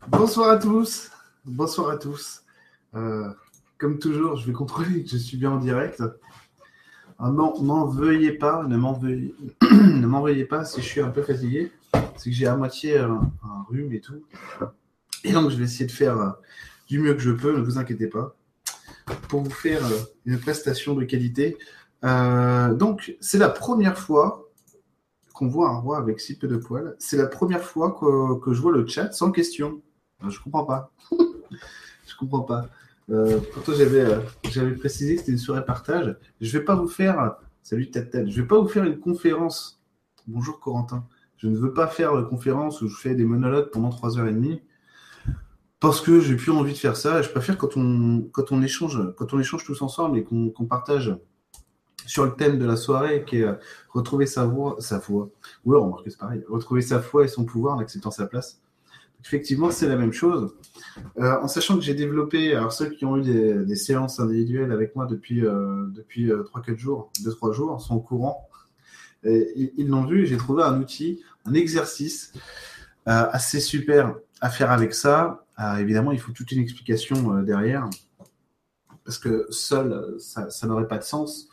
Bonsoir à tous. Bonsoir à tous. Euh, Comme toujours, je vais contrôler que je suis bien en direct. Ah non, m'en veuillez pas, ne m'en veuillez, ne m'en veuillez pas si je suis un peu fatigué. C'est que j'ai à moitié un rhume et tout. Et donc, je vais essayer de faire du mieux que je peux, ne vous inquiétez pas, pour vous faire une prestation de qualité. Donc, c'est la première fois qu'on voit un roi avec si peu de poils. C'est la première fois que je vois le chat sans question. Je comprends pas. Je comprends pas. Pourtant, j'avais précisé que c'était une soirée partage. Je vais pas vous faire. Salut Tête Tête. Je vais pas vous faire une conférence. Bonjour Corentin. Je ne veux pas faire une conférence où je fais des monologues pendant 3h30 parce que j'ai plus envie de faire ça. Je préfère quand on échange tous ensemble et qu'on partage sur le thème de la soirée qui est retrouver sa foi. Ouais, remarquez, c'est pareil. Retrouver sa foi et son pouvoir en acceptant sa place. Effectivement, c'est la même chose. En sachant que j'ai développé, alors ceux qui ont eu des séances individuelles avec moi depuis 3-4 jours, 2-3 jours, sont au courant. Ils l'ont vu, j'ai trouvé un outil, un exercice assez super à faire avec ça. Évidemment, il faut toute une explication derrière, parce que seul, ça n'aurait pas de sens.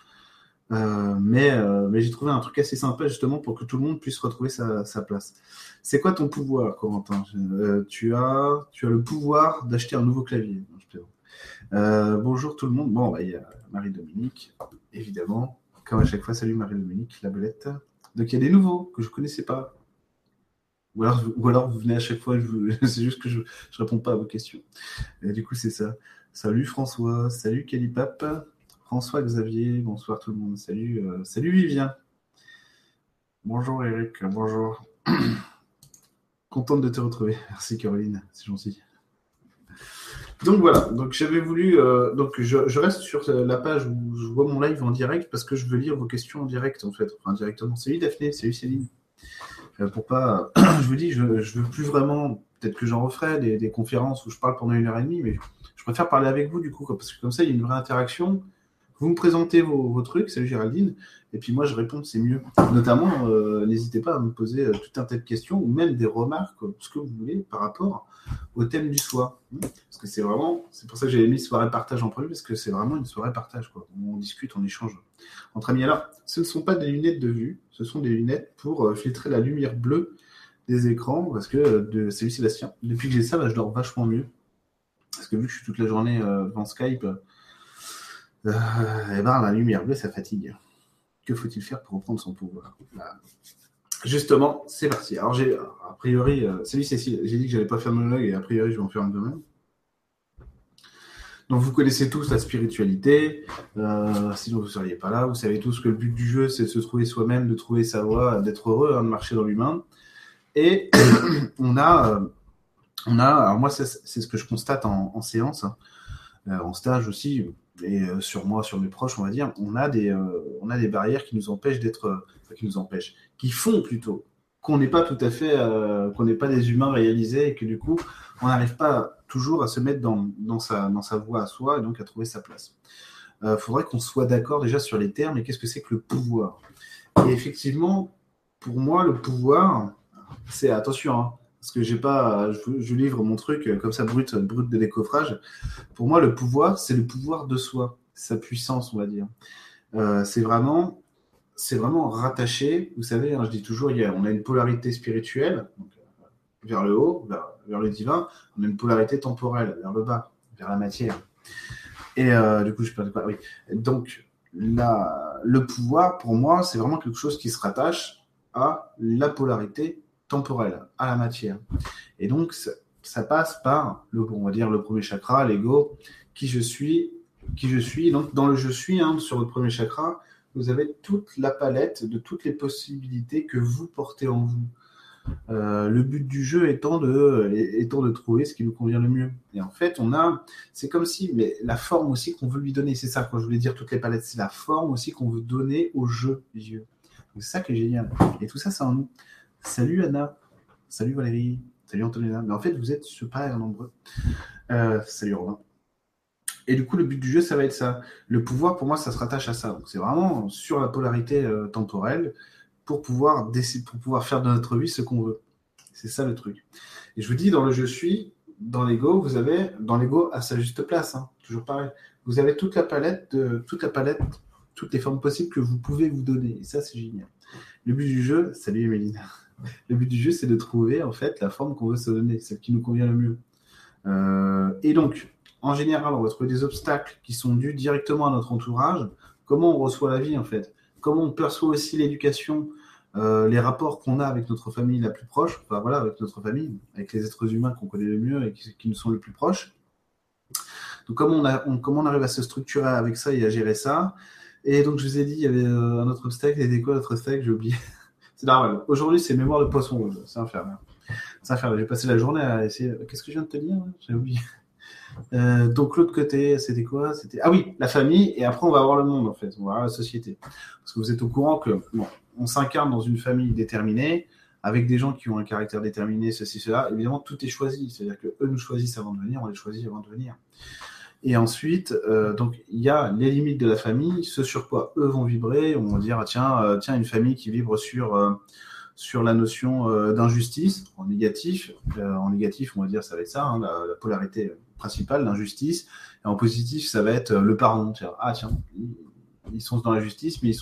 Mais j'ai trouvé un truc assez sympa justement pour que tout le monde puisse retrouver sa place. C'est quoi ton pouvoir, Corentin? Tu as le pouvoir d'acheter un nouveau clavier. Non, je plaisante. Bonjour tout le monde. Bon, il y a Marie-Dominique, évidemment. Comme à chaque fois, salut Marie-Dominique, la belette. Donc il y a des nouveaux que je ne connaissais pas. Ou alors vous venez à chaque fois, c'est juste que je ne réponds pas à vos questions. Et du coup, c'est ça. Salut François, salut Calipap, François Xavier, bonsoir tout le monde. Salut Vivien. Bonjour Eric, bonjour. Contente de te retrouver. Merci Caroline, c'est gentil. Donc voilà, donc j'avais voulu, donc je reste sur la page où je vois mon live en direct parce que je veux lire vos questions en direct en fait, enfin directement. Salut Daphné, salut Céline. Pour pas, je vous dis, je veux plus vraiment, peut-être que j'en referai des conférences où je parle pendant 1h30, mais je préfère parler avec vous du coup, parce que comme ça il y a une vraie interaction. Vous me présentez vos trucs, salut Géraldine, et puis moi je réponds, c'est mieux. Notamment, n'hésitez pas à me poser tout un tas de questions ou même des remarques, ce que vous voulez par rapport au thème du soir. Parce que c'est pour ça que j'avais mis soirée partage en premier, parce que c'est vraiment une soirée partage, quoi. On discute, on échange entre amis. Alors, ce ne sont pas des lunettes de vue, ce sont des lunettes pour filtrer la lumière bleue des écrans, parce que salut Sébastien, depuis que j'ai ça, là, je dors vachement mieux. Parce que vu que je suis toute la journée devant Skype, et ben la lumière bleue, ça fatigue. Que faut-il faire pour reprendre son pouvoir? Voilà. Justement, c'est parti. Alors, a priori, salut Cécile, j'ai dit que j'allais pas faire de monologue et a priori, je vais en faire un de même. Donc, vous connaissez tous la spiritualité, sinon vous ne seriez pas là. Vous savez tous que le but du jeu, c'est de se trouver soi-même, de trouver sa voie, d'être heureux, de marcher dans l'humain. Et on a, alors moi, c'est ce que je constate en séance, en stage aussi, et sur moi, sur mes proches, on va dire, on a des barrières qui nous empêchent qui font plutôt qu'on n'est pas tout à fait, qu'on n'est pas des humains réalisés et que du coup, on n'arrive pas toujours à se mettre dans sa voie à soi et donc à trouver sa place. Faudrait qu'on soit d'accord déjà sur les termes et qu'est-ce que c'est que le pouvoir. Et effectivement, pour moi, le pouvoir, c'est attention, hein, parce que je livre mon truc comme ça brut de décoffrage. Pour moi, le pouvoir, c'est le pouvoir de soi, sa puissance, on va dire. C'est vraiment rattaché. Vous savez, hein, je dis toujours, on a une polarité spirituelle, donc, vers le haut, vers le divin. On a une polarité temporelle, vers le bas, vers la matière. Et du coup, je perds de quoi? Oui. Donc, le pouvoir, pour moi, c'est vraiment quelque chose qui se rattache à la polarité temporelle, à la matière. Et donc, ça passe par on va dire le premier chakra, l'ego, qui je suis. Donc, dans le je suis, hein, sur le premier chakra, vous avez toute la palette de toutes les possibilités que vous portez en vous. Le but du jeu étant de trouver ce qui nous convient le mieux. Et en fait, c'est comme si, mais la forme aussi qu'on veut lui donner, c'est ça quand je voulais dire toutes les palettes, c'est la forme aussi qu'on veut donner au jeu des yeux. Donc, c'est ça qui est génial. Et tout ça, c'est en nous. Salut Anna, salut Valérie, salut Antonella. Mais en fait, vous êtes super nombreux. Salut Romain. Et du coup, le but du jeu, ça va être ça. Le pouvoir, pour moi, ça se rattache à ça. Donc, c'est vraiment sur la polarité temporelle pour pouvoir faire de notre vie ce qu'on veut. C'est ça le truc. Et je vous dis, dans le je suis, dans Lego à sa juste place, hein, toujours pareil. Vous avez toute la palette, toutes les formes possibles que vous pouvez vous donner. Et ça, c'est génial. Le but du jeu, salut Emeline. Le but du jeu, c'est de trouver en fait la forme qu'on veut se donner, celle qui nous convient le mieux. Et donc, en général, on va trouver des obstacles qui sont dus directement à notre entourage. Comment on reçoit la vie en fait? Comment on perçoit aussi l'éducation, les rapports qu'on a avec notre famille la plus proche, enfin voilà, avec notre famille, avec les êtres humains qu'on connaît le mieux et qui nous sont les plus proches. Donc comment on arrive à se structurer avec ça et à gérer ça. Et donc je vous ai dit, il y avait un autre obstacle, c'était quoi l'autre obstacle? J'ai oublié. C'est normal. Aujourd'hui, c'est mémoire de poisson rouge. C'est infernal. C'est infernal. J'ai passé la journée à essayer. Qu'est-ce que je viens de te dire? J'ai oublié. Donc l'autre côté, c'était quoi? C'était oui, la famille. Et après, on va voir le monde en fait. On va voir la société. Parce que vous êtes au courant que on s'incarne dans une famille déterminée, avec des gens qui ont un caractère déterminé, ceci, cela. Évidemment, tout est choisi. C'est-à-dire que eux nous choisissent avant de venir, on les choisit avant de venir. Et ensuite, donc il y a les limites de la famille, ce sur quoi eux vont vibrer. On va dire tiens, une famille qui vibre sur la notion d'injustice en négatif. En négatif, on va dire ça va être ça, hein, la polarité principale, l'injustice. Et en positif, ça va être le pardon. Tiens, ils sont dans la justice, mais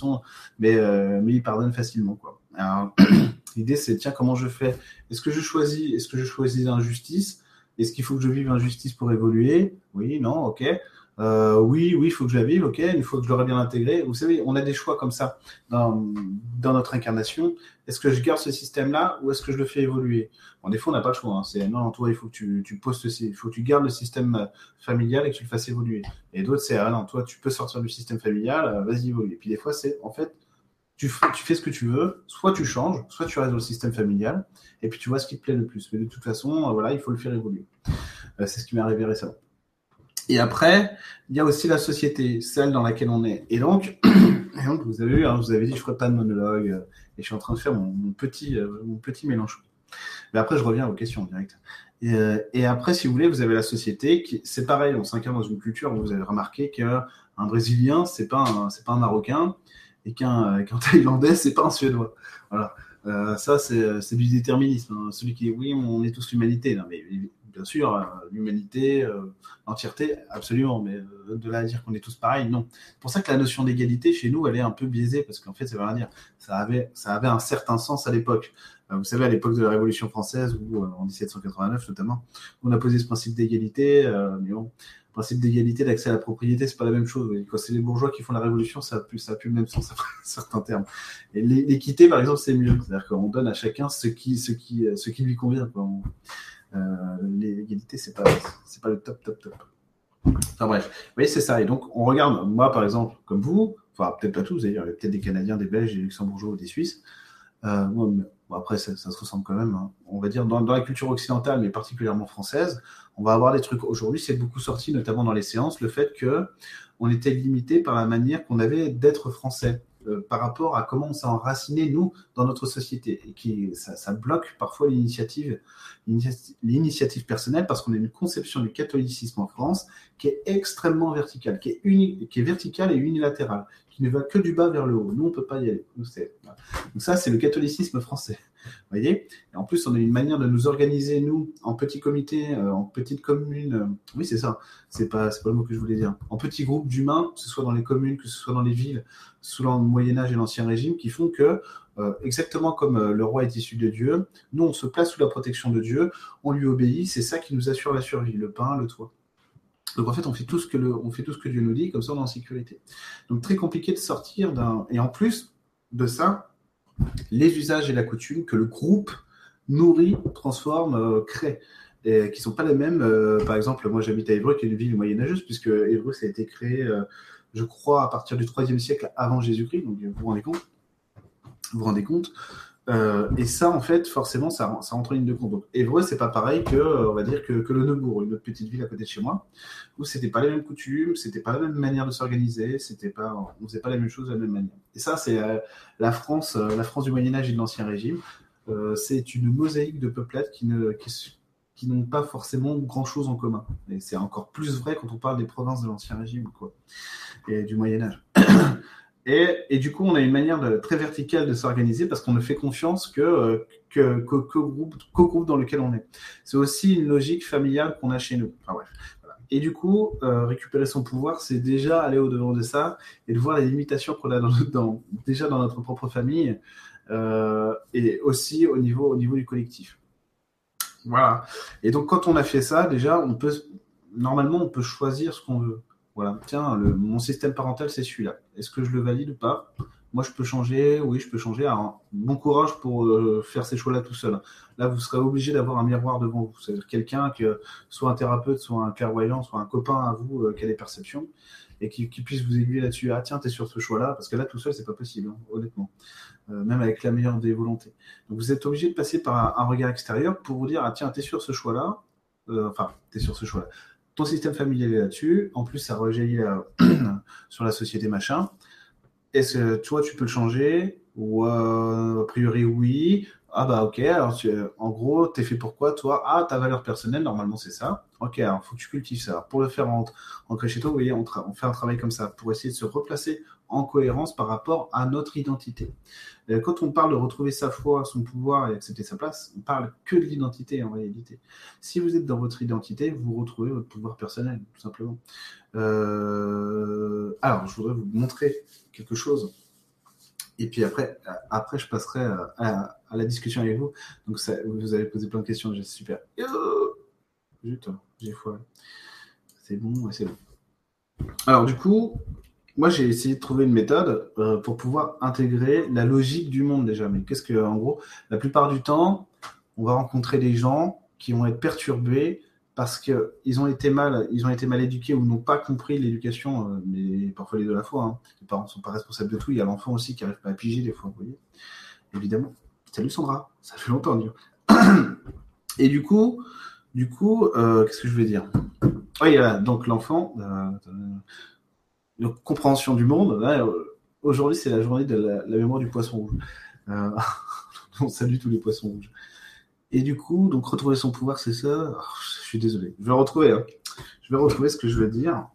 ils pardonnent facilement, quoi. Alors, l'idée, c'est tiens, comment je fais? Est-ce que je choisis l'injustice? Est-ce qu'il faut que je vive l'injustice pour évoluer? Oui, non, ok. Oui, il faut que je la vive, ok. Une fois que je l'aurai bien intégré, vous savez, on a des choix comme ça dans notre incarnation. Est-ce que je garde ce système-là ou est-ce que je le fais évoluer? Bon, des fois, on n'a pas le choix. Hein. C'est non, toi, il faut que tu poses il faut que tu gardes le système familial et que tu le fasses évoluer. Et d'autres, c'est non, toi, tu peux sortir du système familial, vas-y évoluer. Et puis des fois, c'est en fait, tu fais ce que tu veux, soit tu changes, soit tu restes dans le système familial, et puis tu vois ce qui te plaît le plus. Mais de toute façon, voilà, il faut le faire évoluer. C'est ce qui m'est arrivé récemment. Et après, il y a aussi la société, celle dans laquelle on est. Et donc vous avez vu, hein, je vous avais dit, je ne ferai pas de monologue, et je suis en train de faire mon petit Mélenchon. Mais après, je reviens aux questions en direct. Et après, si vous voulez, vous avez la société, c'est pareil, on s'incarne dans une culture où vous avez remarqué qu'un Brésilien, c'est pas un Marocain, et qu'un Thaïlandais, c'est pas un Suédois. Voilà. Ça, c'est du déterminisme. Hein. Celui qui dit oui, on est tous l'humanité. Non, mais bien sûr, l'humanité, l'entièreté, absolument. Mais de là à dire qu'on est tous pareils, non. C'est pour ça que la notion d'égalité chez nous, elle est un peu biaisée, parce qu'en fait, ça veut rien dire. Ça avait un certain sens à l'époque. Vous savez, à l'époque de la Révolution française, ou en 1789 notamment, on a posé ce principe d'égalité, mais bon. Le principe d'égalité, d'accès à la propriété, c'est pas la même chose. Oui. Quand c'est les bourgeois qui font la révolution, ça a plus le même sens après certains termes. Et l'équité, par exemple, c'est mieux. C'est-à-dire qu'on donne à chacun ce qui lui convient. Quoi. L'égalité, c'est pas le top. Enfin bref, vous voyez, c'est ça. Et donc, on regarde, moi, par exemple, comme vous, enfin, peut-être pas tous, d'ailleurs, il y a peut-être des Canadiens, des Belges, des Luxembourgeois ou des Suisses. Bon, après, ça se ressemble quand même. Hein. On va dire, dans la culture occidentale, mais particulièrement française, on va avoir des trucs. Aujourd'hui, c'est beaucoup sorti, notamment dans les séances, le fait qu'on était limité par la manière qu'on avait d'être français. Par rapport à comment on s'est enraciné, nous, dans notre société. Et ça bloque parfois l'initiative personnelle parce qu'on a une conception du catholicisme en France qui est extrêmement verticale, qui est verticale et unilatérale, qui ne va que du bas vers le haut. Nous, on ne peut pas y aller. Donc ça, c'est le catholicisme français. Vous voyez? Et en plus, on a une manière de nous organiser, nous, en petits comités, en petites communes. Oui, c'est ça. C'est pas le mot que je voulais dire. En petits groupes d'humains, que ce soit dans les communes, que ce soit dans les villes, sous le Moyen-Âge et l'Ancien Régime, qui font que, exactement comme le roi est issu de Dieu, nous, on se place sous la protection de Dieu, on lui obéit, c'est ça qui nous assure la survie, le pain, le toit. Donc en fait, on fait tout ce que Dieu nous dit, comme ça on est en sécurité. Donc très compliqué de sortir d'un... Et en plus de ça, les usages et la coutume que le groupe nourrit, transforme, crée, et qui ne sont pas les mêmes. Par exemple, moi j'habite à Évreux, qui est une ville moyenâgeuse, puisque Évreux, ça a été créé, je crois, à partir du IIIe siècle avant Jésus-Christ, donc vous vous rendez compte. Et ça, en fait, forcément, ça rentre en ligne de compte. Donc, Évreux, c'est pas pareil que, on va dire, que le Neubourg, une autre petite ville à côté de chez moi, où c'était pas les mêmes coutumes, c'était pas la même manière de s'organiser, on faisait pas les mêmes choses de la même manière. Et ça, c'est la France du Moyen-Âge et de l'Ancien Régime. C'est une mosaïque de peuplades qui n'ont pas forcément grand-chose en commun. Et c'est encore plus vrai quand on parle des provinces de l'Ancien Régime, quoi, et du Moyen-Âge. Et du coup, on a une manière très verticale de s'organiser parce qu'on ne fait confiance qu'au groupe dans lequel on est. C'est aussi une logique familiale qu'on a chez nous. Enfin, bref. Voilà. Et du coup, récupérer son pouvoir, c'est déjà aller au-devant de ça et de voir les limitations qu'on a déjà dans notre propre famille et aussi au niveau du collectif. Voilà. Et donc, quand on a fait ça, déjà, normalement, on peut choisir ce qu'on veut. Voilà. Tiens, mon système parental, c'est celui-là. Est-ce que je le valide ou pas? Moi, je peux changer. Oui, je peux changer. Alors, bon courage pour faire ces choix-là tout seul. Là, vous serez obligé d'avoir un miroir devant vous. C'est-à-dire quelqu'un que, soit un thérapeute, soit un clairvoyant, soit un copain à vous qui a des perceptions et qui puisse vous aiguiller là-dessus. Ah, tiens, t'es sur ce choix-là. Parce que là, tout seul, c'est pas possible, hein, honnêtement. Même avec la meilleure des volontés. Donc vous êtes obligé de passer par un regard extérieur pour vous dire, ah tiens, t'es sur ce choix-là, t'es sur ce choix-là. Ton système familial est là-dessus, en plus ça rejaillit sur la société machin. Est-ce que toi tu peux le changer? Ou a priori oui. Ah bah ok, alors en gros, t'es fait pour quoi toi? Ah, ta valeur personnelle, normalement c'est ça. Ok, alors faut que tu cultives ça. Alors, pour le faire ancrer chez toi, vous voyez, on fait un travail comme ça, pour essayer de se replacer en cohérence par rapport à notre identité. Quand on parle de retrouver sa foi, son pouvoir et accepter sa place, on parle que de l'identité en réalité. Si vous êtes dans votre identité, vous retrouvez votre pouvoir personnel, tout simplement. Alors, je voudrais vous montrer quelque chose. Et puis après je passerai à la discussion avec vous. Donc, vous avez posé plein de questions, c'est super. Zut, j'ai foi. C'est bon, ouais, c'est bon. Alors, du coup, moi, j'ai essayé de trouver une méthode pour pouvoir intégrer la logique du monde déjà. Mais qu'est-ce que, en gros, la plupart du temps, on va rencontrer des gens qui vont être perturbés parce qu'ils ont été mal éduqués ou n'ont pas compris l'éducation, mais parfois les deux à la fois. Hein. Les parents ne sont pas responsables de tout. Il y a l'enfant aussi qui n'arrive pas à piger des fois, vous voyez. Évidemment. Salut Sandra, ça fait longtemps, Dieu. Et du coup, qu'est-ce que je vais dire? Oui, donc l'enfant. Donc, compréhension du monde. Là, aujourd'hui, c'est la journée de la mémoire du poisson rouge. On salue tous les poissons rouges. Et du coup, donc retrouver son pouvoir, c'est ça. Oh, je suis désolé. Je vais retrouver. Hein. Je vais retrouver ce que je veux dire.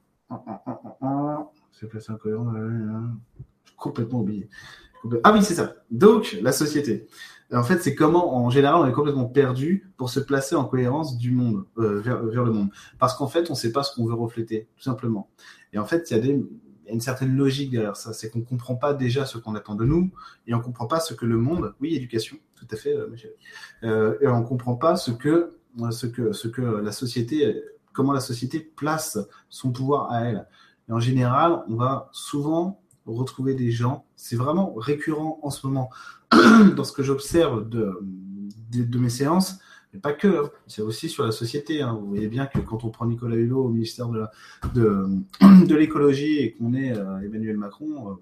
C'est placé incohérent. J'ai complètement oublié. Ah oui, c'est ça. Donc, la société. En fait, c'est comment, en général, on est complètement perdu pour se placer en cohérence du monde, vers le monde. Parce qu'en fait, on ne sait pas ce qu'on veut refléter, tout simplement. Et en fait, il y a une certaine logique derrière ça. C'est qu'on ne comprend pas déjà ce qu'on attend de nous, et on ne comprend pas ce que le monde, oui, éducation, tout à fait, Michel, et on ne comprend pas ce que la société, comment la société place son pouvoir à elle. Et en général, on va souvent retrouver des gens, c'est vraiment récurrent en ce moment, dans ce que j'observe de mes séances, mais pas que, hein. C'est aussi sur la société. Hein. Vous voyez bien que quand on prend Nicolas Hulot au ministère de l'écologie et qu'on est Emmanuel Macron,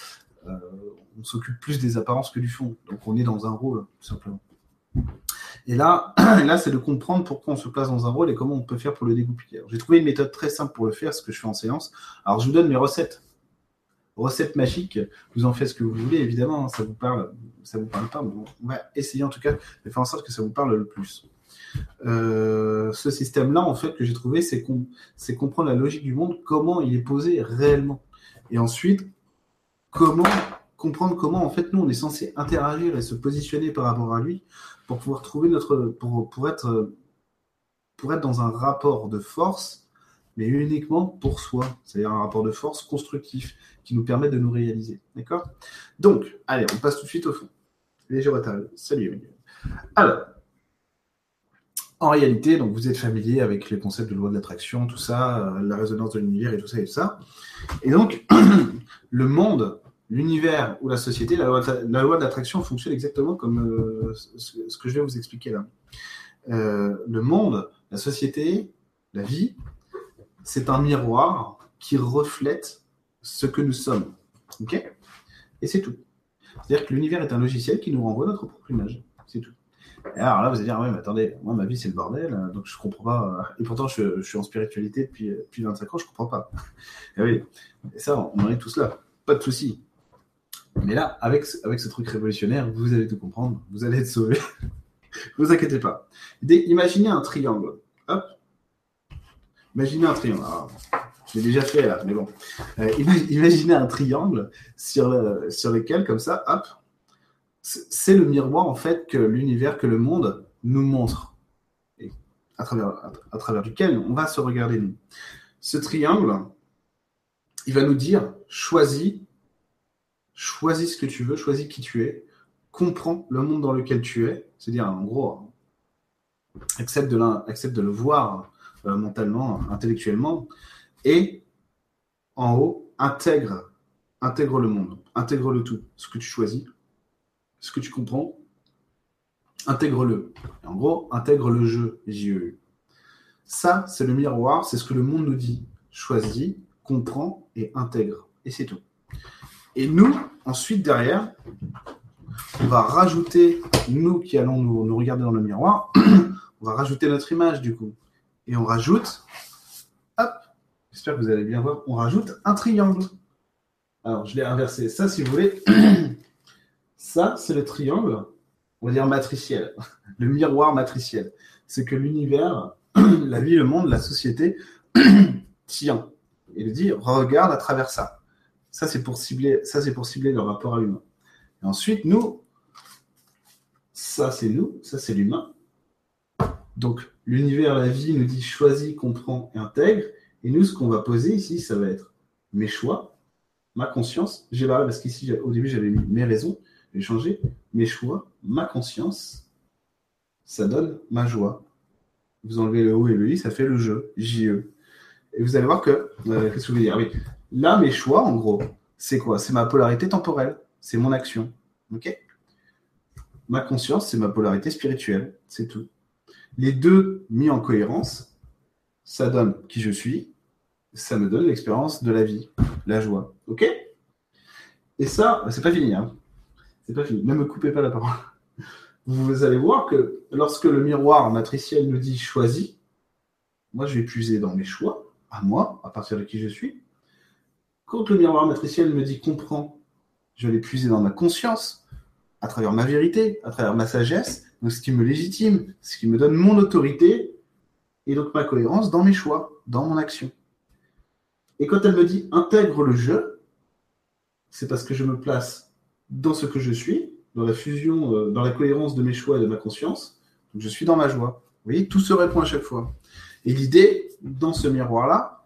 on s'occupe plus des apparences que du fond. Donc on est dans un rôle, tout simplement. Et là, c'est de comprendre pourquoi on se place dans un rôle et comment on peut faire pour le dégoupiller. J'ai trouvé une méthode très simple pour le faire, ce que je fais en séance. Alors je vous donne mes recettes magiques, vous en faites ce que vous voulez, évidemment, ça vous parle pas, mais on va essayer en tout cas de faire en sorte que ça vous parle le plus. Ce système-là, en fait, que j'ai trouvé, c'est comprendre la logique du monde, comment il est posé réellement. Et ensuite, comprendre comment, en fait, nous, on est censé interagir et se positionner par rapport à lui pour pouvoir trouver pour être dans un rapport de force, mais uniquement pour soi, c'est-à-dire un rapport de force constructif qui nous permet de nous réaliser. D'accord? Donc, allez, on passe tout de suite au fond. Léger retard. Salut Emmanuel. Alors, en réalité, donc vous êtes familier avec les concepts de loi de l'attraction, tout ça, la résonance de l'univers et tout ça et tout ça. Et donc, le monde, l'univers ou la société, la loi de l'attraction fonctionne exactement comme ce que je vais vous expliquer là. Le monde, la société, la vie, c'est un miroir qui reflète ce que nous sommes. Ok ? Et c'est tout. C'est-à-dire que l'univers est un logiciel qui nous renvoie notre propre image. C'est tout. Et alors là, vous allez dire, ouais, mais attendez, moi, ma vie, c'est le bordel, donc je comprends pas. Et pourtant, je suis en spiritualité depuis 25 ans, je comprends pas. Et oui, et ça, on en est tous là. Pas de souci. Mais là, avec ce truc révolutionnaire, vous allez tout comprendre, vous allez être sauvés. Ne vous inquiétez pas. Imaginez un triangle. Hop. Imaginez un triangle. Alors, Je l'ai déjà fait là, mais bon. Imaginez un triangle sur lequel, comme ça, hop, c'est le miroir en fait que l'univers, que le monde nous montre, et à travers duquel on va se regarder nous. Ce triangle, il va nous dire choisis ce que tu veux, choisis qui tu es, comprends le monde dans lequel tu es, c'est-à-dire en gros, accepte de le voir mentalement, intellectuellement, et en haut, intègre le monde, intègre le tout, ce que tu choisis, ce que tu comprends, intègre-le. Et en gros, intègre le jeu, J-E-U. Ça, c'est le miroir, c'est ce que le monde nous dit. Choisis, comprends et intègre. Et c'est tout. Et nous, ensuite, derrière, on va rajouter, nous qui allons nous regarder dans le miroir, on va rajouter notre image du coup. Et on rajoute, hop, j'espère que vous allez bien voir, on rajoute un triangle. Alors, je l'ai inversé. Ça, si vous voulez, ça, c'est le triangle, on va dire matriciel, le miroir matriciel. C'est que l'univers, la vie, le monde, la société tient. Et il dit, regarde à travers ça. Ça, c'est pour cibler le rapport à l'humain. Et ensuite, nous, ça, c'est l'humain. Donc, l'univers, la vie nous dit choisis, comprends et intègre. Et nous, ce qu'on va poser ici, ça va être mes choix, ma conscience. J'ai barré parce qu'ici, au début, j'avais mis mes raisons. J'ai changé mes choix, ma conscience. Ça donne ma joie. Vous enlevez le O et le I, ça fait le jeu, J-E. Et vous allez voir que, qu'est-ce que je veux dire ? Oui. Là, mes choix, en gros, c'est quoi ? C'est ma polarité temporelle. C'est mon action. Ok ? Ma conscience, c'est ma polarité spirituelle. C'est tout. Les deux mis en cohérence, ça donne qui je suis. Ça me donne l'expérience de la vie, la joie. Ok ? Et ça, c'est pas fini. Hein. C'est pas fini. Ne me coupez pas la parole. Vous allez voir que lorsque le miroir matriciel nous dit choisis, moi, je vais puiser dans mes choix, à moi, à partir de qui je suis. Quand le miroir matriciel me dit comprends, je vais puiser dans ma conscience, à travers ma vérité, à travers ma sagesse, donc ce qui me légitime, ce qui me donne mon autorité, et donc ma cohérence dans mes choix, dans mon action. Et quand elle me dit intègre le jeu, c'est parce que je me place dans ce que je suis, dans la fusion, dans la cohérence de mes choix et de ma conscience. Donc je suis dans ma joie. Vous voyez, tout se répond à chaque fois. Et l'idée, dans ce miroir-là,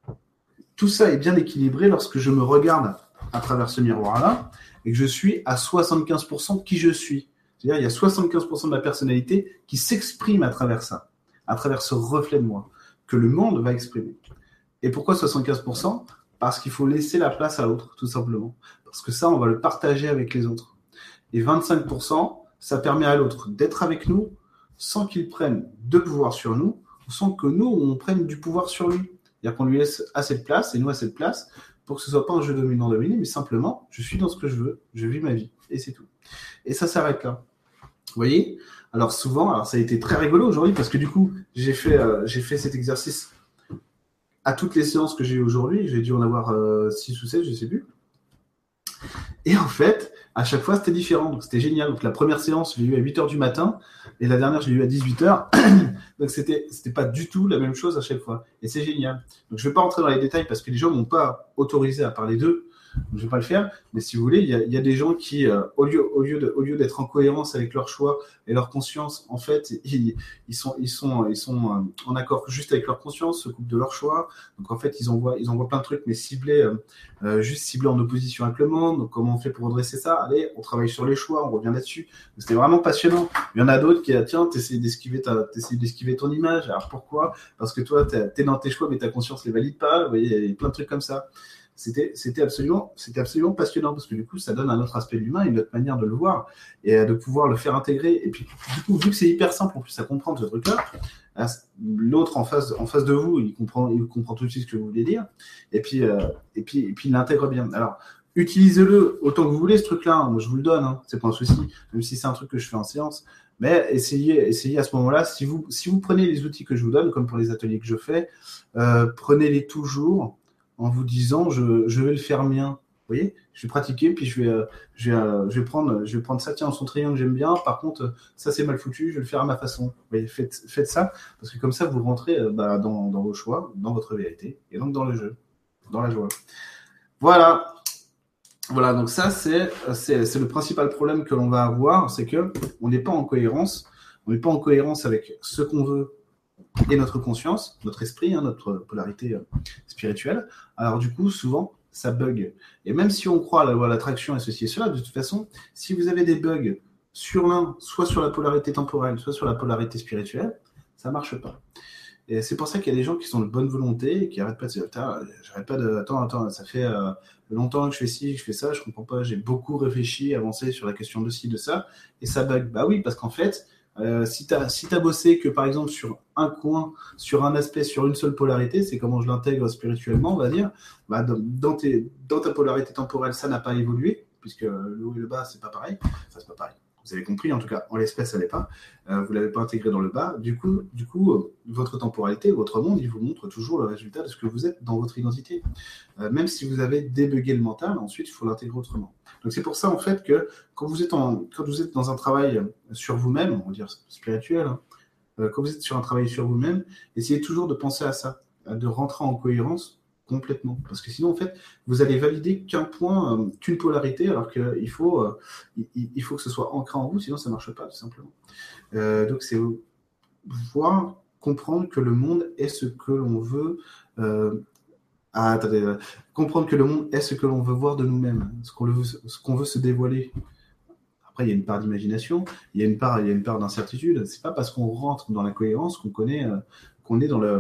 tout ça est bien équilibré lorsque je me regarde à travers ce miroir-là et que je suis à 75% qui je suis. C'est-à-dire il y a 75% de ma personnalité qui s'exprime à travers ça, à travers ce reflet de moi, que le monde va exprimer. Et pourquoi 75% ? Parce qu'il faut laisser la place à l'autre, tout simplement. Parce que ça, on va le partager avec les autres. Et 25%, ça permet à l'autre d'être avec nous sans qu'il prenne de pouvoir sur nous, sans que nous, on prenne du pouvoir sur lui. C'est-à-dire qu'on lui laisse assez de place, et nous assez de place, pour que ce ne soit pas un jeu dominant-dominé, mais simplement, je suis dans ce que je veux, je vis ma vie, et c'est tout. Et ça s'arrête là. Vous voyez ? Alors souvent, ça a été très rigolo aujourd'hui, parce que du coup, j'ai fait cet exercice à toutes les séances que j'ai eues aujourd'hui. J'ai dû en avoir 6 ou 7, je ne sais plus. Et en fait, à chaque fois, c'était différent. Donc, c'était génial. Donc, la première séance, je l'ai eue à 8h du matin. Et la dernière, je l'ai eue à 18h. Donc, c'était pas du tout la même chose à chaque fois. Et c'est génial. Donc, je ne vais pas rentrer dans les détails parce que les gens ne m'ont pas autorisé à parler d'eux. Donc, je ne vais pas le faire. Mais si vous voulez, il y a des gens qui, au lieu d'être en cohérence avec leur choix et leur conscience, en fait, ils sont en accord juste avec leur conscience, se coupent de leur choix. Donc, en fait, ils envoient plein de trucs, mais juste ciblés en opposition avec le monde. Donc, comment on fait pour redresser ça ? Allez, on travaille sur les choix, on revient là-dessus. Donc, c'était vraiment passionnant. Il y en a d'autres qui, tiens, t'essayes d'esquiver ton image. Alors, pourquoi ? Parce que toi, t'es dans tes choix, mais ta conscience les valide pas. Vous voyez, il y a plein de trucs comme ça. C'était absolument passionnant parce que du coup, ça donne un autre aspect de l'humain, une autre manière de le voir et de pouvoir le faire intégrer. Et puis, du coup, vu que c'est hyper simple en plus à comprendre ce truc-là, l'autre en face de vous, il comprend tout de suite ce que vous voulez dire. Et puis, il l'intègre bien. Alors, utilisez-le autant que vous voulez ce truc-là. Moi, je vous le donne, hein, c'est pas un souci. Même si c'est un truc que je fais en séance. Mais essayez à ce moment-là, si vous prenez les outils que je vous donne, comme pour les ateliers que je fais, prenez-les toujours en vous disant je vais le faire mien. voyez, je vais pratiquer, puis je vais prendre ça, tiens, son triangle, j'aime bien, par contre, ça c'est mal foutu, je vais le faire à ma façon. Vous voyez, faites ça, parce que comme ça, vous rentrez dans vos choix, dans votre vérité, et donc dans le jeu, dans la joie. Voilà. Voilà, donc ça, c'est le principal problème que l'on va avoir, c'est qu'on n'est pas en cohérence. On n'est pas en cohérence avec ce qu'on veut et notre conscience, notre esprit, notre polarité spirituelle. Alors du coup, souvent, ça bug. Et même si on croit à la loi de l'attraction et ceci et cela, de toute façon, si vous avez des bugs sur l'un, soit sur la polarité temporelle, soit sur la polarité spirituelle, ça ne marche pas. Et c'est pour ça qu'il y a des gens qui sont de bonne volonté et qui n'arrêtent pas de se dire, j'arrête pas de... Attends, ça fait longtemps que je fais ci, que je fais ça, je comprends pas, j'ai beaucoup réfléchi, avancé sur la question de ci, de ça, et ça bug. Bah oui, parce qu'en fait, si t'as bossé que par exemple sur un coin, sur un aspect, sur une seule polarité, c'est comment je l'intègre spirituellement, on va dire, bah dans ta polarité temporelle, ça n'a pas évolué, puisque le haut et le bas, c'est pas pareil. Enfin, c'est pas pareil. Vous avez compris, en tout cas, en l'espèce, ça n'est pas. Vous l'avez pas intégré dans le bas. Du coup, votre temporalité, votre monde, il vous montre toujours le résultat de ce que vous êtes dans votre identité. Même si vous avez débugué le mental, ensuite, il faut l'intégrer autrement. Donc, c'est pour ça, en fait, que quand vous êtes dans un travail sur vous-même, on va dire spirituel, quand vous êtes sur un travail sur vous-même, essayez toujours de penser à ça, de rentrer en cohérence complètement. Parce que sinon, en fait, vous allez valider qu'un point, qu'une polarité, alors qu'il faut, il faut que ce soit ancré en vous, sinon ça ne marche pas, tout simplement. Donc, c'est comprendre que le monde est ce que l'on veut. Comprendre que le monde est ce que l'on veut voir de nous-mêmes, ce qu'on veut se dévoiler. Après, il y a une part d'imagination, il y a une part d'incertitude. C'est pas parce qu'on rentre dans la cohérence qu'on est dans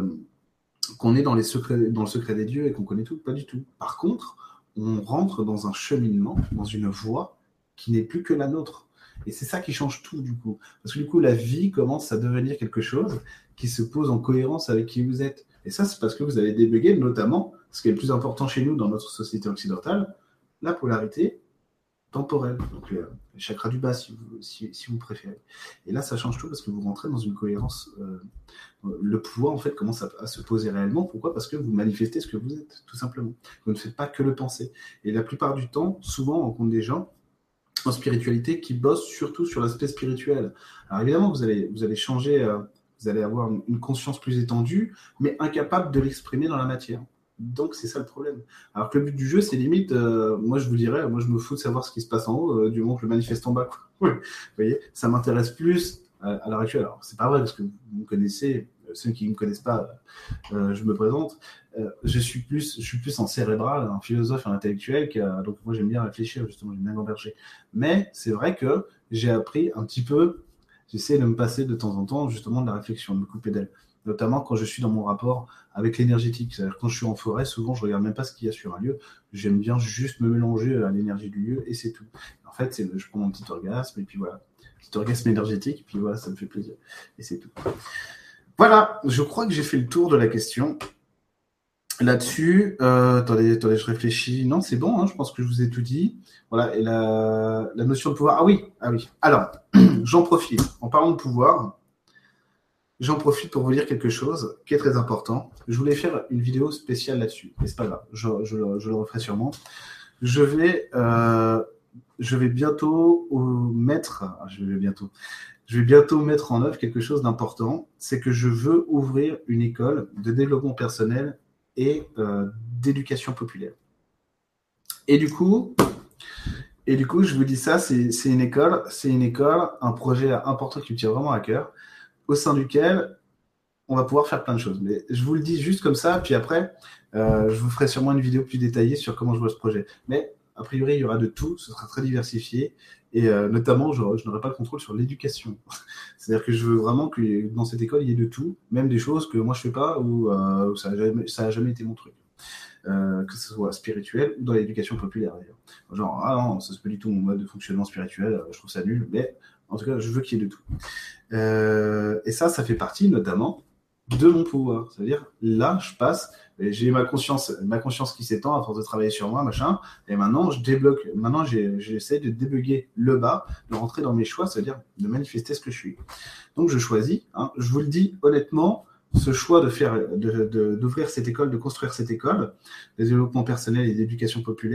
le secret des dieux et qu'on connaît tout, pas du tout. Par contre, on rentre dans un cheminement, dans une voie qui n'est plus que la nôtre. Et c'est ça qui change tout, du coup. Parce que du coup, la vie commence à devenir quelque chose qui se pose en cohérence avec qui vous êtes. Et ça, c'est parce que vous avez débugué, notamment, ce qui est le plus important chez nous dans notre société occidentale, la polarité temporelle, donc les chakras du bas, si vous préférez. Et là, ça change tout parce que vous rentrez dans une cohérence. Le pouvoir, en fait, commence à se poser réellement. Pourquoi ? Parce que vous manifestez ce que vous êtes, tout simplement. Vous ne faites pas que le penser. Et la plupart du temps, souvent, on rencontre des gens en spiritualité qui bossent surtout sur l'aspect spirituel. Alors évidemment, vous allez changer, vous allez avoir une conscience plus étendue, mais incapable de l'exprimer dans la matière. Donc c'est ça le problème. Alors que le but du jeu, c'est limite, moi je vous dirais, moi je me fous de savoir ce qui se passe en haut, du moment que je le manifeste en bas. Vous voyez, ça m'intéresse plus à l'heure actuelle. Alors c'est pas vrai parce que vous me connaissez, ceux qui ne me connaissent pas, je me présente. Je suis plus en cérébral, un philosophe, un intellectuel, donc moi j'aime bien réfléchir, justement, j'aime bien m'emberger. Mais c'est vrai que j'ai appris un petit peu, j'essaie de me passer de temps en temps justement de la réflexion, de me couper d'elle. Notamment quand je suis dans mon rapport avec l'énergétique. C'est-à-dire quand je suis en forêt, souvent je regarde même pas ce qu'il y a sur un lieu. J'aime bien juste me mélanger à l'énergie du lieu et c'est tout. En fait, je prends mon petit orgasme et puis voilà. Petit orgasme énergétique, et puis voilà, ça me fait plaisir. Et c'est tout. Voilà, je crois que j'ai fait le tour de la question. Là-dessus, attendez, je réfléchis. Non, c'est bon, je pense que je vous ai tout dit. Voilà, et la notion de pouvoir. Ah oui. Alors, j'en profite. En parlant de pouvoir, j'en profite pour vous dire quelque chose qui est très important. Je voulais faire une vidéo spéciale là-dessus, mais c'est pas grave, je le referai sûrement. Je vais bientôt mettre en œuvre quelque chose d'important, c'est que je veux ouvrir une école de développement personnel et d'éducation populaire. Et du coup, je vous dis ça, c'est une école, un projet important qui me tient vraiment à cœur, au sein duquel on va pouvoir faire plein de choses. Mais je vous le dis juste comme ça, puis après, je vous ferai sûrement une vidéo plus détaillée sur comment je vois ce projet. Mais a priori, il y aura de tout, ce sera très diversifié, et notamment, je n'aurai pas le contrôle sur l'éducation. C'est-à-dire que je veux vraiment que dans cette école, il y ait de tout, même des choses que moi je fais pas, ou ça a jamais été mon truc. Que ce soit spirituel ou dans l'éducation populaire d'ailleurs. Genre, ah non, ça c'est pas du tout mon mode de fonctionnement spirituel, je trouve ça nul, mais en tout cas, je veux qu'il y ait de tout. Et ça fait partie notamment de mon pouvoir. C'est-à-dire, là, je passe, j'ai ma conscience qui s'étend à force de travailler sur moi, machin, et maintenant, je débloque. Maintenant, j'essaie de débugger le bas, de rentrer dans mes choix, c'est-à-dire de manifester ce que je suis. Donc, je choisis, je vous le dis honnêtement, ce choix d'ouvrir cette école, de construire cette école de développement personnel et d'éducation populaire,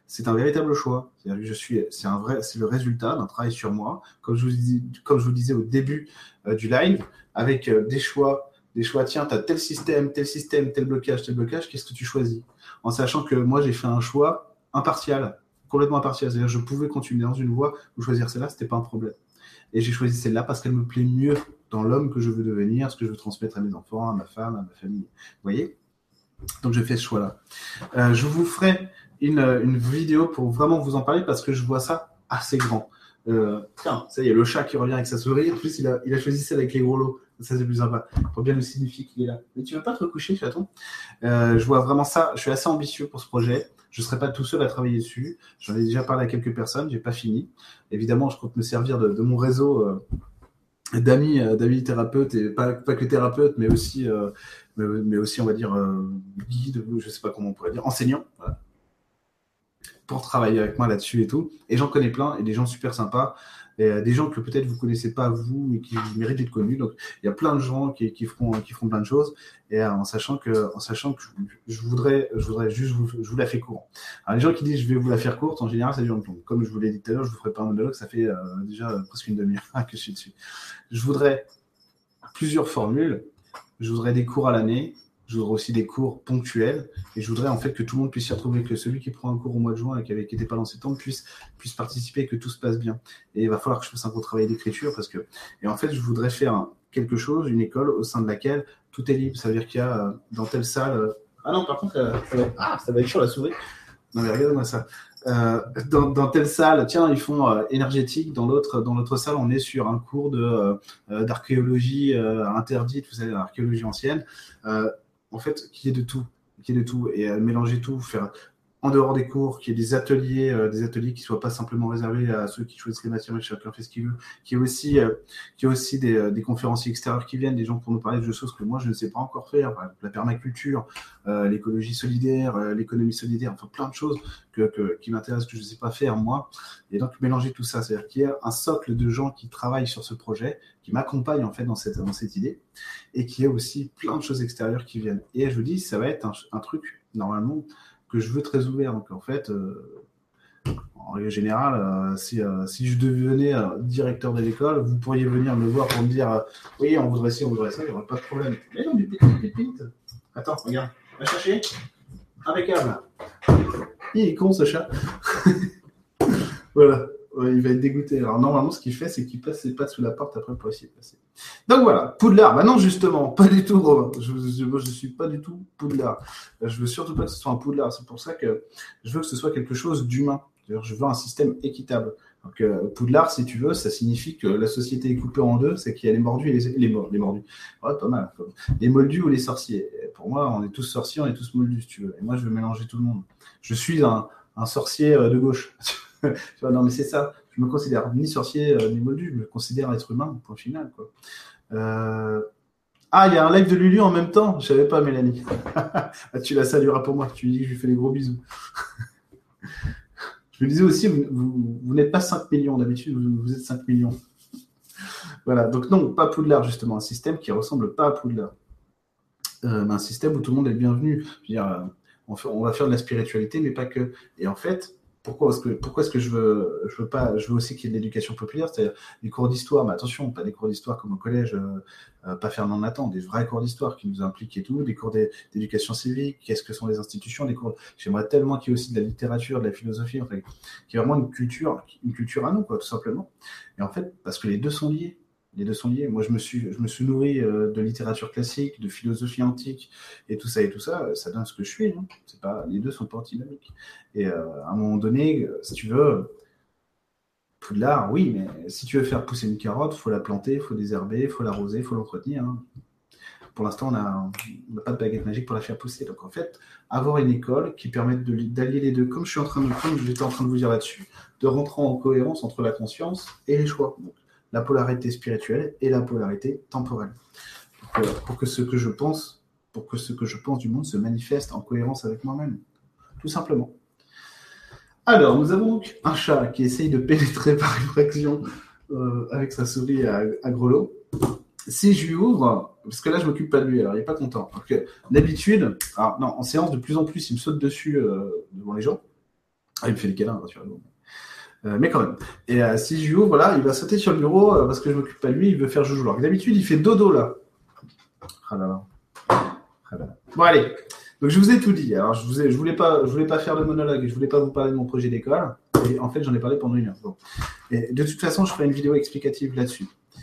c'est un véritable choix. C'est-à-dire que c'est le résultat d'un travail sur moi, comme je vous disais au début du live, avec des choix. Tiens, tu as tel système, tel blocage, qu'est-ce que tu choisis? En sachant que moi, j'ai fait un choix impartial, complètement impartial. C'est-à-dire que je pouvais continuer dans une voie ou choisir celle-là, c'était pas un problème. Et j'ai choisi celle-là parce qu'elle me plaît mieux dans l'homme que je veux devenir, ce que je veux transmettre à mes enfants, à ma femme, à ma famille. Vous voyez? Donc, j'ai fait ce choix-là. Je vous ferai une vidéo pour vraiment vous en parler parce que je vois ça assez grand. Tiens, ça y est, le chat qui revient avec sa souris. En plus, il a choisi celle avec les gros lots. Ça, c'est plus sympa. Pour bien nous signifier qu'il est là. Mais tu veux pas te recoucher, chaton? Je vois vraiment ça. Je suis assez ambitieux pour ce projet. Je ne serai pas tout seul à travailler dessus. J'en ai déjà parlé à quelques personnes. J'ai pas fini. Évidemment, je compte me servir de mon réseau d'amis thérapeutes et pas que thérapeutes, mais aussi, on va dire, guides, je sais pas comment on pourrait dire, enseignants. Voilà, pour travailler avec moi là-dessus et tout. Et j'en connais plein, et des gens super sympas, et des gens que peut-être vous connaissez pas vous, et qui méritent d'être connus. Donc, il y a plein de gens qui feront plein de choses, et en sachant que je voudrais juste je vous la fais court. Alors, les gens qui disent je vais vous la faire courte, en général, ça dure longtemps. Comme je vous l'ai dit tout à l'heure, je vous ferai pas un monologue, ça fait déjà presque une demi-heure que je suis dessus. Je voudrais plusieurs formules, je voudrais des cours à l'année, je voudrais aussi des cours ponctuels, et je voudrais en fait que tout le monde puisse s'y retrouver, que celui qui prend un cours au mois de juin et qui n'était pas dans septembre puisse participer et que tout se passe bien. Et il va falloir que je fasse un gros travail d'écriture et en fait, je voudrais faire quelque chose, une école au sein de laquelle tout est libre. Ça veut dire qu'il y a dans telle salle. Ah non, par contre, ça va être sur la souris. Non mais regarde-moi ça. Dans telle salle, tiens, ils font énergétique. Dans l'autre salle, on est sur un cours d'archéologie interdite, vous savez, l'archéologie ancienne. En fait, qu'il y ait de tout, et mélanger tout, faire en dehors des cours, qu'il y ait des ateliers qui ne soient pas simplement réservés à ceux qui choisissent les matières, mais chacun fait ce qu'il veut, qu'il y ait aussi des conférenciers extérieurs qui viennent, des gens pour nous parler de choses que moi je ne sais pas encore faire, par exemple la permaculture, l'écologie solidaire, l'économie solidaire, enfin plein de choses qui m'intéressent, que je ne sais pas faire moi, et donc mélanger tout ça, c'est-à-dire qu'il y a un socle de gens qui travaillent sur ce projet, qui m'accompagnent en fait dans cette idée, et qu'il y a aussi plein de choses extérieures qui viennent. Et je vous dis, ça va être un truc, normalement, que je veux très ouvert. Donc, en fait, en règle générale, si je devenais directeur de l'école, vous pourriez venir me voir pour me dire oui, on voudrait ci, on voudrait ça, il n'y aurait pas de problème. Mais non, mais vite. Attends, regarde, va chercher. Impeccable. Il est con, ce chat. Voilà. Ouais, il va être dégoûté. Alors, normalement, ce qu'il fait, c'est qu'il passe ses pattes sous la porte après pour essayer de passer. Donc voilà, Poudlard. Bah non, justement, pas du tout, Romain. Moi, je suis pas du tout Poudlard. Je veux surtout pas que ce soit un Poudlard. C'est pour ça que je veux que ce soit quelque chose d'humain. C'est-à-dire, je veux un système équitable. Donc, Poudlard, si tu veux, ça signifie que la société est coupée en deux. C'est qu'il y a les mordus et les mordus. Ouais, pas mal. Les moldus ou les sorciers. Et pour moi, on est tous sorciers, on est tous moldus, si tu veux. Et moi, je veux mélanger tout le monde. Je suis un sorcier de gauche. Tu vois, non, mais c'est ça. Je me considère ni sorcier ni moldu. Je me considère être humain, point final, quoi. Ah, il y a un live de Lulu en même temps. Je savais pas, Mélanie. Tu la salueras pour moi. Tu lui dis que je lui fais des gros bisous. Je me disais aussi, vous n'êtes pas 5 millions. D'habitude, vous êtes 5 millions. Voilà. Donc non, pas Poudlard, justement. Un système qui ressemble pas à Poudlard. Un système où tout le monde est le bienvenu. Je veux dire, on va faire de la spiritualité, mais pas que. Et en fait, pourquoi est-ce que je veux aussi qu'il y ait de l'éducation populaire, c'est-à-dire des cours d'histoire, mais attention, pas des cours d'histoire comme au collège, pas Fernand Nathan, des vrais cours d'histoire qui nous impliquent et tout, des cours d'éducation civique, qu'est-ce que sont les institutions, des cours. J'aimerais tellement qu'il y ait aussi de la littérature, de la philosophie, en fait, qu'il y ait vraiment une culture à nous, quoi, tout simplement. Et en fait, parce que les deux sont liés. Moi, je me suis nourri de littérature classique, de philosophie antique, et tout ça, ça donne ce que je suis. Hein. C'est pas, les deux sont pas antinomiques. Et à un moment donné, si tu veux, Poudlard, oui, mais si tu veux faire pousser une carotte, il faut la planter, il faut désherber, il faut l'arroser, il faut l'entretenir. Hein. Pour l'instant, on n'a pas de baguette magique pour la faire pousser. Donc, en fait, avoir une école qui permette d'allier les deux, comme j'étais en train de vous dire là-dessus, de rentrer en cohérence entre la conscience et les choix. Donc, la polarité spirituelle et la polarité temporelle. Pour que ce que je pense du monde se manifeste en cohérence avec moi-même. Tout simplement. Alors, nous avons donc un chat qui essaye de pénétrer par effraction avec sa souris à grelot. Si je lui ouvre, parce que là, je ne m'occupe pas de lui, alors il n'est pas content. Donc, d'habitude, en séance, de plus en plus, il me saute dessus devant les gens. Ah, il me fait des câlins, naturellement. Mais quand même. Et si je lui ouvre, voilà, il va sauter sur le bureau parce que je m'occupe pas de lui, il veut faire joujou. Alors que d'habitude, il fait dodo là. Ah là là. Ah là là. Bon, allez. Donc, je vous ai tout dit. Alors, je voulais pas faire de monologue, je voulais pas vous parler de mon projet d'école. Et en fait, j'en ai parlé pendant 1 heure. Bon. Et de toute façon, je ferai une vidéo explicative là-dessus.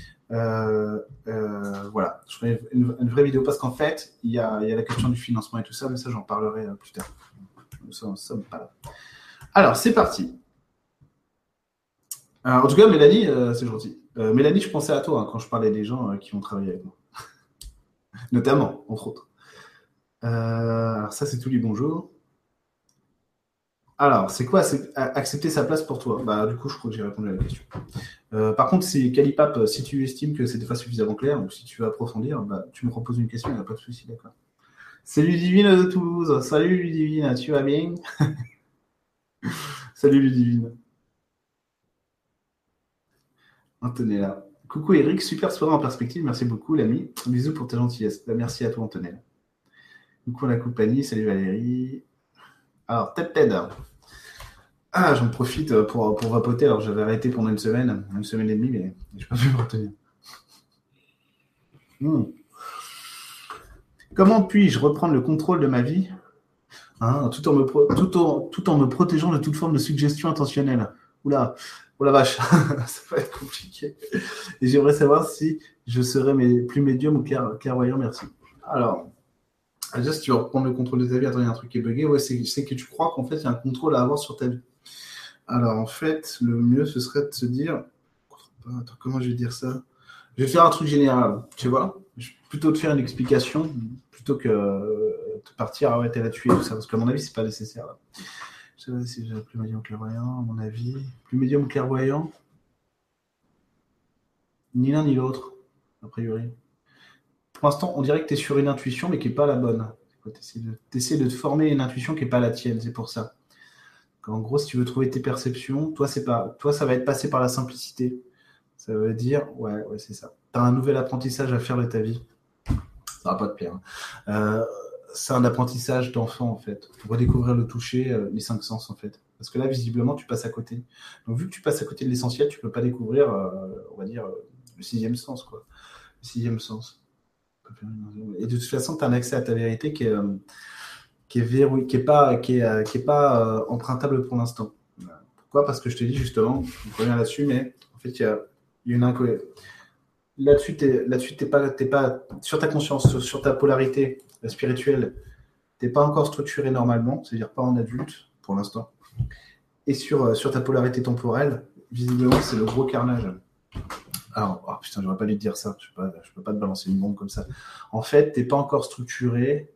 Voilà, je ferai une vraie vidéo parce qu'en fait, il y a la question du financement et tout ça, mais ça, j'en parlerai plus tard. Nous sommes pas là. Alors, c'est parti. En tout cas, Mélanie, c'est gentil. Mélanie, je pensais à toi quand je parlais des gens qui vont travailler avec moi. Notamment, entre autres. Alors, ça, c'est tous les bonjours. Alors, c'est quoi accepter sa place pour toi? Bah, du coup, je crois que j'ai répondu à la question. Par contre, c'est Calipap, si tu estimes que c'était pas suffisamment clair ou si tu veux approfondir, bah, tu me reposes une question, il n'y a pas de souci, d'accord. C'est Ludivine de Toulouse. Salut Ludivine, tu vas bien? Salut Ludivine. Antonella. Coucou Eric, super soirée en perspective, merci beaucoup l'ami. Bisous pour ta gentillesse. Bah, merci à toi Antonella. Coucou la compagnie, salut Valérie. Alors, Ted. Ah, j'en profite pour vapoter. Alors, j'avais arrêté pendant une semaine et demie, mais je n'ai pas pu me retenir. Comment puis-je reprendre le contrôle de ma vie tout en me protégeant de toute forme de suggestion intentionnelle? Oula, oh la vache, ça va être compliqué. Et j'aimerais savoir si je serais plus médium ou clairvoyant, merci. Alors, déjà, si tu veux reprendre le contrôle de ta vie, attends, il y a un truc qui est bugué, ouais, c'est que tu crois qu'en fait, il y a un contrôle à avoir sur ta vie. Alors, en fait, le mieux, ce serait de se dire, attends, comment je vais dire ça? Je vais faire un truc général, tu vois? Je vais plutôt te faire une explication, plutôt que de partir, ah ouais, t'es là tuer tout ça, parce qu'à mon avis, c'est pas nécessaire. Là. Je sais pas si j'ai plus médium ou clairvoyant, à mon avis. Plus médium ou clairvoyant? Ni l'un ni l'autre, a priori. Pour l'instant, on dirait que tu es sur une intuition, mais qui n'est pas la bonne. Tu essaies de te former une intuition qui n'est pas la tienne, c'est pour ça. En gros, si tu veux trouver tes perceptions, toi, ça va être passé par la simplicité. Ça veut dire, ouais, c'est ça. Tu as un nouvel apprentissage à faire de ta vie. Ça va pas te plaire. C'est un apprentissage d'enfant, en fait. Pour redécouvrir le toucher, les 5 sens, en fait. Parce que là, visiblement, tu passes à côté. Donc, vu que tu passes à côté de l'essentiel, tu peux pas découvrir, on va dire, le 6e sens, quoi. Le 6e sens. Et de toute façon, tu as un accès à ta vérité qui est verrouillé, qui est pas empruntable pour l'instant. Pourquoi? Parce que je te dis justement, je reviens là-dessus, mais en fait, il y a une incohérence. Là-dessus, t'es pas sur ta conscience, sur ta polarité spirituelle, t'es pas encore structuré normalement, c'est-à-dire pas en adulte pour l'instant. Et sur ta polarité temporelle, visiblement, c'est le gros carnage. Alors, oh putain, j'aurais pas dû te dire ça. Je peux pas te balancer une bombe comme ça. En fait, t'es pas encore structuré.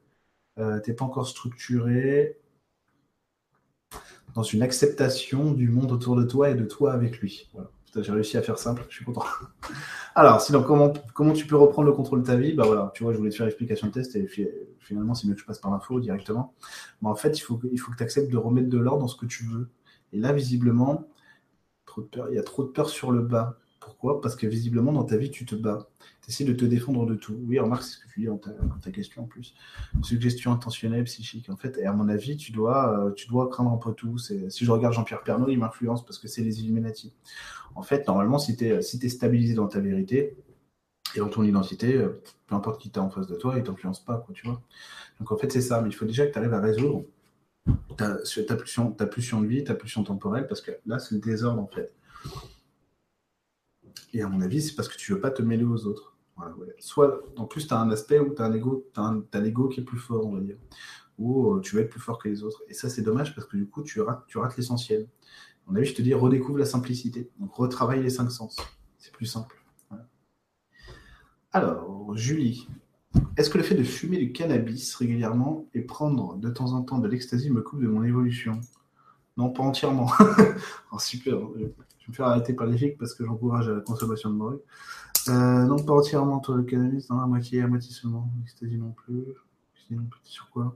Dans une acceptation du monde autour de toi et de toi avec lui. Voilà. Putain, j'ai réussi à faire simple, je suis content. Alors, sinon, comment tu peux reprendre le contrôle de ta vie? Bah voilà, tu vois, je voulais te faire l'explication de test et finalement, c'est mieux que je passe par l'info directement. Mais en fait, il faut que tu acceptes de remettre de l'ordre dans ce que tu veux. Et là, visiblement, il y a trop de peur sur le bas. Pourquoi? Parce que visiblement, dans ta vie, tu te bats. Tu essaies de te défendre de tout. Oui, remarque, c'est ce que tu dis dans ta question en plus. Suggestion intentionnelle, psychique. En fait, et à mon avis, tu dois craindre un peu tout. Si je regarde Jean-Pierre Pernaut, il m'influence parce que c'est les Illuminati. En fait, normalement, si tu es stabilisé dans ta vérité et dans ton identité, peu importe qui t'as en face de toi, il t'influence pas, quoi, tu vois. Donc en fait, c'est ça. Mais il faut déjà que tu arrives à résoudre ta pulsion de vie, ta pulsion temporelle, parce que là, c'est le désordre, en fait. Et à mon avis, c'est parce que tu veux pas te mêler aux autres. Voilà, ouais. Soit, en plus, tu as un aspect où tu as l'ego qui est plus fort, on va dire. Où tu veux être plus fort que les autres. Et ça, c'est dommage parce que du coup, tu rates l'essentiel. À mon avis, je te dis, redécouvre la simplicité. Donc, retravaille les 5 sens. C'est plus simple. Voilà. Alors, Julie, est-ce que le fait de fumer du cannabis régulièrement et prendre de temps en temps de l'ecstasy me coupe de mon évolution? Non, pas entièrement. Alors, super. Je vais me faire arrêter par les flics parce que j'encourage à la consommation de drogue. Non, pas entièrement, toi, le cannabis, non, à moitié seulement. L'ecstasy non plus. Sur quoi?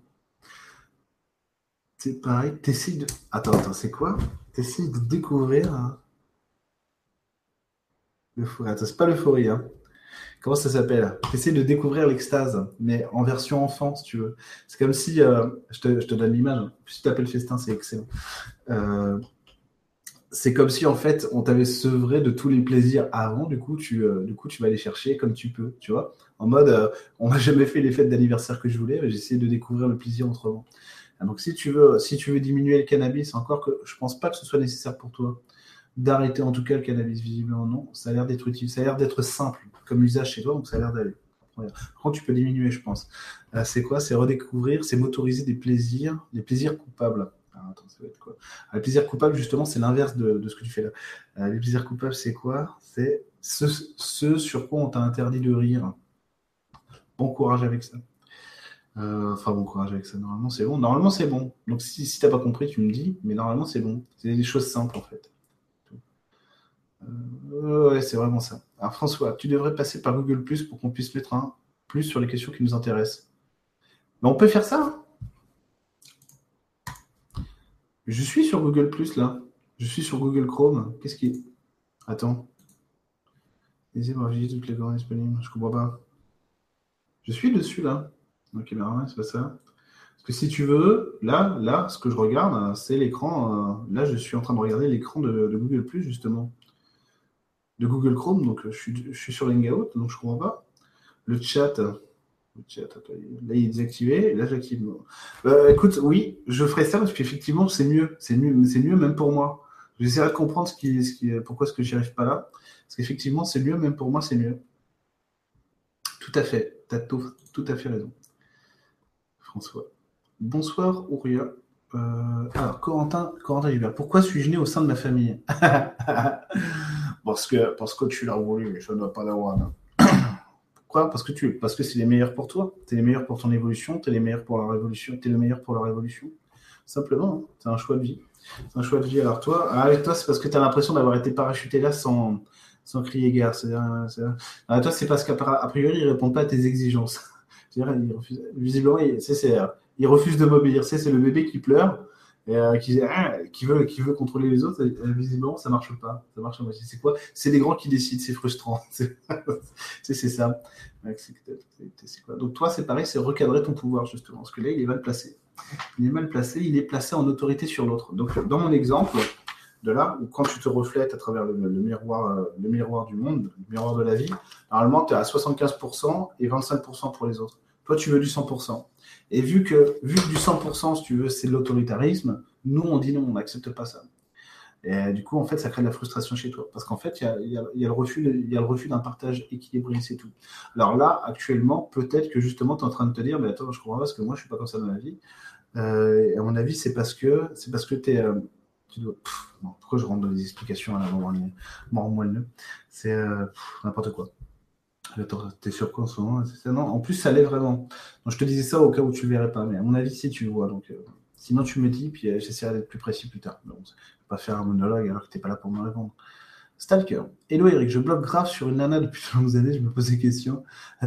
C'est pareil, t'essayes de. Attends, c'est quoi? T'essayes de découvrir l'euphorie. Attends, c'est pas l'euphorie, hein. Comment ça s'appelle? Tu essaies de découvrir l'extase, mais en version enfant, si tu veux. C'est comme si, je te donne l'image, hein. Si tu t'appelles Festin, c'est excellent. Euh, c'est comme si, en fait, on t'avait sevré de tous les plaisirs avant, du coup, tu vas les chercher comme tu peux, tu vois. En mode, on m'a jamais fait les fêtes d'anniversaire que je voulais, mais j'ai essayé de découvrir le plaisir autrement. Ah, donc, si tu veux diminuer le cannabis, encore que je pense pas que ce soit nécessaire pour toi, d'arrêter en tout cas le cannabis, visiblement non. Ça a l'air d'être utile, ça a l'air d'être simple comme usage chez toi, donc ça a l'air d'aller. Quand tu peux diminuer, je pense. C'est quoi? C'est redécouvrir, c'est motoriser des plaisirs coupables. Ah, attends, ça va être quoi? Les plaisirs coupables, justement, c'est l'inverse de ce que tu fais là. Les plaisirs coupables, c'est quoi? C'est ce sur quoi on t'a interdit de rire. Bon courage avec ça. Enfin, bon courage avec ça. Normalement, c'est bon. Normalement, c'est bon. Donc, si t'as pas compris, tu me dis, mais normalement, c'est bon. C'est des choses simples, en fait. Ouais, c'est vraiment ça. Alors François, tu devrais passer par Google Plus pour qu'on puisse mettre un plus sur les questions qui nous intéressent. Mais on peut faire ça, hein. Je suis sur Google Plus là. Je suis sur Google Chrome. Qu'est-ce qui... Attends. Laissez moi visiter toutes les coordonnées disponibles. Je comprends pas. Je suis dessus là. Ok, mais non, c'est pas ça. Parce que si tu veux, là, ce que je regarde, c'est l'écran. Là, je suis en train de regarder l'écran de Google Plus justement. De Google Chrome. Donc, je suis sur l'Hangout, donc je comprends pas. Le chat. Attends, là, il est désactivé, et là, j'active. Écoute, oui, je ferai ça parce qu'effectivement, c'est mieux. C'est mieux même pour moi. J'essaierai de comprendre pourquoi est-ce que j'y arrive pas là. Parce qu'effectivement, c'est mieux, même pour moi, c'est mieux. Tout à fait. Tu as tout à fait raison. François. Bonsoir, Ouria. Alors, Corentin Gilbert. Pourquoi suis-je né au sein de ma famille? Parce que tu l'as voulu, je ne dois pas l'avoir. Pourquoi? Parce que c'est les meilleurs pour toi. T'es les meilleurs pour ton évolution, t'es les meilleurs pour la révolution, t'es le meilleur pour la révolution. Simplement, hein. C'est un choix de vie. C'est un choix de vie. Alors toi, avec toi, c'est parce que tu as l'impression d'avoir été parachuté là sans crier gare. Toi, c'est parce qu'a priori, ils répondent pas à tes exigences. C'est-à-dire, visiblement, il refuse de m'obéir. C'est le bébé qui pleure et qui veut contrôler les autres. Et, visiblement, ça marche pas. Ça marche à moitié. C'est quoi? C'est les grands qui décident. C'est frustrant. C'est ça. C'est quoi? Donc toi, c'est pareil, c'est recadrer ton pouvoir justement. Parce que là, il est mal placé. Il est mal placé. Il est placé en autorité sur l'autre. Donc dans mon exemple de là, où quand tu te reflètes à travers le miroir du monde, le miroir de la vie, normalement, tu es à 75% et 25% pour les autres. Toi, tu veux du 100%. Et vu que du 100%, si tu veux, c'est de l'autoritarisme, nous, on dit non, on n'accepte pas ça. Et du coup, en fait, ça crée de la frustration chez toi. Parce qu'en fait, il y a le refus d'un partage équilibré, c'est tout. Alors là, actuellement, peut-être que justement, tu es en train de te dire, mais attends, je comprends pas parce que moi, je suis pas comme ça dans la vie. Et à mon avis, c'est parce que tu es... tu dois... non, pourquoi je rentre dans les explications à la mort moelleux? C'est n'importe quoi. Attends, t'es sur quoi en ce moment? C'est ça, non, en plus, ça l'est vraiment. Donc, je te disais ça au cas où tu ne verrais pas, mais à mon avis, si tu le vois. Donc, sinon, tu me dis, puis j'essaierai d'être plus précis plus tard. Donc, je ne vais pas faire un monologue alors que tu n'es pas là pour me répondre. Stalker. Hello Eric, je bloque grave sur une nana depuis de longues années, je me pose des questions.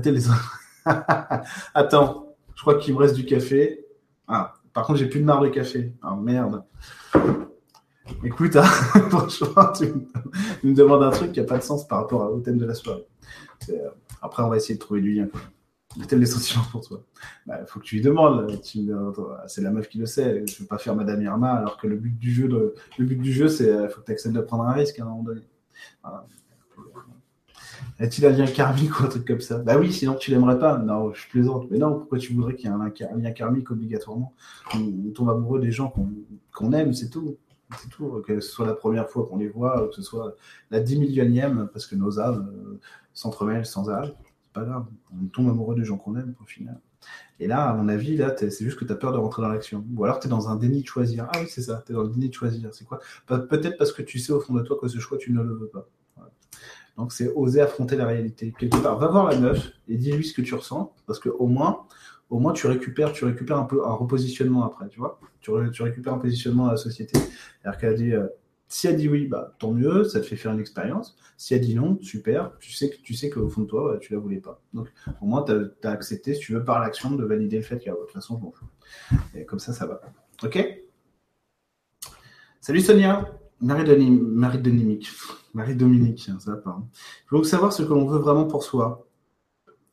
Attends, je crois qu'il me reste du café. Ah, par contre, j'ai plus de marre de café. Ah merde. Écoute, hein, franchement, tu me demandes un truc qui n'a pas de sens par rapport au thème de la soirée. Après, on va essayer de trouver du lien. Le thème des sentiments pour toi. Il faut que tu lui demandes. C'est la meuf qui le sait. Je ne veux pas faire Madame Irma, alors que le but du jeu, c'est qu'il faut que tu acceptes de prendre un risque à un moment donné. Voilà. A-t-il un lien karmique ou un truc comme ça? Bah oui, sinon tu l'aimerais pas. Non, je plaisante. Mais non, pourquoi tu voudrais qu'il y ait un lien karmique obligatoirement? On tombe amoureux des gens qu'on aime, c'est tout. C'est tout. Que ce soit la première fois qu'on les voit, ou que ce soit la 10 millionième, parce que nos âmes s'entremêlent sans âge. C'est pas grave. On tombe amoureux des gens qu'on aime, au final. Et là, à mon avis, là, c'est juste que tu as peur de rentrer dans l'action. Ou alors tu es dans un déni de choisir. Ah oui, c'est ça, tu es dans le déni de choisir. C'est quoi? Peut-être parce que tu sais au fond de toi que ce choix, tu ne le veux pas. Voilà. Donc c'est oser affronter la réalité. Quelque part, va voir la meuf et dis-lui ce que tu ressens, parce qu'au moins, tu récupères un peu un repositionnement après, tu vois. Tu récupères un positionnement à la société. C'est-à-dire qu'elle dit, si elle dit oui, bah, tant mieux, ça te fait faire une expérience. Si elle dit non, super, tu sais qu'au fond de toi, bah, tu la voulais pas. Donc au moins, tu as accepté, si tu veux, par l'action, de valider le fait qu'il y a de toute façon, je m'en fous. Et comme ça va. Ok? Salut Sonia, Marie-Dominique, ça va pas. Il faut donc savoir ce que l'on veut vraiment pour soi.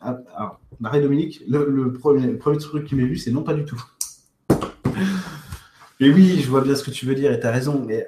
Alors, Marie-Dominique, le premier truc qui m'est vu, c'est non, pas du tout. Mais oui, je vois bien ce que tu veux dire et tu as raison. Mais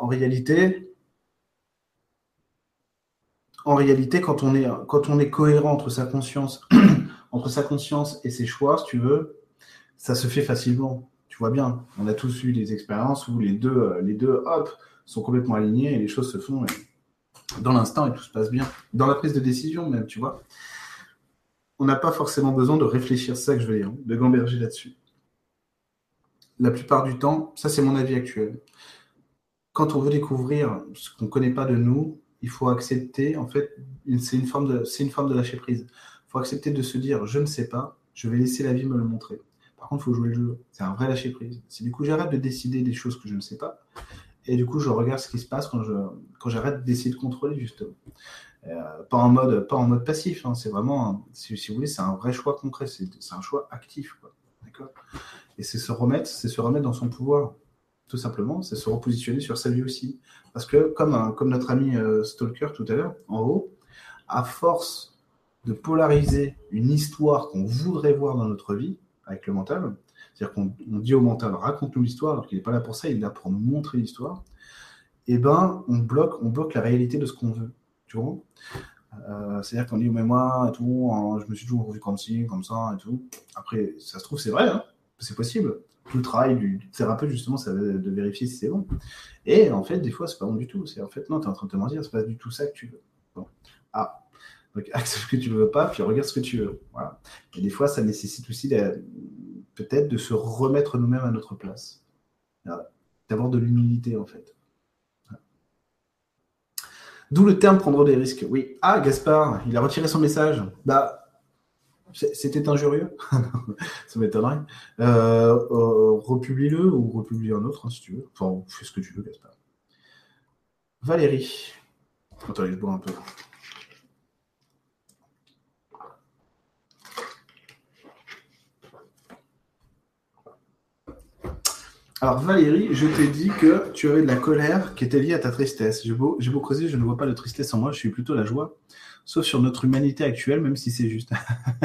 en réalité, quand on est cohérent entre sa conscience et ses choix, si tu veux, ça se fait facilement. Tu vois bien, on a tous eu des expériences où les deux, hop, sont complètement alignés et les choses se font dans l'instant et tout se passe bien. Dans la prise de décision même, tu vois. On n'a pas forcément besoin de réfléchir, c'est ça que je veux dire, de gamberger là-dessus. La plupart du temps, ça c'est mon avis actuel. Quand on veut découvrir ce qu'on ne connaît pas de nous, il faut accepter, en fait, c'est une forme de lâcher prise. Il faut accepter de se dire, je ne sais pas, je vais laisser la vie me le montrer. Par contre, il faut jouer le jeu. C'est un vrai lâcher prise. C'est du coup, j'arrête de décider des choses que je ne sais pas. Et du coup, je regarde ce qui se passe quand j'arrête d'essayer de contrôler, justement. Pas en mode passif. Hein. C'est vraiment, si vous voulez, c'est un vrai choix concret. C'est un choix actif. Quoi. D'accord. Et c'est se remettre dans son pouvoir. Tout simplement, c'est se repositionner sur sa vie aussi. Parce que, comme notre ami Stalker tout à l'heure, en haut, à force de polariser une histoire qu'on voudrait voir dans notre vie, avec le mental, c'est-à-dire qu'on dit au mental, raconte-nous l'histoire, alors qu'il n'est pas là pour ça, il est là pour nous montrer l'histoire, et ben, on bloque la réalité de ce qu'on veut. Tu vois. C'est-à-dire qu'on dit, mais moi, et tout, je me suis toujours vu comme ci, comme ça, et tout. Après, ça se trouve, c'est vrai, hein, c'est possible. Tout le travail du thérapeute, justement, c'est de vérifier si c'est bon. Et en fait, des fois, c'est pas bon du tout. C'est en fait, non, tu es en train de te mentir, c'est pas du tout ça que tu veux. Bon. Ah. Donc, accepte ce que tu veux pas, puis regarde ce que tu veux. Voilà. Et des fois, ça nécessite aussi peut-être de se remettre nous-mêmes à notre place. Voilà. D'avoir de l'humilité, en fait. D'où le terme prendre des risques. Oui. Ah, Gaspard, il a retiré son message. Bah, c'était injurieux. Ça m'étonnerait. Republie-le ou republie un autre, hein, si tu veux. Enfin, fais ce que tu veux, Gaspard. Valérie. Attends, je bois un peu. Alors Valérie, je t'ai dit que tu avais de la colère qui était liée à ta tristesse. J'ai beau creuser, je ne vois pas de tristesse en moi, je suis plutôt la joie. Sauf sur notre humanité actuelle, même si c'est juste.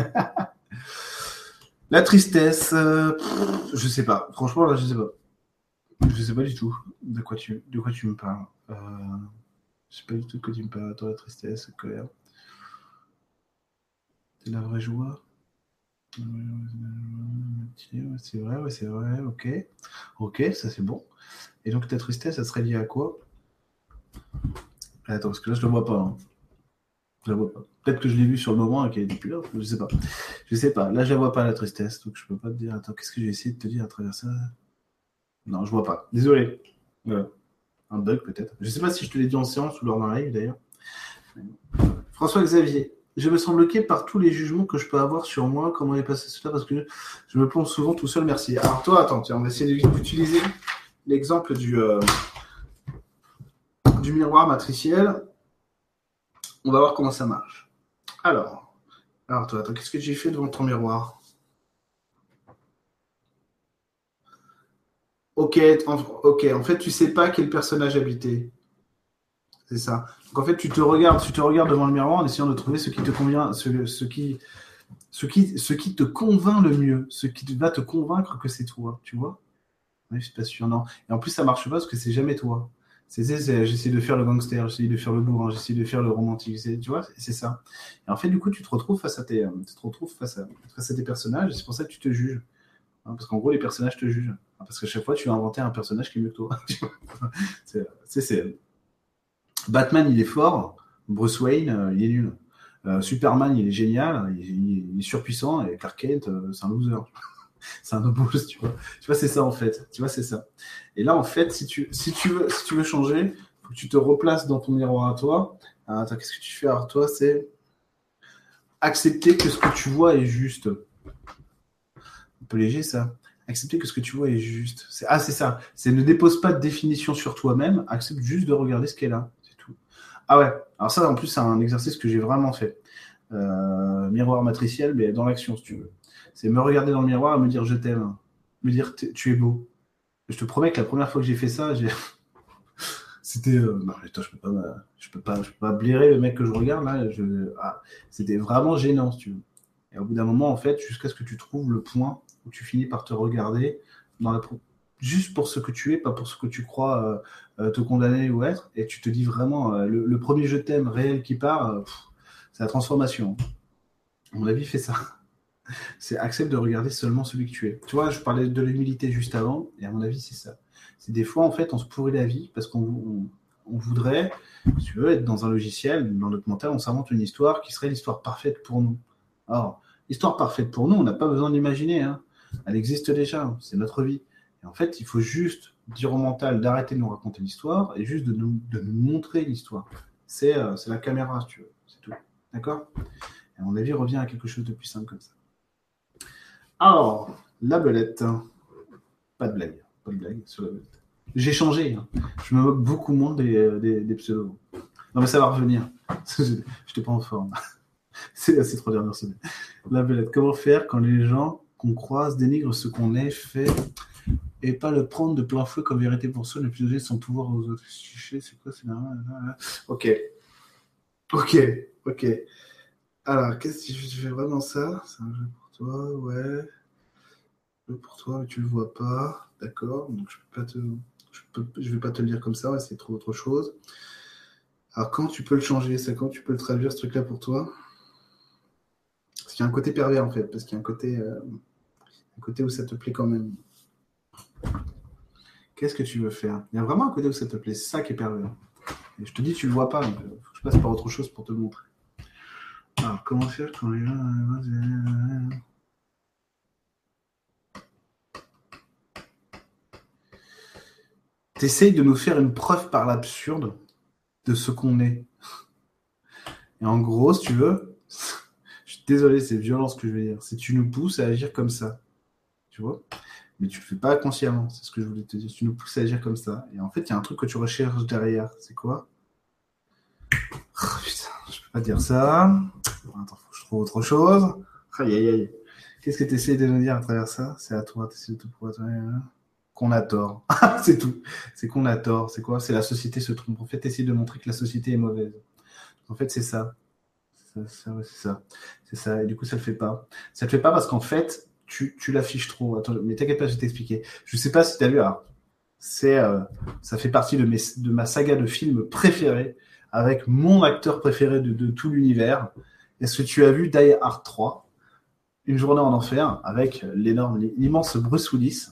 La tristesse, je sais pas. Franchement, là, je sais pas. Je sais pas du tout de quoi tu me parles. Je sais pas du tout de quoi tu me parles. Toi, la tristesse, la colère. C'est la vraie joie. C'est vrai, ouais, c'est vrai, ok. Ok, ça c'est bon. Et donc ta tristesse, ça serait lié à quoi? Attends, parce que là, je ne le vois pas. Hein. Je la vois pas. Peut-être que je l'ai vu sur le moment et qu'elle est plus là. Je sais pas. Je sais pas. Là, je la vois pas, la tristesse. Donc, je peux pas te dire. Attends, qu'est-ce que j'ai essayé de te dire à travers ça? Non, je vois pas. Désolé. Voilà. Un bug, peut-être. Je sais pas si je te l'ai dit en séance ou lors d'un live, d'ailleurs. François-Xavier. Je me sens bloqué par tous les jugements que je peux avoir sur moi. Comment est passé cela? Parce que je me plonge souvent tout seul. Merci. Alors, toi, attends, tiens, on va essayer d'utiliser l'exemple du miroir matriciel. On va voir comment ça marche. Alors toi, attends, qu'est-ce que j'ai fait devant ton miroir? Ok, en fait, tu sais pas quel personnage habiter. C'est ça. Donc en fait, tu te regardes devant le miroir en essayant de trouver ce qui te convient, ce qui te convainc le mieux, ce qui va te convaincre que c'est toi, tu vois? Ouais, je suis pas sûr, non. Et en plus, ça marche pas parce que c'est jamais toi. J'essaie de faire le gangster, j'essaie de faire le bourrin, j'essaie de faire le romantique, tu vois, c'est ça. Et en fait, du coup, tu te retrouves face à tes personnages, et c'est pour ça que tu te juges. Hein, parce qu'en gros, les personnages te jugent. Hein, parce qu'à chaque fois, tu as inventé un personnage qui est mieux que toi. c'est, Batman, il est fort. Bruce Wayne, il est nul. Superman, il est génial. Il est surpuissant. Et Clark Kent, c'est un loser. C'est un obose, tu vois. Tu vois, c'est ça, en fait. Tu vois, c'est ça. Et là, en fait, si tu veux changer, il faut que tu te replaces dans ton miroir à toi. Attends, qu'est-ce que tu fais à toi? C'est accepter que ce que tu vois est juste. Un peu léger, ça. Accepter que ce que tu vois est juste. C'est ça. C'est ne dépose pas de définition sur toi-même, accepte juste de regarder ce qu'est là. C'est tout. Ah ouais. Alors ça, en plus, c'est un exercice que j'ai vraiment fait. Miroir matriciel, mais dans l'action, si tu veux. C'est me regarder dans le miroir et me dire je t'aime. Me dire tu es beau. Je te promets que la première fois que j'ai fait ça, c'était. Non, attends, je peux pas blairer le mec que je regarde là. C'était vraiment gênant, si tu veux. Et au bout d'un moment, en fait, jusqu'à ce que tu trouves le point où tu finis par te regarder juste pour ce que tu es, pas pour ce que tu crois te condamner ou être. Et tu te dis vraiment, le premier je t'aime réel qui part, c'est la transformation. À mon avis, fais ça. C'est accepte de regarder seulement celui que tu es. Tu vois, je parlais de l'humilité juste avant, et à mon avis, c'est ça. C'est des fois, en fait, on se pourrit la vie parce qu'on voudrait, si tu veux, être dans un logiciel, dans notre mental, on s'invente une histoire qui serait l'histoire parfaite pour nous. Alors, l'histoire parfaite pour nous, on n'a pas besoin d'imaginer. Hein. Elle existe déjà, c'est notre vie. Et en fait, il faut juste dire au mental d'arrêter de nous raconter l'histoire et juste de nous montrer l'histoire. C'est la caméra, si tu veux. C'est tout. D'accord ? Et à mon avis, revient à quelque chose de plus simple comme ça. Alors, la belette. Pas de blague sur la belette. J'ai changé. Hein. Je me moque beaucoup moins des pseudos. Non, mais ça va revenir. Je n'étais pas en forme. C'est ces 3 dernières semaines. La belette. Comment faire quand les gens qu'on croise dénigrent ce qu'on est fait et pas le prendre de plein fouet comme vérité pour soi, ne plus donner son pouvoir aux autres. C'est quoi, c'est normal. Ok. Alors, qu'est-ce que tu fais vraiment ça? C'est un jeu pour toi, ouais. Pour toi, mais tu le vois pas, d'accord. Donc je vais pas te le dire comme ça. On va essayer de trouver autre chose. Alors quand tu peux le changer, c'est quand tu peux le traduire ce truc-là pour toi. Parce qu'il y a un côté pervers en fait, parce qu'il y a un côté où ça te plaît quand même. Qu'est-ce que tu veux faire? Il y a vraiment un côté où ça te plaît, c'est ça qui est pervers. Et je te dis, tu le vois pas, donc faut que je passe par autre chose pour te le montrer. Alors comment faire quand les gens t'essayes de nous faire une preuve par l'absurde de ce qu'on est. Et en gros, si tu veux, je suis désolé, c'est violent ce que je veux dire, c'est tu nous pousses à agir comme ça. Tu vois? Mais tu le fais pas consciemment, c'est ce que je voulais te dire. Tu nous pousses à agir comme ça. Et en fait, il y a un truc que tu recherches derrière. C'est quoi? Oh, putain, je peux pas dire ça. Attends, faut que je trouve autre chose. Aïe, aïe, aïe. Qu'est-ce que tu essayes de nous dire à travers ça? C'est à toi, tu essaies de tout prouver. Qu'on a tort. C'est tout. C'est qu'on a tort. C'est quoi? C'est la société se trompe. En fait, tu essaies de montrer que la société est mauvaise. En fait, c'est ça. C'est ça. Et du coup, ça le fait pas. Ça le fait pas parce qu'en fait, tu l'affiches trop. Attends, mais t'inquiète pas, je vais t'expliquer. Je sais pas si tu as vu. Alors, ça fait partie de ma saga de films préférée avec mon acteur préféré de tout l'univers. Est-ce que tu as vu Die Hard 3, Une journée en enfer, avec l'immense Bruce Willis,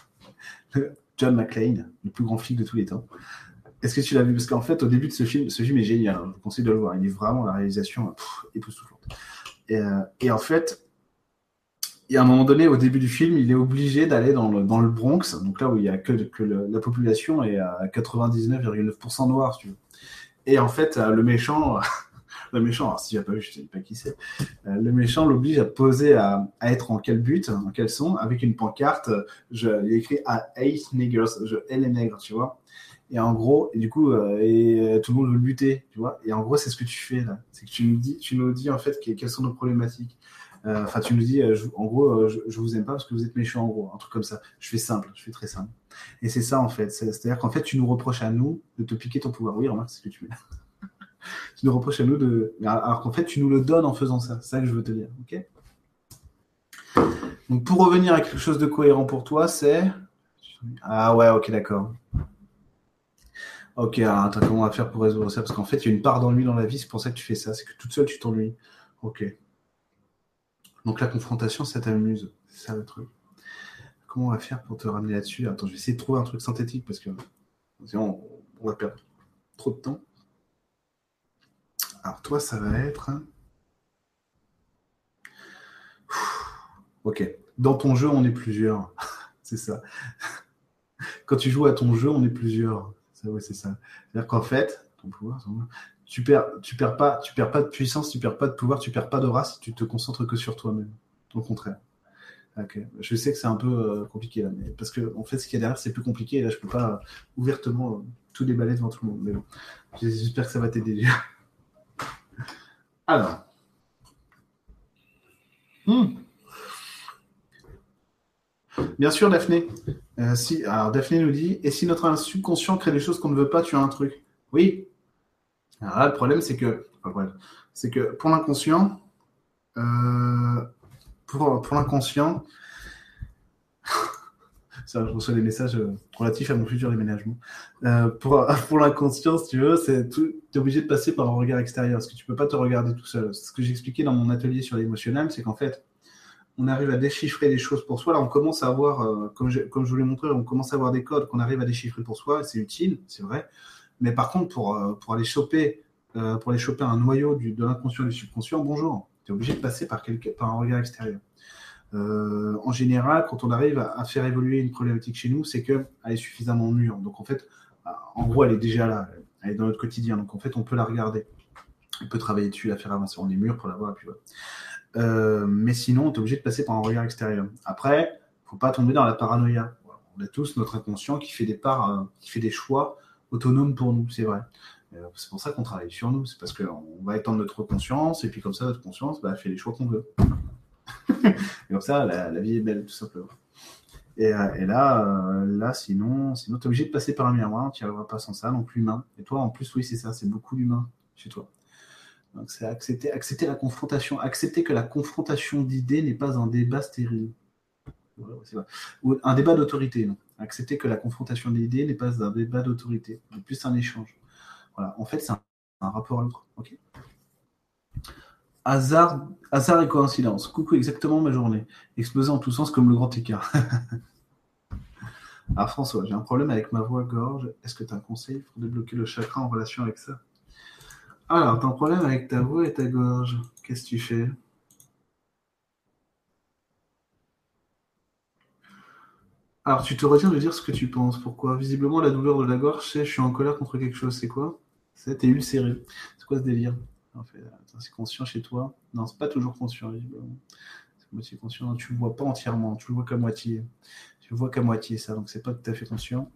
John McClane, le plus grand flic de tous les temps. Est-ce que tu l'as vu? Parce qu'en fait, au début de ce film est génial. Hein, je vous conseille de le voir. Il est vraiment, la réalisation époustouflante. Et en fait, il y a un moment donné, au début du film, il est obligé d'aller dans le Bronx, donc là où il y a que la population est à 99,9% noire, si tu veux. Et en fait, le méchant, alors si tu n'as pas vu, je ne sais pas qui c'est, le méchant l'oblige à poser, à être en calbut, en caleçon, avec une pancarte, il est écrit à hate niggers, je hais les nègres, tu vois. Et en gros, et du coup, tout le monde veut le buter, tu vois. Et en gros, c'est ce que tu fais là. C'est que tu nous dis en fait quelles sont nos problématiques. Enfin, tu nous dis, en gros, je vous aime pas parce que vous êtes méchant, en gros, un truc comme ça. Je fais simple, je fais très simple. Et c'est ça en fait. C'est-à-dire qu'en fait, tu nous reproches à nous de te piquer ton pouvoir. Oui, remarque, c'est ce que tu fais. Tu nous reproches à nous alors qu'en fait, tu nous le donnes en faisant ça. C'est ça que je veux te dire, ok? Donc, pour revenir à quelque chose de cohérent pour toi, c'est... Ah ouais, ok, d'accord. Ok, alors attends, comment on va faire pour résoudre ça? Parce qu'en fait, il y a une part d'ennui dans la vie, c'est pour ça que tu fais ça. C'est que toute seule, tu t'ennuies. Ok. Donc la confrontation, ça t'amuse. C'est ça le truc. Comment on va faire pour te ramener là-dessus? Attends, je vais essayer de trouver un truc synthétique parce que sinon, on va perdre trop de temps. Alors toi, ça va être... Ok. Dans ton jeu, on est plusieurs. C'est ça. Quand tu joues à ton jeu, on est plusieurs. Ouais, c'est ça. C'est-à-dire qu'en fait, ton pouvoir, tu perds pas de puissance, tu perds pas de pouvoir, tu perds pas de race, tu te concentres que sur toi-même. Au contraire. Ok. Je sais que c'est un peu compliqué là, mais parce que en fait, ce qu'il y a derrière, c'est plus compliqué. Et là, je peux pas ouvertement tout déballer devant tout le monde. Mais bon, j'espère que ça va t'aider. Alors. Bien sûr, Daphné. Alors, Daphné nous dit, et si notre subconscient crée des choses qu'on ne veut pas, tu as un truc? Oui. Alors là, le problème, c'est que pour l'inconscient, pour l'inconscient, ça, je reçois des messages relatifs à mon futur déménagement. Pour l'inconscient, si tu veux, tu es obligé de passer par un regard extérieur, parce que tu peux pas te regarder tout seul. Ce que j'expliquais dans mon atelier sur l'émotionnel, c'est qu'en fait, on arrive à déchiffrer des choses pour soi. Là, on commence à avoir, comme je vous l'ai montré, on commence à avoir des codes qu'on arrive à déchiffrer pour soi. C'est utile, c'est vrai. Mais par contre, pour aller choper un noyau de l'inconscient et du subconscient, bonjour, tu es obligé de passer par un regard extérieur. En général, quand on arrive à faire évoluer une problématique chez nous, c'est qu'elle est suffisamment mûre. Donc en fait, en gros, elle est déjà là, elle est dans notre quotidien. Donc en fait, on peut la regarder, on peut travailler dessus, la faire avancer. On est mûr pour la voir, et puis voilà. Mais sinon, on est obligé de passer par un regard extérieur. Après, il ne faut pas tomber dans la paranoïa. On a tous notre inconscient qui fait des choix autonomes pour nous, c'est vrai. C'est pour ça qu'on travaille sur nous. C'est parce qu'on va étendre notre conscience, et puis comme ça, notre conscience fait les choix qu'on veut. Et comme ça, la vie est belle, tout simplement. Et là, sinon, tu es obligé de passer par un miroir, tu n'y arriveras pas sans ça, donc l'humain. Et toi, en plus, oui, c'est ça, c'est beaucoup l'humain chez toi. Donc c'est accepter la confrontation, accepter que la confrontation d'idées n'est pas un débat stérile. Voilà, c'est vrai. Ou un débat d'autorité, non. Accepter que la confrontation d'idées n'est pas un débat d'autorité, mais plus un échange. Voilà. En fait, c'est un rapport à l'autre. Okay. Hasard et coïncidence. Coucou, exactement ma journée. Exploser en tous sens comme le grand écart. Ah François, j'ai un problème avec ma voix-gorge. Est-ce que tu as un conseil pour débloquer le chakra en relation avec ça? Alors, tu as un problème avec ta voix et ta gorge. Qu'est-ce que tu fais? Alors, tu te retiens de dire ce que tu penses. Pourquoi? Visiblement, la douleur de la gorge, c'est je suis en colère contre quelque chose. C'est quoi? T'es ulcéré. C'est quoi ce délire? En fait, attends, c'est conscient chez toi? Non, c'est pas toujours conscient, visiblement. C'est moitié conscient. Non, tu le vois pas entièrement. Tu le vois qu'à moitié. Tu le vois qu'à moitié, ça. Donc, c'est pas tout à fait conscient.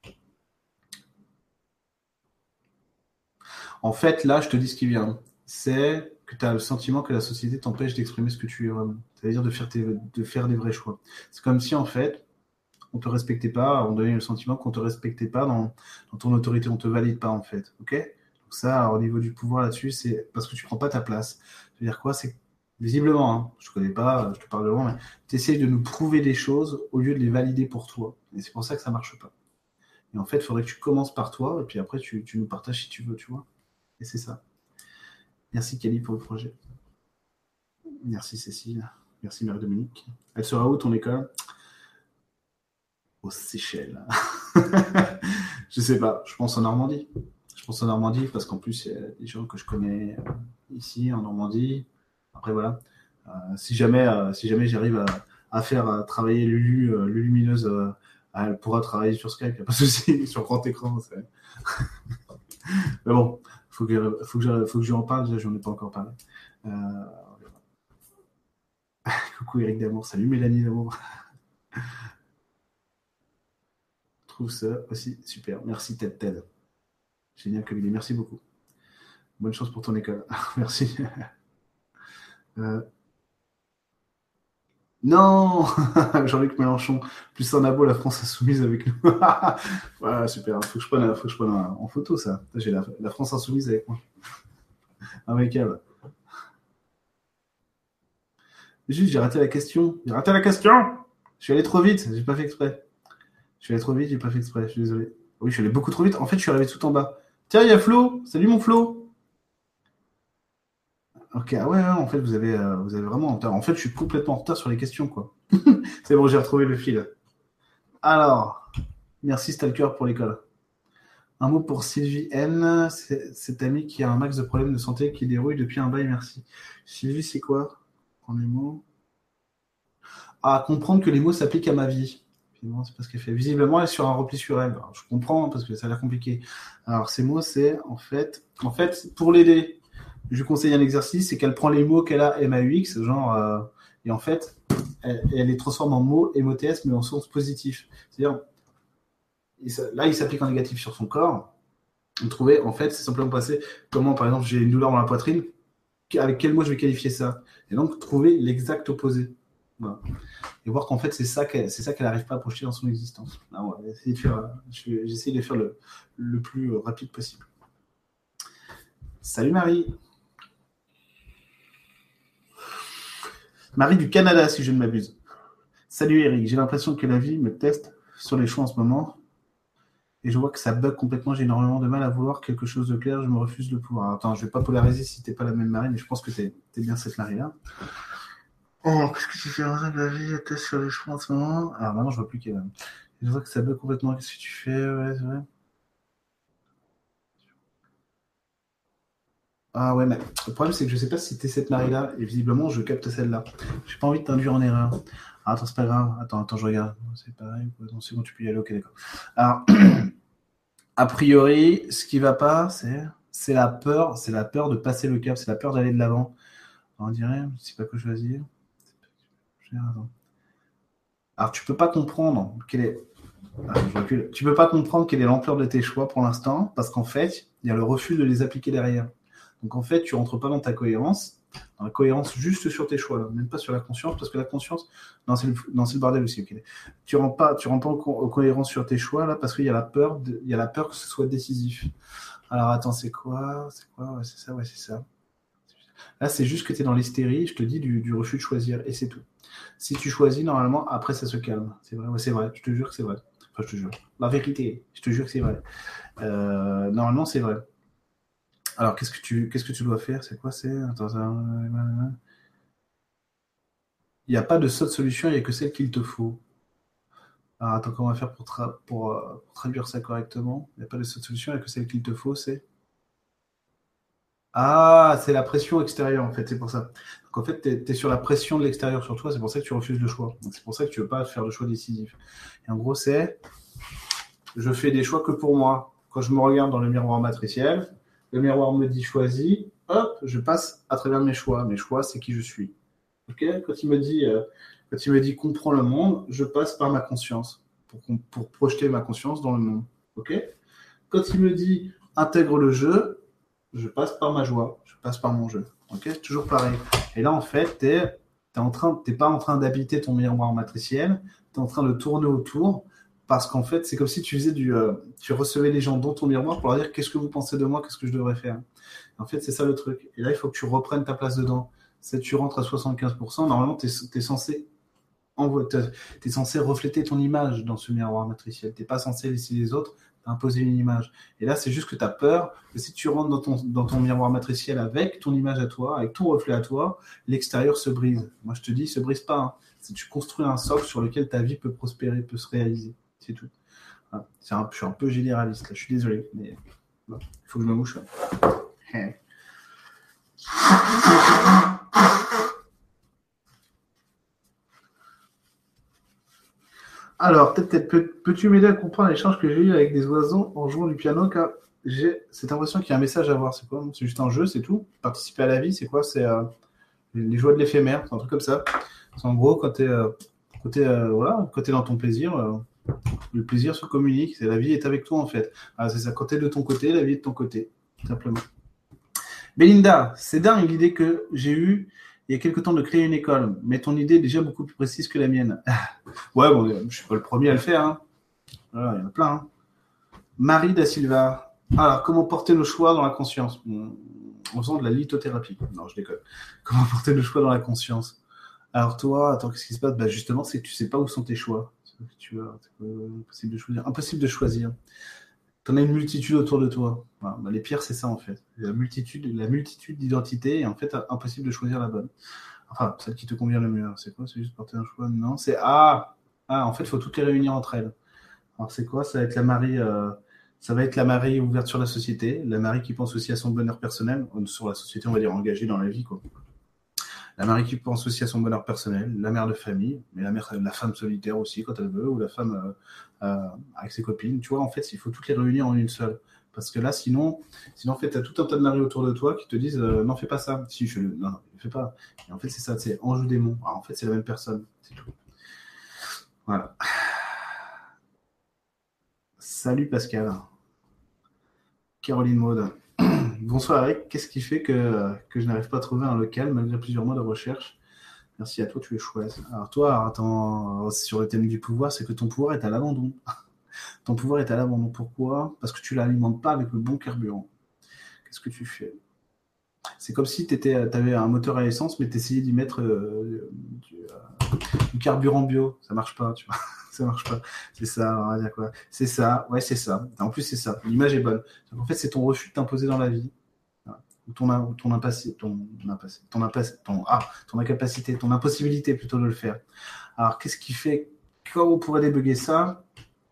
En fait, là, je te dis ce qui vient. C'est que tu as le sentiment que la société t'empêche d'exprimer ce que tu es vraiment. C'est-à-dire de faire des vrais choix. C'est comme si, en fait, on te respectait pas, on donnait le sentiment qu'on te respectait pas dans ton autorité, on te valide pas, en fait. Ok? Donc ça, au niveau du pouvoir là-dessus, c'est parce que tu prends pas ta place. C'est-à-dire quoi? C'est visiblement, hein, je connais pas, je te parle de loin, mais tu essayes de nous prouver des choses au lieu de les valider pour toi. Et c'est pour ça que ça marche pas. Et en fait, il faudrait que tu commences par toi, et puis après, tu nous partages si tu veux, tu vois. Et c'est ça. Merci Cali pour le projet. Merci Cécile. Merci Marie-Dominique. Elle sera où ton école? Aux Seychelles. Je sais pas. Je pense en Normandie. Je pense en Normandie parce qu'en plus, il y a des gens que je connais ici en Normandie. Après, voilà. Si jamais j'arrive à faire travailler Lulumineuse, elle pourra travailler sur Skype, il n'y a pas de souci, sur grand écran. Mais bon, faut que je en parle, déjà, j'en ai pas encore parlé. Coucou Eric Damour, salut Mélanie Damour. Je trouve ça aussi super. Merci Ted. Génial comme idée, merci beaucoup. Bonne chance pour ton école. Merci. Non Jean-Luc Mélenchon, plus un abo, la France insoumise avec nous. Voilà, super. Faut que je prenne en photo ça. J'ai la France insoumise avec moi. Impeccable. Juste, j'ai raté la question. J'ai raté la question. Je suis allé trop vite, j'ai pas fait exprès. Je suis allé trop vite, j'ai pas fait exprès, je suis désolé. Oui, je suis allé beaucoup trop vite. En fait, je suis arrivé tout en bas. Tiens, il y a Flo. Salut mon Flo. Ok, ah ouais, en fait, vous avez vraiment en retard. En fait, je suis complètement en retard sur les questions, quoi. C'est bon, j'ai retrouvé le fil. Alors, merci Stalker pour l'école. Un mot pour Sylvie N, cette amie qui a un max de problèmes de santé qui dérouille depuis un bail, merci. Sylvie, c'est quoi? Prends les mots. Ah, comprendre que les mots s'appliquent à ma vie. Finalement, c'est pas ce qu'elle fait. Visiblement, elle est sur un repli sur elle. Alors, je comprends, hein, parce que ça a l'air compliqué. Alors, ces mots, c'est en fait, pour l'aider, je lui conseille un exercice, c'est qu'elle prend les mots qu'elle a MAUX, genre, et en fait, elle les transforme en mots MOTS, mais en sens positif. C'est-à-dire, là, il s'applique en négatif sur son corps. Trouver, en fait, c'est simplement passer comment, par exemple, j'ai une douleur dans la poitrine, avec quel mot je vais qualifier ça? Et donc, trouver l'exact opposé. Voilà. Et voir qu'en fait, c'est ça qu'elle n'arrive pas à projeter dans son existence. Là, on va essayer de faire, j'essaie de faire le plus rapide possible. Salut Marie. Marie du Canada, si je ne m'abuse. Salut Eric, j'ai l'impression que la vie me teste sur les choix en ce moment. Et je vois que ça bug complètement. J'ai énormément de mal à vouloir quelque chose de clair. Je me refuse de pouvoir. Alors, attends, je vais pas polariser si t'es pas la même Marie, mais je pense que t'es bien cette Marie-là. Oh, qu'est-ce que tu fais? La vie était sur les chemins en ce moment. Alors maintenant, je vois plus qu'elle est. Je vois que ça bug complètement. Qu'est-ce que tu fais? Ouais, c'est vrai. Ah ouais, mais le problème, c'est que je sais pas si t'es cette Marie-là. Et visiblement, je capte celle-là. J'ai pas envie de t'induire en erreur. Ah, attends, c'est pas grave. Attends, je regarde. C'est pareil. Non, c'est bon, tu peux y aller. Ok, d'accord. Alors, a priori, ce qui va pas, c'est la peur. C'est la peur de passer le cap. C'est la peur d'aller de l'avant. On dirait, je sais pas quoi choisir. Alors, tu peux pas comprendre quelle est. Ah, je recule. Tu peux pas comprendre quelle est l'ampleur de tes choix pour l'instant, parce qu'en fait, il y a le refus de les appliquer derrière. Donc en fait, tu rentres pas dans ta cohérence, dans la cohérence juste sur tes choix, là, même pas sur la conscience, parce que la conscience, non, c'est le bordel aussi. Okay. Tu rentres pas en cohérence sur tes choix là, parce qu'il y a la peur, il y a la peur que ce soit décisif. Alors attends, c'est quoi? Ouais, c'est ça, ouais, c'est ça. Là, c'est juste que tu es dans l'hystérie, je te dis du refus de choisir, et c'est tout. Si tu choisis, normalement, après, ça se calme. C'est vrai, ouais, c'est vrai, je te jure que c'est vrai. Enfin, je te jure. La vérité, je te jure que c'est vrai. Normalement, c'est vrai. Alors, qu'est-ce que tu dois faire? C'est quoi? Attends, il n'y a pas de seule solution, il n'y a que celle qu'il te faut. Alors, attends, comment on va faire pour traduire ça correctement? Il n'y a pas de seule solution, il n'y a que celle qu'il te faut, c'est. Ah, c'est la pression extérieure, en fait, c'est pour ça. Donc, en fait, tu es sur la pression de l'extérieur sur toi, c'est pour ça que tu refuses le choix. Donc, c'est pour ça que tu ne veux pas faire le choix décisif. Et en gros, je fais des choix que pour moi. Quand je me regarde dans le miroir matriciel, le miroir me dit choisis, hop, je passe à travers mes choix. Mes choix, c'est qui je suis. Okay, quand il me dit comprends le monde, je passe par ma conscience pour projeter ma conscience dans le monde. Okay, quand il me dit intègre le jeu, je passe par ma joie, je passe par mon jeu. Okay, toujours pareil. Et là, en fait, t'es pas en train d'habiter ton miroir matriciel, tu es en train de tourner autour parce qu'en fait, c'est comme si tu recevais les gens dans ton miroir pour leur dire qu'est-ce que vous pensez de moi, qu'est-ce que je devrais faire. En fait, c'est ça le truc. Et là, il faut que tu reprennes ta place dedans. Si tu rentres à 75%, normalement, tu es censé t'es censé refléter ton image dans ce miroir matriciel. T'es pas censé laisser les autres t'imposer une image. Et là, c'est juste que tu as peur que si tu rentres dans ton miroir matriciel avec ton image à toi, avec ton reflet à toi, l'extérieur se brise. Moi, je te dis, il se brise pas. Hein. C'est tu construis un socle sur lequel ta vie peut prospérer, peut se réaliser. C'est tout. Voilà. Je suis un peu généraliste, là. Je suis désolé, mais il faut que je me mouche. Hein. Alors, peut-être peux-tu m'aider à comprendre l'échange que j'ai eu avec des oiseaux en jouant du piano, car j'ai cette impression qu'il y a un message à voir. C'est quoi? C'est juste un jeu, c'est tout. Participer à la vie, c'est quoi? C'est les joies de l'éphémère, c'est un truc comme ça. C'est en gros, quand t'es dans ton plaisir, le plaisir se communique. La vie est avec toi, en fait. C'est ça. Quand t'es de ton côté, la vie est de ton côté, simplement. Belinda, c'est dingue l'idée que j'ai eue il y a quelque temps de créer une école, mais ton idée est déjà beaucoup plus précise que la mienne. Ouais, bon, je ne suis pas le premier à le faire. Hein. Voilà, il y en a plein. Hein. Marie da Silva. Alors, comment porter nos choix dans la conscience? En faisant de la lithothérapie. Non, je déconne. Comment porter nos choix dans la conscience? Alors toi, attends, qu'est-ce qui se passe? Justement, c'est que tu sais pas où sont tes choix. Impossible de choisir. Impossible de choisir. Tu en as une multitude autour de toi. Voilà. Les pires, c'est ça en fait. La multitude d'identités et en fait, impossible de choisir la bonne. Enfin, celle qui te convient le mieux. C'est quoi? C'est juste porter un choix? Non, c'est en fait, il faut toutes les réunir entre elles. Alors c'est quoi? Ça va être la Marie. Ça va être la Marie ouverte sur la société, la Marie qui pense aussi à son bonheur personnel, sur la société, on va dire engagée dans la vie, quoi. La Marie qui pense aussi à son bonheur personnel, la mère de famille, mais la femme solitaire aussi quand elle veut, ou la femme avec ses copines. Tu vois, en fait, il faut toutes les réunir en une seule. Parce que là, sinon en fait, tu as tout un tas de maris autour de toi qui te disent non, fais pas ça. Si, non, fais pas. Et en fait, c'est ça, c'est ange ou démon. Alors, en fait, c'est la même personne. C'est tout. Voilà. Salut Pascal. Caroline Maud. Bonsoir Eric. Qu'est-ce qui fait que je n'arrive pas à trouver un local malgré plusieurs mois de recherche? Merci à toi, tu es chouette. Alors toi, attends, sur le thème du pouvoir, c'est que ton pouvoir est à l'abandon. Ton pouvoir est à l'abandon. Pourquoi? Parce que tu l'alimentes pas avec le bon carburant. Qu'est-ce que tu fais? C'est comme si tu avais un moteur à essence, mais tu essayais d'y mettre du carburant bio. Ça marche pas, tu vois. Ça marche pas. C'est ça, on va dire quoi. C'est ça, ouais, c'est ça. En plus, c'est ça. L'image est bonne. Donc, en fait, c'est ton refus de t'imposer dans la vie. Voilà. Ou ton incapacité, ton impossibilité plutôt de le faire. Alors, qu'est-ce qui fait, comment on pourrait débugger ça?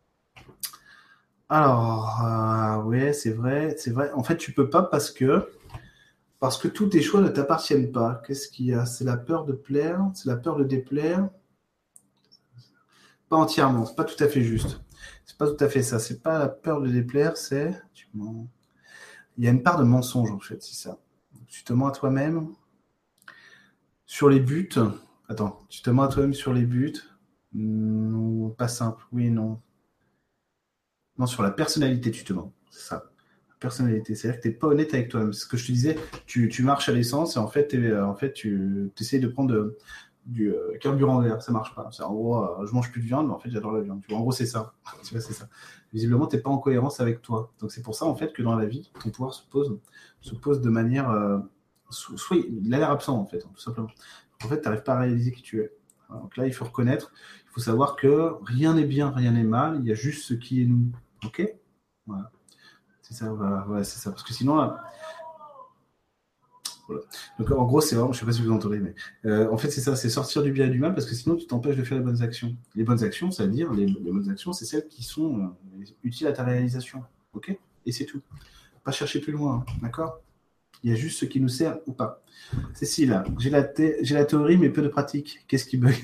Alors, ouais, c'est vrai. En fait, tu peux pas parce que tous tes choix ne t'appartiennent pas. Qu'est-ce qu'il y a? C'est la peur de plaire, c'est la peur de déplaire. Pas entièrement, c'est pas tout à fait juste. C'est pas tout à fait ça. C'est pas la peur de déplaire, c'est. Il y a une part de mensonge en fait, c'est ça. Tu te mens à toi-même sur les buts. Attends, tu te mens à toi-même sur les buts. Non, pas simple. Oui, non. Non, sur la personnalité, tu te mens. C'est ça. La personnalité. C'est-à-dire que tu n'es pas honnête avec toi-même. C'est ce que je te disais, tu marches à l'essence et en fait, tu essayes de prendre du carburant vert. Ça marche pas. C'est, en gros, je mange plus de viande, mais en fait, j'adore la viande. Tu vois, en gros, c'est ça. Tu vois, c'est ça. Visiblement, tu n'es pas en cohérence avec toi. Donc, c'est pour ça, en fait, que dans la vie, ton pouvoir se pose de manière. Soit il a l'air absent, en fait, tout simplement. En fait, tu n'arrives pas à réaliser qui tu es. Donc là, il faut reconnaître, il faut savoir que rien n'est bien, rien n'est mal, il y a juste ce qui est nous. Ok? Voilà. C'est ça, voilà, c'est ça. Parce que sinon, là, voilà. Donc en gros, c'est vraiment, je sais pas si vous entendez, mais en fait, c'est ça, c'est sortir du bien et du mal, parce que sinon, tu t'empêches de faire les bonnes actions. Les bonnes actions, ça veut dire, les bonnes actions, c'est celles qui sont utiles à ta réalisation. Ok? Et c'est tout. Pas chercher plus loin, hein, d'accord? Il y a juste ce qui nous sert ou pas. Cécile, j'ai la théorie, mais peu de pratique. Qu'est-ce qui bug?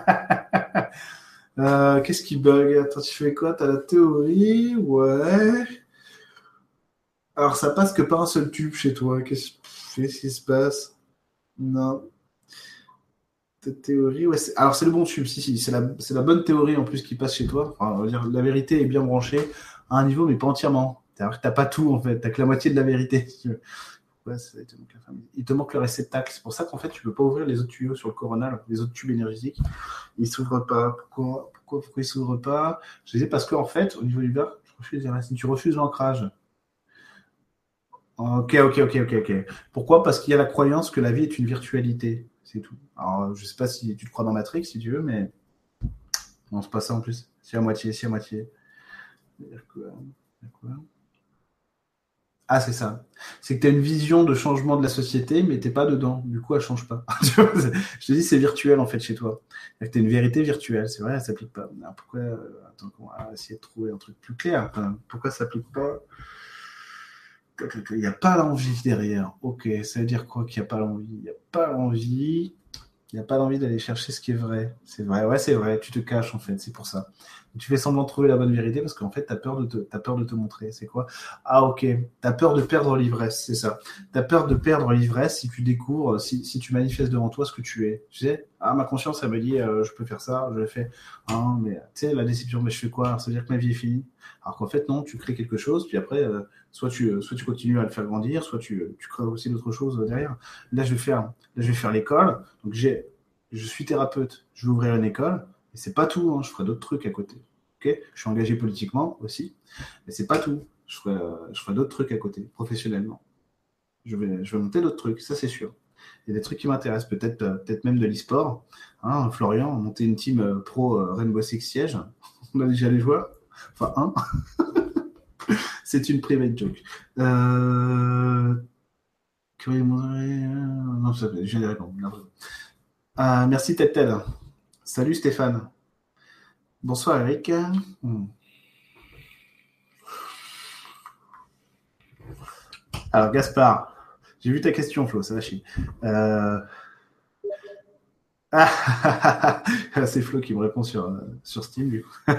Qu'est-ce qui bug? Attends, tu fais quoi? T'as la théorie? Ouais. Alors, ça passe que par un seul tube chez toi. Qu'est-ce qui se passe? Non. Ta théorie, ouais. Alors, c'est le bon tube. Si, c'est la bonne théorie en plus qui passe chez toi. Enfin, on va dire, la vérité est bien branchée à un niveau, mais pas entièrement. T'as pas tout en fait. T'as que la moitié de la vérité. Si tu veux. Ouais, il te manque le réceptacle. C'est pour ça qu'en fait, tu peux pas ouvrir les autres tuyaux sur le coronal, les autres tubes énergétiques. Ils s'ouvrent pas. Pourquoi ils s'ouvrent pas? Je disais parce qu'en fait, au niveau du verre, tu refuses l'ancrage. Ok. Pourquoi? Parce qu'il y a la croyance que la vie est une virtualité. C'est tout. Alors, je sais pas si tu te crois dans Matrix, si tu veux, mais non, c'est pas ça en plus. C'est à moitié, c'est à moitié. Quoi? Ah, c'est ça. C'est que tu as une vision de changement de la société, mais t'es pas dedans. Du coup, elle change pas. Je te dis, c'est virtuel en fait chez toi. Tu as une vérité virtuelle. C'est vrai, elle s'applique pas. Alors, pourquoi attends, on va essayer de trouver un truc plus clair. Enfin, pourquoi ça s'applique pas? Il n'y a pas l'envie derrière. Ok, ça veut dire quoi qu'il n'y a pas l'envie? Il n'y a pas l'envie. Il n'y a pas l'envie d'aller chercher ce qui est vrai. C'est vrai, ouais, c'est vrai. Tu te caches en fait, c'est pour ça. Tu fais semblant de trouver la bonne vérité parce qu'en fait, tu as peur de te montrer. C'est quoi? Ah, ok. Tu as peur de perdre l'ivresse, c'est ça. Tu as peur de perdre l'ivresse si tu découvres, si tu manifestes devant toi ce que tu es. Tu sais, ah, ma conscience, elle me dit, je peux faire ça, je le fais. Ah, mais tu sais, la déception, mais je fais quoi? Alors, ça veut dire que ma vie est finie. Alors qu'en fait, non, tu crées quelque chose, puis après, soit tu continues à le faire grandir, soit tu crées aussi d'autres choses derrière. Là, je vais faire l'école. Donc, je suis thérapeute, je vais ouvrir une école. Et c'est pas tout, hein, je ferai d'autres trucs à côté. Okay, je suis engagé politiquement aussi, mais c'est pas tout. Je ferai d'autres trucs à côté, professionnellement. Je vais monter d'autres trucs, ça c'est sûr. Il y a des trucs qui m'intéressent, peut-être même de l'e-sport. Hein, Florian, monter une team pro Rainbow Six Siege. On a déjà les joueurs. Enfin, un. C'est une private joke. Non, je viens de répondre. Merci Ted. Salut Stéphane. Bonsoir Eric. Alors Gaspard, j'ai vu ta question Flo, ça va chier. C'est Flo qui me répond sur Steam du coup.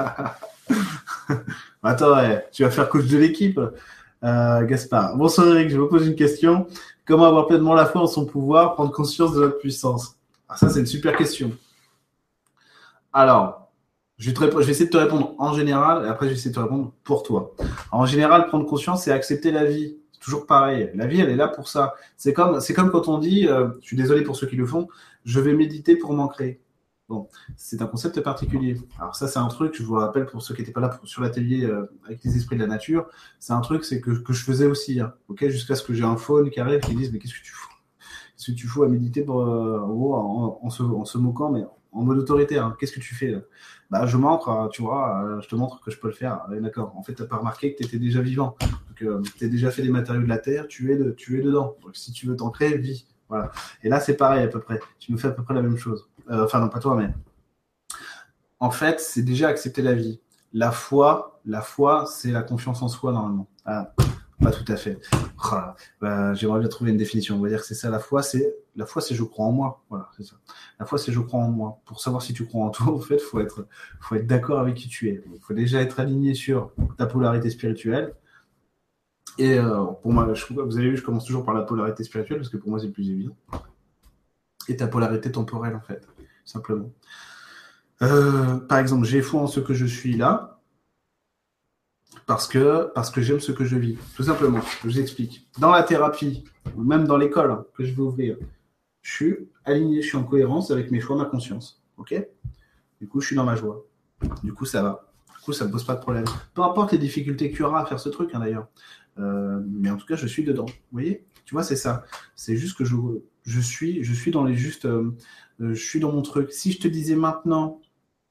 Attends, ouais, tu vas faire coach de l'équipe. Gaspard. Bonsoir Eric, je vous pose une question. Comment avoir pleinement la foi en son pouvoir, prendre conscience de notre puissance? Ça, c'est une super question. Alors, je vais essayer de te répondre en général, et après, je vais essayer de te répondre pour toi. En général, prendre conscience, c'est accepter la vie. C'est toujours pareil. La vie, elle est là pour ça. C'est comme quand on dit, je suis désolé pour ceux qui le font, je vais méditer pour m'ancrer. Bon, c'est un concept particulier. Alors ça, c'est un truc, je vous le rappelle pour ceux qui n'étaient pas là sur l'atelier avec les esprits de la nature, c'est un truc c'est que je faisais aussi, hein, ok, jusqu'à ce que j'ai un faune qui arrive qui dise mais qu'est-ce que tu fous? Qu'est-ce que tu fous à méditer pour, en, gros, en se moquant, mais en mode autoritaire, hein. Qu'est-ce que tu fais là? Bah, je montre, tu vois, je te montre que je peux le faire. Ouais, d'accord. En fait, tu n'as pas remarqué que tu étais déjà vivant. Donc, tu as déjà fait des matériaux de la Terre, tu es dedans. Donc, si tu veux t'ancrer, vis. Voilà. Et là, c'est pareil à peu près. Tu nous fais à peu près la même chose. Enfin, non, pas toi, mais en fait, c'est déjà accepter la vie. La foi, c'est la confiance en soi, normalement. Ah, pas tout à fait. Oh là, bah, j'aimerais bien trouver une définition. On va dire que c'est ça. La foi, c'est je crois en moi. Voilà, c'est ça. La foi, c'est je crois en moi. Pour savoir si tu crois en toi, en fait, faut être d'accord avec qui tu es. Il faut déjà être aligné sur ta polarité spirituelle. Et pour moi, vous avez vu, je commence toujours par la polarité spirituelle parce que pour moi, c'est le plus évident. Et ta polarité temporelle, en fait, simplement. Par exemple, j'ai foi en ce que je suis là parce que j'aime ce que je vis. Tout simplement, je vous explique. Dans la thérapie, ou même dans l'école que je vais ouvrir, je suis aligné, je suis en cohérence avec mes choix, ma conscience. Ok? Du coup, je suis dans ma joie. Du coup, ça va. Du coup, ça ne me pose pas de problème. Peu importe les difficultés qu'il y aura à faire ce truc, hein, d'ailleurs. Mais en tout cas, je suis dedans. Vous voyez? Tu vois, c'est ça. C'est juste que je suis dans les justes. Je suis dans mon truc. Si je te disais maintenant,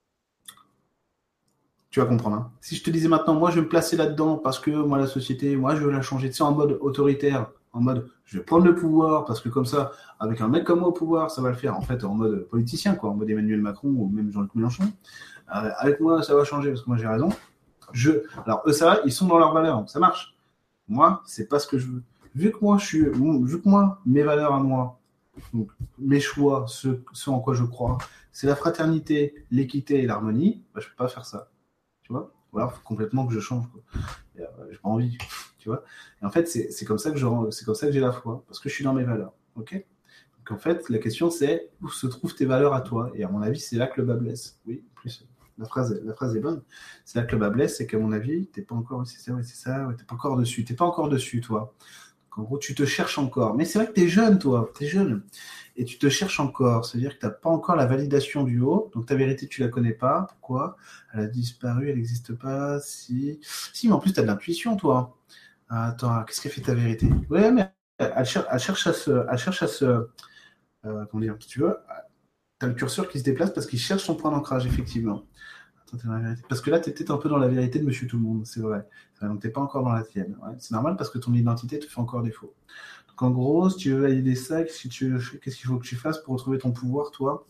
tu vas comprendre. Hein. Si je te disais maintenant, moi, je vais me placer là-dedans parce que moi, la société, moi, je veux la changer. Tu sais, en mode autoritaire, en mode, je vais prendre le pouvoir parce que comme ça, avec un mec comme moi au pouvoir, ça va le faire. En fait, en mode politicien, quoi, en mode Emmanuel Macron ou même Jean-Luc Mélenchon. Avec moi, ça va changer parce que moi, j'ai raison. Alors, eux, ça va, ils sont dans leurs valeurs. Ça marche. Moi, c'est pas ce que je veux. Vu que moi, mes valeurs à moi, donc, mes choix, ce en quoi je crois, c'est la fraternité, l'équité et l'harmonie, bah, je peux pas faire ça. Tu vois? Ou alors, faut complètement que je change. J'ai pas envie, tu vois? Et en fait, c'est comme ça que j'ai la foi, parce que je suis dans mes valeurs. Ok? Donc en fait, la question c'est où se trouvent tes valeurs à toi? Et à mon avis, c'est là que le bas blesse. Oui, en plus, la phrase est bonne. C'est là que le bas blesse, c'est qu'à mon avis, t'es pas encore. C'est ça, ouais, t'es pas encore dessus. T'es pas encore dessus, toi. Donc, en gros, tu te cherches encore. Mais c'est vrai que t'es jeune, toi. T'es jeune. Et tu te cherches encore. C'est-à-dire que t'as pas encore la validation du haut. Donc ta vérité, tu la connais pas. Pourquoi? Elle a disparu, elle n'existe pas. Si, mais en plus, t'as de l'intuition, toi. Attends, qu'est-ce qu'elle fait ta vérité? Ouais, mais elle cherche à se, comment dire, si tu veux, tu as le curseur qui se déplace parce qu'il cherche son point d'ancrage, effectivement. Attends, t'es dans la vérité. Parce que là, tu es peut-être un peu dans la vérité de Monsieur Tout-le-Monde, c'est vrai. Donc, tu n'es pas encore dans la tienne. Ouais. C'est normal parce que ton identité te fait encore défaut. Donc, en gros, si tu veux valider ça, qu'est-ce qu'il faut que tu fasses pour retrouver ton pouvoir, toi?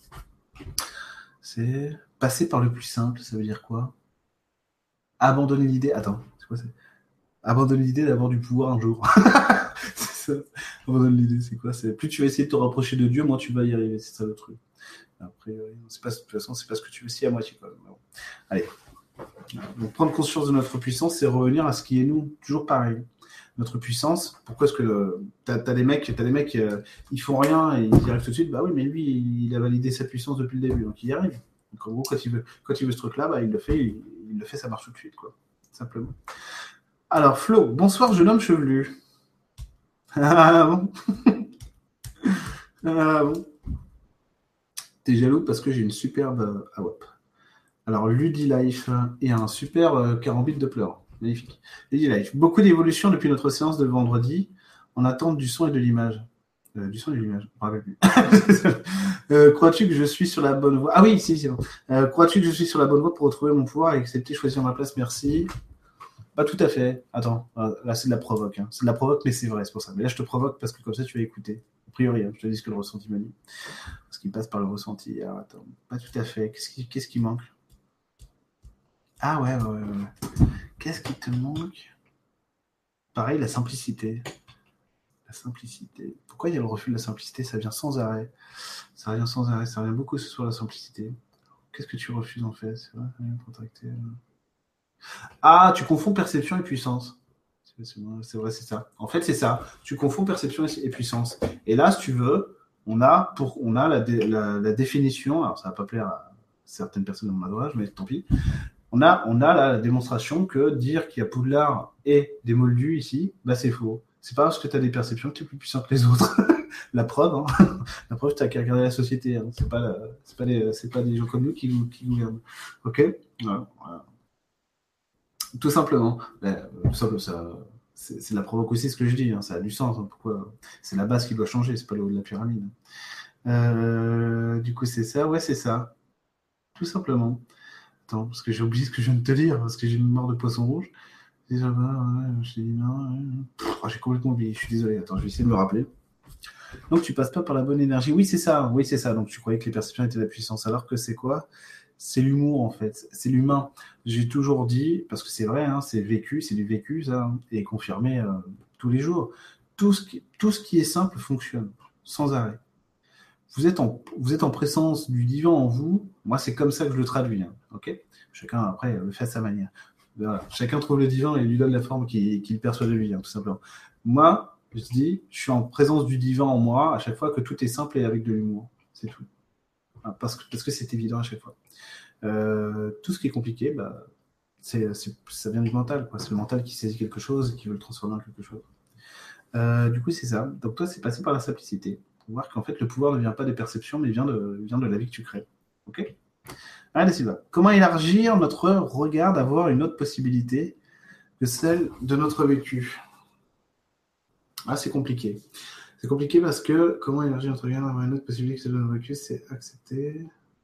C'est passer par le plus simple. Ça veut dire quoi? Abandonner l'idée. Attends, c'est quoi ça? Abandonner l'idée d'avoir du pouvoir un jour. C'est ça. Abandonner l'idée, c'est quoi? C'est plus tu vas essayer de te rapprocher de Dieu, moins tu vas y arriver. C'est ça le truc. Après, de toute façon, c'est pas ce que tu veux si à moitié. Quoi. Bon. Allez. Donc, prendre conscience de notre puissance, c'est revenir à ce qui est nous. Toujours pareil. Notre puissance, pourquoi est-ce que t'as des mecs, ils font rien et ils y arrivent tout de suite? Bah oui, mais lui, il a validé sa puissance depuis le début, donc il y arrive. Donc en gros, quand il veut ce truc-là, bah, il le fait, ça marche tout de suite, quoi. Simplement. Alors, Flo, bonsoir, jeune homme chevelu. Ah bon? Ah bon? T'es jaloux parce que j'ai une superbe AWAP. Alors, Ludilife et un super carambit de pleurs. Magnifique. Ludilife. Beaucoup d'évolutions depuis notre séance de vendredi en attente du son et de l'image. Du son et de l'image, je me rappelle plus. Crois-tu que je suis sur la bonne voie? Ah oui, si, c'est bon. Crois-tu que je suis sur la bonne voie pour retrouver mon pouvoir et accepter choisir ma place? Merci. Pas tout à fait. Attends, là c'est de la provoque. Hein. C'est de la provoque, mais c'est vrai, c'est pour ça. Mais là je te provoque parce que comme ça tu vas écouter. A priori, hein, je te dis ce que le ressenti m'a dit. Parce qu'il passe par le ressenti. Alors attends, pas tout à fait. Qu'est-ce qui manque? Ah ouais. Qu'est-ce qui te manque? Pareil, la simplicité. La simplicité. Pourquoi il y a le refus de la simplicité? Ça vient sans arrêt. Ça revient sans arrêt. Ça revient beaucoup ce soir, la simplicité. Qu'est-ce que tu refuses en fait? C'est vrai, contracté. Ah, tu confonds perception et puissance. C'est vrai, c'est ça. En fait, c'est ça. Tu confonds perception et puissance. Et là, si tu veux, on a la définition. Alors, ça va pas plaire à certaines personnes dans mon entourage, mais tant pis. On a la démonstration que dire qu'il y a Poudlard et des Moldus ici, bah c'est faux. C'est pas parce que tu as des perceptions que tu es plus puissant que les autres. La preuve, hein. La preuve, t'as qu'à regarder la société. Hein. C'est pas des gens comme nous qui gouvernent. Ok. Voilà. Tout simplement. Tout simple, c'est de la provoque aussi ce que je dis. Hein. Ça a du sens. Hein. Pourquoi c'est la base qui doit changer. C'est pas le haut de la pyramide. Du coup, c'est ça. Ouais, c'est ça. Tout simplement. Attends, parce que j'ai oublié ce que je viens de te dire, parce que j'ai une mort de poisson rouge. Déjà, j'ai complètement oublié. Je suis désolé. Attends, je vais essayer de me rappeler. Donc, tu passes pas par la bonne énergie. Oui, c'est ça. Oui, c'est ça. Donc, tu croyais que les perceptions étaient la puissance. Alors que c'est quoi? C'est l'humour, en fait. C'est l'humain. J'ai toujours dit, parce que c'est vrai, hein, c'est vécu, c'est du vécu, ça, hein, et confirmé tous les jours. Tout ce qui est simple fonctionne, sans arrêt. Vous êtes en présence du divin en vous. Moi, c'est comme ça que je le traduis. Hein, ok. Chacun, après, le fait à sa manière. Voilà. Chacun trouve le divin et lui donne la forme qu'il perçoit de lui, hein, tout simplement. Moi, je dis, je suis en présence du divin en moi à chaque fois que tout est simple et avec de l'humour. C'est tout. Parce que c'est évident à chaque fois. Tout ce qui est compliqué, ça vient du mental. Quoi. C'est le mental qui saisit quelque chose et qui veut le transformer en quelque chose. Du coup, c'est ça. Donc toi, c'est passé par la simplicité. Voir qu'en fait, le pouvoir ne vient pas des perceptions, mais vient de la vie que tu crées. Ok. Allez, Sylvain. Comment élargir notre regard d'avoir une autre possibilité que celle de notre vécu? Ah, c'est compliqué. C'est compliqué parce que comment élargir notre regard d'avoir une autre possibilité que celle de notre vécu, c'est accepter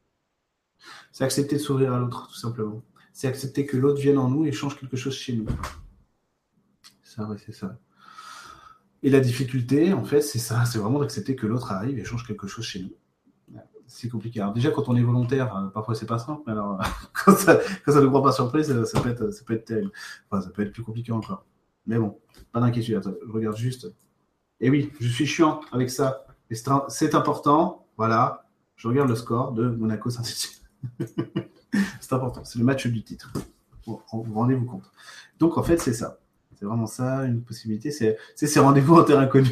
de s'ouvrir à l'autre, tout simplement. C'est accepter que l'autre vienne en nous et change quelque chose chez nous. Ça, ouais, c'est ça. Et la difficulté, en fait, c'est ça. C'est vraiment d'accepter que l'autre arrive et change quelque chose chez nous. C'est compliqué. Alors déjà, quand on est volontaire, parfois c'est pas simple, mais alors quand ça ne prend pas surprise, ça peut être terrible. Enfin, ça peut être plus compliqué encore. Mais bon, pas d'inquiétude. Attends, je regarde juste. Et oui, je suis chiant avec ça. Et c'est important. Voilà. Je regarde le score de Monaco Saint-Etienne. C'est important. C'est le match du titre. Bon, vous rendez-vous compte. Donc en fait, c'est ça. C'est vraiment ça, une possibilité. C'est ces rendez-vous en terrain inconnu.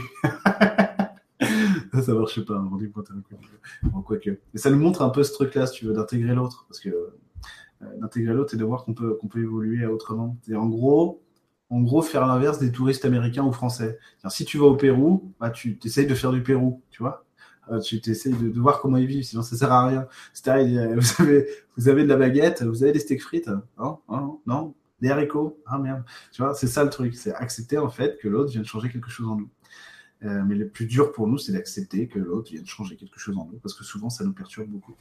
Ça marche pas, un rendez-vous en terrain inconnu. Bon, quoique. Mais ça nous montre un peu ce truc-là, si tu veux, d'intégrer l'autre. Parce que d'intégrer l'autre et de voir qu'on peut évoluer autrement. C'est en gros, faire l'inverse des touristes américains ou français. C'est-à-dire, si tu vas au Pérou, tu essayes de faire du Pérou, tu vois. Tu essayes de voir comment ils vivent, sinon ça sert à rien. C'est-à-dire, vous avez de la baguette, vous avez des steaks frites, non, des haricots, ah merde. Tu vois, c'est ça le truc, c'est accepter en fait que l'autre vienne changer quelque chose en nous. Mais le plus dur pour nous, c'est d'accepter que l'autre vienne changer quelque chose en nous, parce que souvent, ça nous perturbe beaucoup.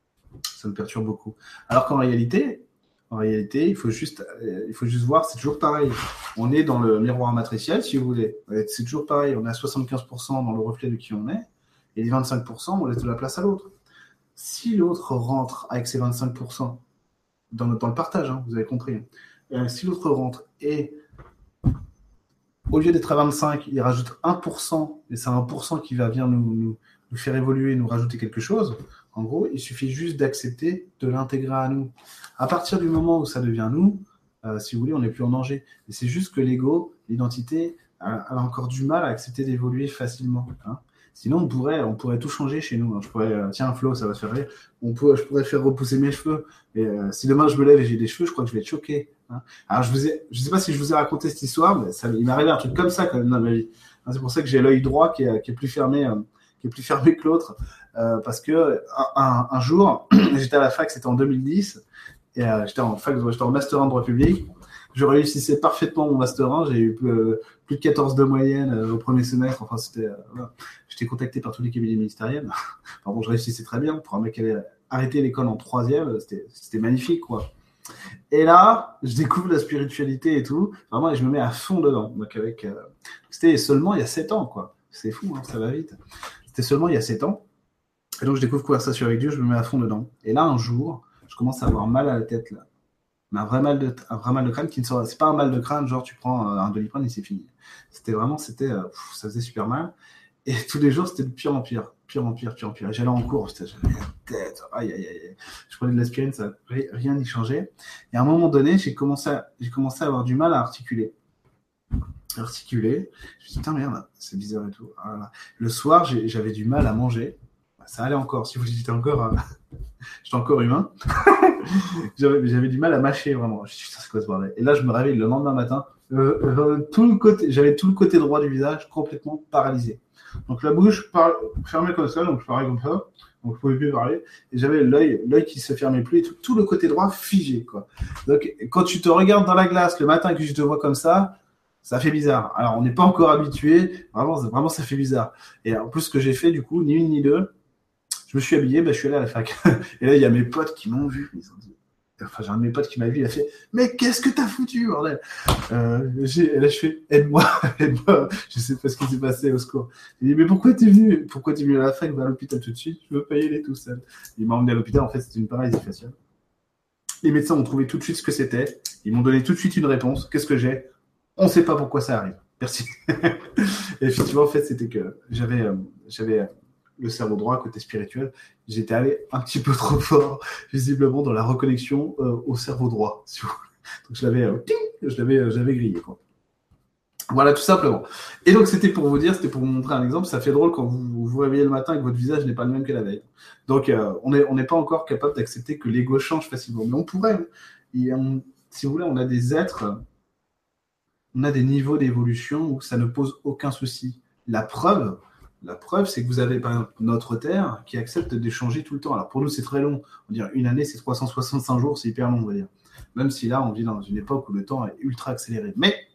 Alors qu'en réalité, il faut juste voir, c'est toujours pareil. On est dans le miroir matriciel, si vous voulez. C'est toujours pareil. On est à 75% dans le reflet de qui on est, et les 25%, on laisse de la place à l'autre. Si l'autre rentre avec ses 25%, dans le partage, hein, vous avez compris. Si l'autre rentre et au lieu d'être à 25, il rajoute 1%, et c'est 1% qui va venir nous faire évoluer, nous rajouter quelque chose. En gros, il suffit juste d'accepter de l'intégrer à nous. À partir du moment où ça devient nous, si vous voulez, on n'est plus en danger. Et c'est juste que l'ego, l'identité, a encore du mal à accepter d'évoluer facilement. Hein. Sinon, on pourrait tout changer chez nous. Hein. Je pourrais, tiens, Flo, ça va te faire rire. Je pourrais faire repousser mes cheveux. Et si demain je me lève et j'ai des cheveux, je crois que je vais être choqué. Hein. Alors, je sais pas si je vous ai raconté cette histoire, mais il m'est arrivé un truc comme ça quand même dans ma vie. Hein, c'est pour ça que j'ai l'œil droit qui est plus fermé que l'autre. Parce que un jour, j'étais à la fac, c'était en 2010, et j'étais en master 1 de droit public. Je réussissais parfaitement mon master 1, j'ai eu plus de 14 de moyenne au premier semestre. Enfin, voilà. J'étais contacté par tous les cabinets ministériels. Pardon, je réussissais très bien. Pour un mec qui avait arrêté l'école en 3e, c'était magnifique, quoi. Et là, je découvre la spiritualité et tout. Vraiment, et je me mets à fond dedans. Donc c'était seulement il y a 7 ans, quoi. C'est fou, hein, ça va vite. C'était seulement il y a 7 ans. Et donc, je découvre Conversation avec Dieu, je me mets à fond dedans. Et là, un jour, je commence à avoir mal à la tête, là. Mais un vrai mal de crâne qui ne sera. C'est pas un mal de crâne, genre tu prends un Doliprane et c'est fini. Ça faisait super mal. Et tous les jours, c'était de pire en pire. Et j'allais en cours, j'avais la tête, aïe. Je prenais de l'aspirine, rien n'y changeait. Et à un moment donné, j'ai commencé à avoir du mal à articuler. Je me suis dit, putain, merde, c'est bizarre et tout. Voilà. Le soir, j'avais du mal à manger. Ça allait encore. Si vous j'étais encore, j'étais encore humain. J'avais du mal à mâcher vraiment. Je me suis dit, putain, c'est quoi ce bordel? Et là, je me réveille le lendemain matin. J'avais tout le côté droit du visage complètement paralysé. Donc la bouche fermée comme ça, donc je parlais comme ça, donc je pouvais plus parler. Et j'avais l'œil qui se fermait plus et tout le côté droit figé, quoi. Donc quand tu te regardes dans la glace le matin que je te vois comme ça fait bizarre. Alors on n'est pas encore habitué, vraiment ça fait bizarre. Et en plus ce que j'ai fait du coup, ni une ni deux, je me suis habillé, je suis allé à la fac. Et là il y a mes potes qui m'ont vu, ils ont dit. Enfin, j'ai un de mes potes qui m'a vu, il a fait mais qu'est-ce que t'as foutu, bordel? Et là, je fais aide-moi, aide-moi. Je sais pas ce qui s'est passé, au secours. Il dit mais pourquoi t'es venu à la fac, va à l'hôpital tout de suite? Je veux pas y aller tout seul. Il m'a emmené à l'hôpital, en fait, c'était une paralysie faciale. Les médecins ont trouvé tout de suite ce que c'était. Ils m'ont donné tout de suite une réponse. Qu'est-ce que j'ai? On sait pas pourquoi ça arrive. Merci. Et effectivement, en fait, c'était que j'avais le cerveau droit côté spirituel. J'étais allé un petit peu trop fort, visiblement, dans la reconnexion au cerveau droit. Si vous voulez. Donc je l'avais grillé, quoi. Voilà, tout simplement. Et donc, c'était pour vous montrer un exemple. Ça fait drôle quand vous vous réveillez le matin et que votre visage n'est pas le même que la veille. Donc, on n'est pas encore capable d'accepter que l'ego change facilement. Mais on pourrait. Si vous voulez, on a des êtres, on a des niveaux d'évolution où ça ne pose aucun souci. La preuve, c'est que vous avez, par exemple, notre Terre qui accepte d'échanger tout le temps. Alors, pour nous, c'est très long. On va dire une année, c'est 365 jours, c'est hyper long, on va dire. Même si là, on vit dans une époque où le temps est ultra accéléré.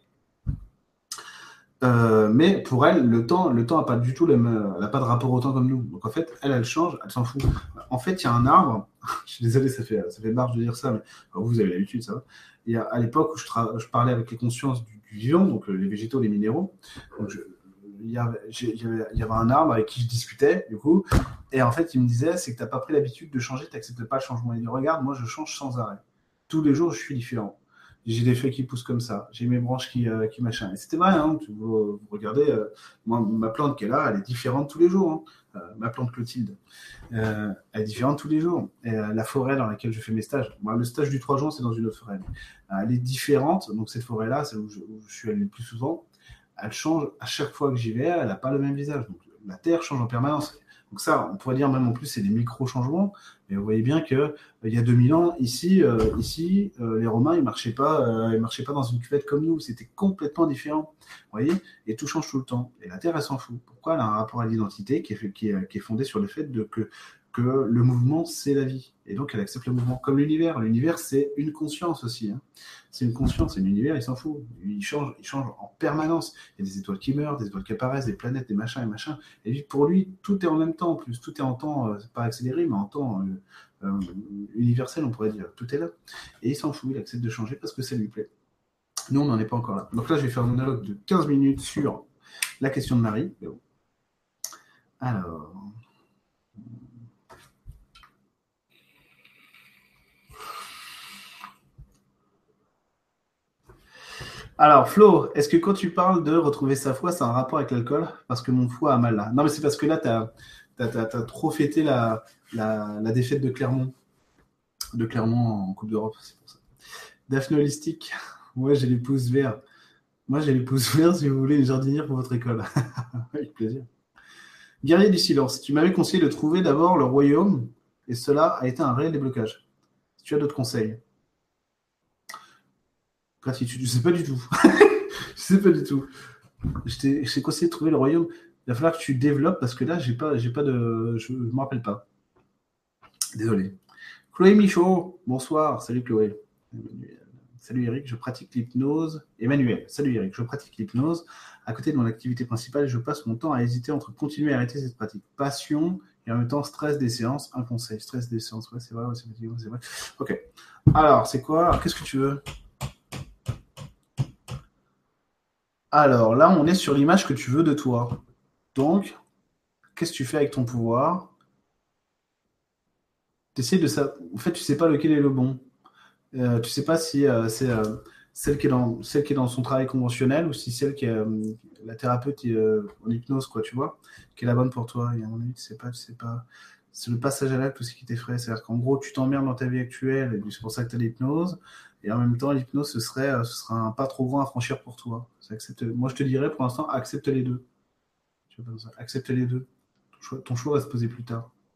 Mais pour elle, le temps a pas du tout elle n'a pas de rapport au temps comme nous. Donc en fait, elle change, elle s'en fout. En fait, il y a un arbre. Je suis désolé, ça fait barge de dire ça, mais vous avez l'habitude, ça va. Il y a, à l'époque où je parlais avec les consciences du vivant, donc les végétaux, les minéraux. Donc il y avait un arbre avec qui je discutais, du coup, et en fait, il me disait, c'est que t'as pas pris l'habitude de changer, t'acceptes pas le changement. Il dit, regarde, moi, je change sans arrêt. Tous les jours, je suis différent. J'ai des feuilles qui poussent comme ça, j'ai mes branches qui machin. Et c'était vrai, hein, vous regardez, moi, ma plante qui est là, elle est différente tous les jours. Hein. Ma plante Clotilde, elle est différente tous les jours. Et, la forêt dans laquelle je fais mes stages, moi, le stage du 3 juin, c'est dans une autre forêt. Elle est différente, donc cette forêt-là, c'est où je suis allé le plus souvent, elle change à chaque fois que j'y vais, elle n'a pas le même visage. Donc la terre change en permanence. Donc ça, on pourrait dire même en plus, c'est des micro-changements. Mais vous voyez bien que il y a 2000 ans, ici, les Romains, ils marchaient pas dans une cuvette comme nous. C'était complètement différent. Vous voyez? Et tout change tout le temps. Et la Terre, elle s'en fout. Pourquoi? Elle a un rapport à l'identité qui est fondé sur le fait que le mouvement, c'est la vie. Et donc, elle accepte le mouvement. Comme l'univers. L'univers, c'est une conscience aussi. Hein. C'est une conscience. Et l'univers, il s'en fout. Il change en permanence. Il y a des étoiles qui meurent, des étoiles qui apparaissent, des planètes, des machins et machins. Et lui, pour lui, tout est en même temps en plus. Tout est en temps, pas accéléré, mais en temps universel, on pourrait dire. Tout est là. Et il s'en fout. Il accepte de changer parce que ça lui plaît. Nous, on n'en est pas encore là. Donc là, je vais faire un monologue de 15 minutes sur la question de Marie. Bon. Alors... Alors, Flo, est-ce que quand tu parles de retrouver sa foi, ça a un rapport avec l'alcool? Parce que mon foie a mal là. Non, mais c'est parce que là, tu as trop fêté la défaite de Clermont en Coupe d'Europe. C'est pour ça. Daphné Holistique, moi j'ai les pouces verts. Moi j'ai les pouces verts si vous voulez les jardinières pour votre école. Avec plaisir. Guerrier du silence, tu m'avais conseillé de trouver d'abord le royaume et cela a été un réel déblocage. Si tu as d'autres conseils. Gratitude, je sais pas du tout. Je sais pas du tout. Je t'ai conseillé de trouver le royaume. Il va falloir que tu développes parce que là, j'ai pas de. Je me rappelle pas. Désolé. Chloé Michaud, bonsoir. Salut Chloé. Salut Eric, je pratique l'hypnose. Emmanuel, salut Eric, je pratique l'hypnose. À côté de mon activité principale, je passe mon temps à hésiter entre continuer et arrêter cette pratique. Passion et en même temps stress des séances. Un conseil, stress des séances. Ouais, c'est vrai, c'est vrai. Ok. Alors, c'est quoi? Alors, qu'est-ce que tu veux? Alors là, on est sur l'image que tu veux de toi. Donc, qu'est-ce que tu fais avec ton pouvoir? T'essayes de ça. En fait, tu sais pas lequel est le bon. Tu sais pas si c'est celle qui est dans son travail conventionnel ou si celle qui est la thérapeute en hypnose, quoi, tu vois, qui est la bonne pour toi. Et à mon avis, tu sais pas. C'est le passage à l'acte aussi qui t'effraie. C'est-à-dire qu'en gros, tu t'emmerdes dans ta vie actuelle et c'est pour ça que tu as l'hypnose. Et en même temps, l'hypnose, ce sera un pas trop grand à franchir pour toi. Moi, je te dirais pour l'instant, accepte les deux. Tu vois, accepte les deux. Ton choix va se poser plus tard.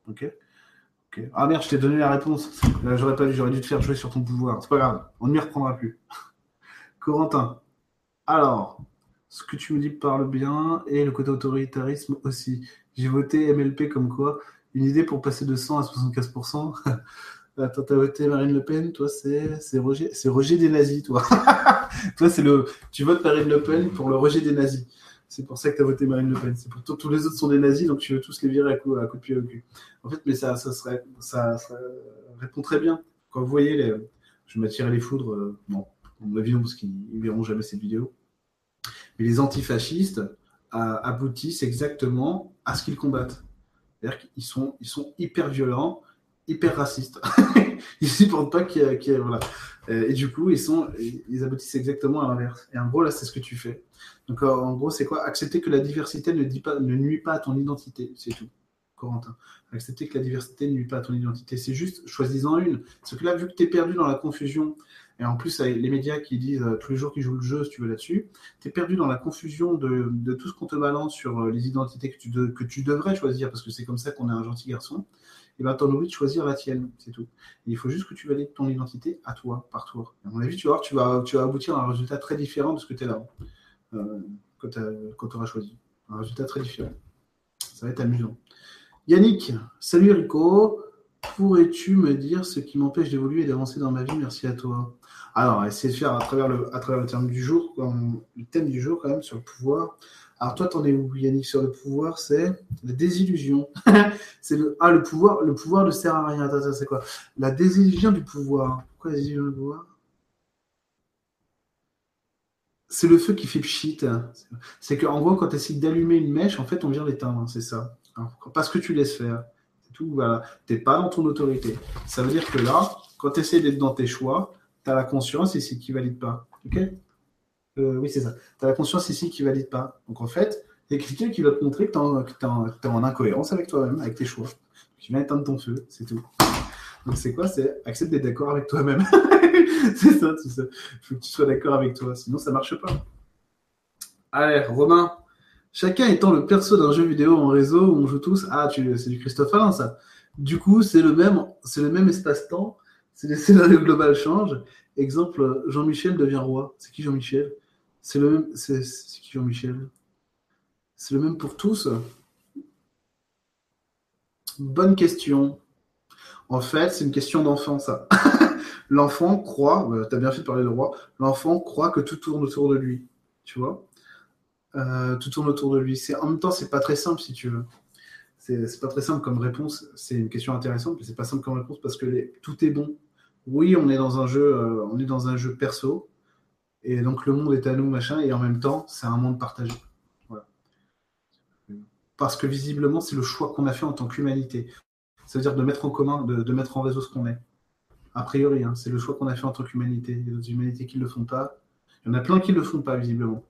Ok. Ok. Ah merde, je t'ai donné la réponse. J'aurais dû te faire jouer sur ton pouvoir. C'est pas grave, on ne m'y reprendra plus. Corentin. Alors, ce que tu me dis parle bien et le côté autoritarisme aussi. J'ai voté MLP comme quoi une idée pour passer de 100 à 75%. Attends, t'as voté Marine Le Pen, toi c'est rejet des nazis, toi. Toi tu votes Marine Le Pen pour le rejet des nazis. C'est pour ça que t'as voté Marine Le Pen. C'est pour tous les autres sont des nazis, donc tu veux tous les virer à coup de pied au cul. En fait, mais ça répond très bien. Quand vous voyez je vais m'attirer les foudres, non, dans ma vidéo parce qu'ils ne verront jamais cette vidéo. Mais les antifascistes aboutissent exactement à ce qu'ils combattent. C'est-à-dire qu'ils sont hyper violents, hyper racistes. Ils ne supportent pas qu'il y ait voilà. Et du coup, ils aboutissent exactement à l'inverse. Et en gros, là, c'est ce que tu fais. Donc, en gros, c'est quoi? Accepter que la diversité ne nuit pas à ton identité, c'est tout. Corentin. Accepter que la diversité ne nuit pas à ton identité. C'est juste, choisis-en une. Parce que là, vu que tu es perdu dans la confusion, et en plus, avec les médias qui disent tous les jours qu'ils jouent le jeu, si tu veux, là-dessus, tu es perdu dans la confusion de tout ce qu'on te balance sur les identités que tu devrais choisir, parce que c'est comme ça qu'on est un gentil garçon. Et ben, t'en oublies de choisir la tienne, c'est tout. Et il faut juste que tu valides ton identité à toi, par tour. Et à mon avis, tu vas voir, tu vas aboutir à un résultat très différent de ce que tu es là, quand tu auras choisi. Un résultat très différent. Ça va être amusant. Yannick, salut Rico. Pourrais-tu me dire ce qui m'empêche d'évoluer et d'avancer dans ma vie? Merci à toi. Alors, essayer de faire à travers le thème du jour, le thème du jour quand même sur le pouvoir. Alors toi, t'en es où, Yannick, sur le pouvoir? C'est la désillusion. C'est le pouvoir ne sert à rien. Attends, c'est quoi? La désillusion du pouvoir. Quoi, la désillusion du pouvoir? C'est le feu qui fait pchit. C'est qu'en gros, quand tu essaies d'allumer une mèche, en fait, on vient l'éteindre. C'est ça. Alors, parce que tu laisses faire. C'est tout. Voilà. Tu n'es pas dans ton autorité. Ça veut dire que là, quand tu essaies d'être dans tes choix, tu as la conscience ici qui ne valide pas. Ok? Oui, c'est ça. Tu as la conscience ici qui ne valide pas. Donc, en fait, il y a quelqu'un qui va te montrer que tu es en incohérence avec toi-même, avec tes choix. Tu viens éteindre ton feu. C'est tout. Donc, c'est quoi? C'est accepter d'être d'accord avec toi-même. C'est ça, tout ça. Il faut que tu sois d'accord avec toi. Sinon, ça ne marche pas. Allez, Romain. Chacun étant le perso d'un jeu vidéo en réseau où on joue tous. Ah, c'est du Christophe Alain, ça. Du coup, c'est le même espace-temps. C'est le scénario global change. Exemple, Jean-Michel devient roi. C'est qui Jean-Michel? C'est le même. C'est qui Jean-Michel? C'est le même pour tous? Bonne question. En fait, c'est une question d'enfant, ça. L'enfant croit, tu as bien fait de parler de roi, l'enfant croit que tout tourne autour de lui. Tu vois? Tout tourne autour de lui. En même temps, c'est pas très simple si tu veux. C'est pas très simple comme réponse. C'est une question intéressante, mais c'est pas simple comme réponse parce que tout est bon. Oui, on est dans un jeu perso, et donc le monde est à nous, machin, et en même temps, c'est un monde partagé. Voilà. Parce que visiblement, c'est le choix qu'on a fait en tant qu'humanité. Ça veut dire de mettre en commun, de mettre en réseau ce qu'on est. A priori, hein, c'est le choix qu'on a fait en tant qu'humanité. Il y a d'autres humanités qui ne le font pas. Il y en a plein qui ne le font pas, visiblement.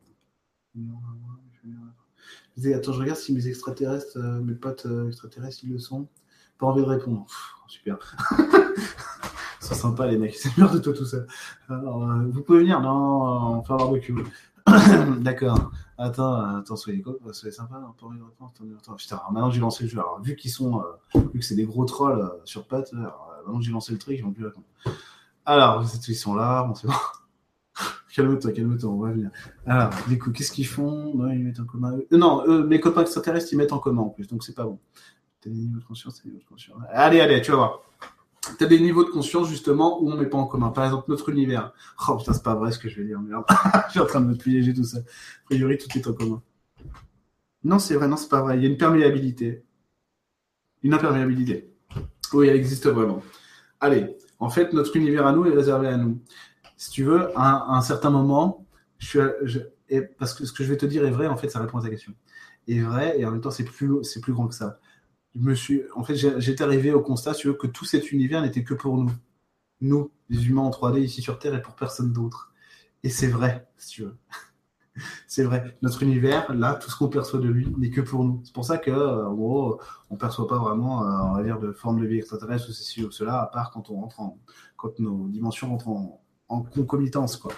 Attends, je regarde si mes extraterrestres, mes potes extraterrestres, ils le sont. Pas envie de répondre. Super. C'est sympa, les mecs. C'est merde de toi tout seul. Alors, vous pouvez venir? Non, on fait un barbecue. D'accord. Attends, soyez sympa. Pas envie de répondre. Attends. Putain, alors maintenant j'ai lancé le jeu. Alors, vu que c'est des gros trolls sur pattes, maintenant que j'ai lancé le truc, ils vont plus répondre. Alors, ils sont là. Bon, c'est bon. Calme-toi, on va venir. Alors, du coup, qu'est-ce qu'ils font? Non, ils mettent en commun. Non, mes copains extraterrestres, ils mettent en commun en plus, donc c'est pas bon. T'as des niveaux de conscience, Allez, tu vas voir. T'as des niveaux de conscience, justement, où on met pas en commun. Par exemple, notre univers. Oh putain, c'est pas vrai ce que je vais dire, merde. Je suis en train de me piéger tout ça. A priori, tout est en commun. Non, c'est vrai, non, c'est pas vrai. Il y a une perméabilité. Une imperméabilité. Oui, elle existe vraiment. Allez, en fait, notre univers à nous est réservé à nous. Si tu veux, à un certain moment, parce que ce que je vais te dire est vrai, en fait, ça répond à ta question. Est vrai, et en même temps, c'est plus grand que ça. En fait, j'étais arrivé au constat, si tu veux, que tout cet univers n'était que pour nous. Nous, les humains en 3D ici sur Terre, et pour personne d'autre. Et c'est vrai, si tu veux. C'est vrai. Notre univers, là, tout ce qu'on perçoit de lui n'est que pour nous. C'est pour ça que, en gros, on ne perçoit pas vraiment, on va dire, de forme de vie extraterrestre ou ceci ou cela, à part quand quand nos dimensions rentrent en concomitance, quoi.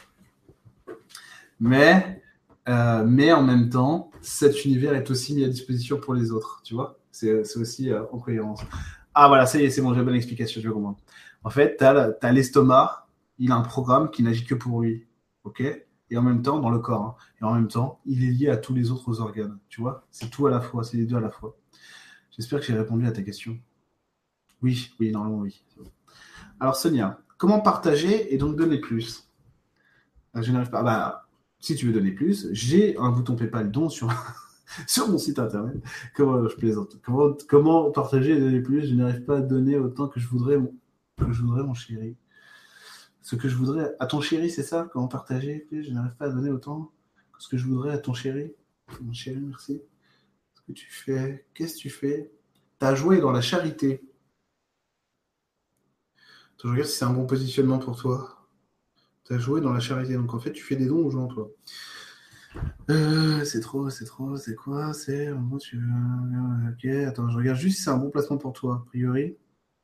Mais en même temps, cet univers est aussi mis à disposition pour les autres, tu vois. C'est aussi en cohérence. Ah voilà, ça y est, c'est bon, j'ai la bonne explication, je comprends. En fait, t'as l'estomac, il a un programme qui n'agit que pour lui. Ok? Et en même temps, dans le corps. Hein, et en même temps, il est lié à tous les autres organes. Tu vois? C'est tout à la fois, c'est les deux à la fois. J'espère que j'ai répondu à ta question. Oui, oui, normalement, oui. Alors, Sonia, comment partager et donc donner plus? Je n'arrive pas. Ah bah, si tu veux donner plus, j'ai un bouton PayPal don sur, sur mon site internet. Comment je plaisante. Comment partager et donner plus? Je n'arrive pas à donner autant que je voudrais, mon chéri. Ce que je voudrais à ton chéri, c'est ça? Comment partager plus? Je n'arrive pas à donner autant que ce que je voudrais à ton chéri. Mon chéri, merci. Ce que tu fais, qu'est-ce que tu fais? T'as joué dans la charité. Attends, je regarde si c'est un bon positionnement pour toi. T'as joué dans la charité, donc en fait, tu fais des dons aux gens, toi. C'est trop, c'est quoi? C'est. En gros, tu veux. Ok, attends, je regarde juste si c'est un bon placement pour toi. A priori,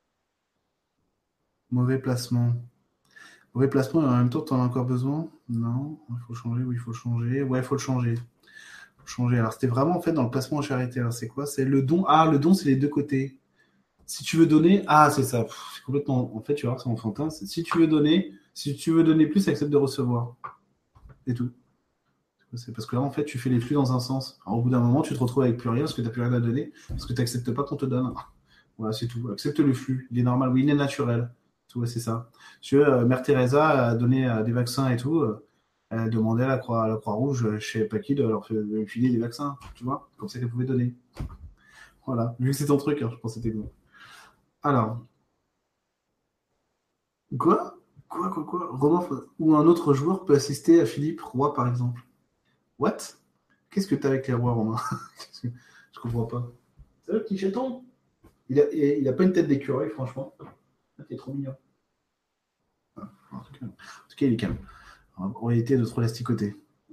mauvais placement. Mauvais placement, et en même temps, t'en as encore besoin? Non, il faut changer, oui, il faut changer. Ouais, il faut le changer. Faut changer. Alors, c'était vraiment en fait dans le placement en charité. Alors, c'est quoi? C'est le don. Ah, le don, c'est les deux côtés. Si tu veux donner. Ah, c'est ça. C'est complètement. En fait, tu vois, c'est enfantin. Si tu veux donner plus, accepte de recevoir. C'est tout. C'est parce que là, en fait, tu fais les flux dans un sens. Alors, au bout d'un moment, tu te retrouves avec plus rien parce que tu n'as plus rien à donner, parce que tu n'acceptes pas qu'on te donne. Voilà, c'est tout. Accepte le flux. Il est normal, oui, il est naturel. Tout, ouais, c'est ça. Tu vois, Mère Teresa a donné des vaccins et tout. Elle a demandé à la Croix-Rouge, je ne sais pas qui, de leur filer des vaccins. Tu vois, comme ça qu'elle pouvait donner. Voilà. Vu que c'est ton truc, hein, je pense que c'était bon. Alors, quoi? Quoi? Romain, ou un autre joueur peut assister à Philippe Roy, par exemple. What? Qu'est-ce que t'as avec les rois romains? Je comprends pas. C'est le petit chaton. Il a pas une tête d'écureuil, franchement. Il est trop mignon. En tout cas, il est calme. On va éviter de trop l'asticoter.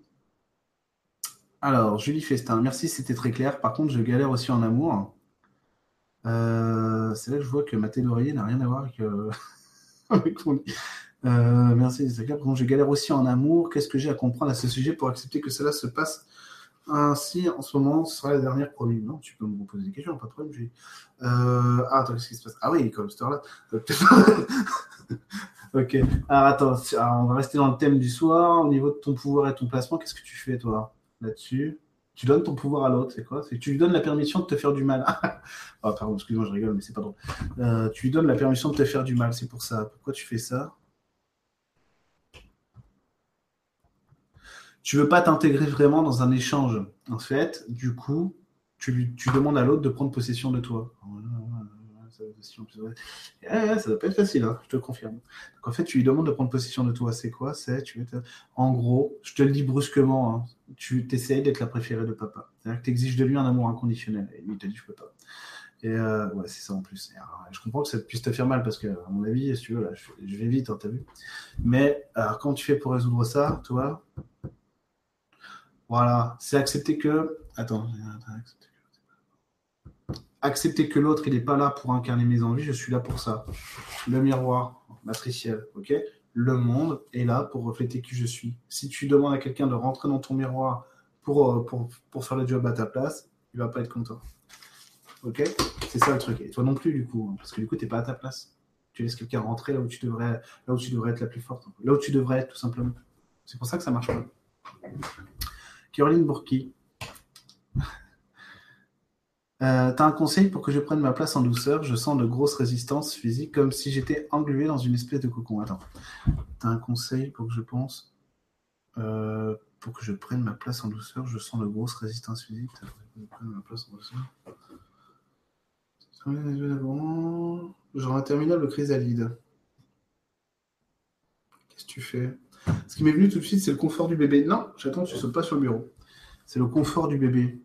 Alors, Julie Festin, merci, c'était très clair. Par contre, je galère aussi en amour. C'est là que je vois que ma tête d'oreiller n'a rien à voir avec, avec mon... Merci, c'est clair. Par contre, je galère aussi en amour. Qu'est-ce que j'ai à comprendre à ce sujet pour accepter que cela se passe ainsi en ce moment? Ce sera la dernière promis. Non, tu peux me poser des questions, pas de problème. Attends, qu'est-ce qui se passe? Ah oui, comme cette heure-là. Ok. Alors, attends, on va rester dans le thème du soir. Au niveau de ton pouvoir et ton placement, qu'est-ce que tu fais, toi, là-dessus? Tu donnes ton pouvoir à l'autre, c'est quoi? C'est que tu lui donnes la permission de te faire du mal. Ah, pardon, excuse-moi, je rigole, mais c'est pas drôle. Tu lui donnes la permission de te faire du mal, c'est pour ça. Pourquoi tu fais ça? Tu veux pas t'intégrer vraiment dans un échange. En fait, du coup, tu demandes à l'autre de prendre possession de toi. Ça doit pas être facile, hein, je te confirme. Donc en fait, tu lui demandes de prendre possession de toi. C'est quoi? En gros, je te le dis brusquement, hein, tu t'essayes d'être la préférée de papa. C'est-à-dire que tu exiges de lui un amour inconditionnel. Et lui, il te dit, je peux pas. Et ouais, c'est ça en plus. Et, alors, je comprends que ça puisse te faire mal parce que, à mon avis, si tu veux, là, je vais vite, hein, t'as vu. Mais alors, comment tu fais pour résoudre ça, toi? Voilà, c'est accepter que. Attends, accepter que l'autre, il n'est pas là pour incarner mes envies, je suis là pour ça. Le miroir matriciel, ok? Le monde est là pour refléter qui je suis. Si tu demandes à quelqu'un de rentrer dans ton miroir pour faire le job à ta place, il va pas être content. Ok? C'est ça le truc. Et toi non plus, du coup, hein, parce que du coup, tu n'es pas à ta place. Tu laisses quelqu'un rentrer là où tu devrais être la plus forte. Là où tu devrais être, tout simplement. C'est pour ça que ça marche pas. Caroline Bourki. T'as un conseil pour que je prenne ma place en douceur? Je sens de grosses résistances physiques, comme si j'étais englué dans une espèce de cocon. Attends. T'as un conseil pour que je pense pour que je prenne ma place en douceur? Je sens de grosses résistances physiques. Pour que je prenne ma place en douceur. Genre interminable chrysalide. Qu'est-ce que tu fais? Ce qui m'est venu tout de suite, c'est le confort du bébé. Non, j'attends, tu sautes pas sur le bureau. C'est le confort du bébé.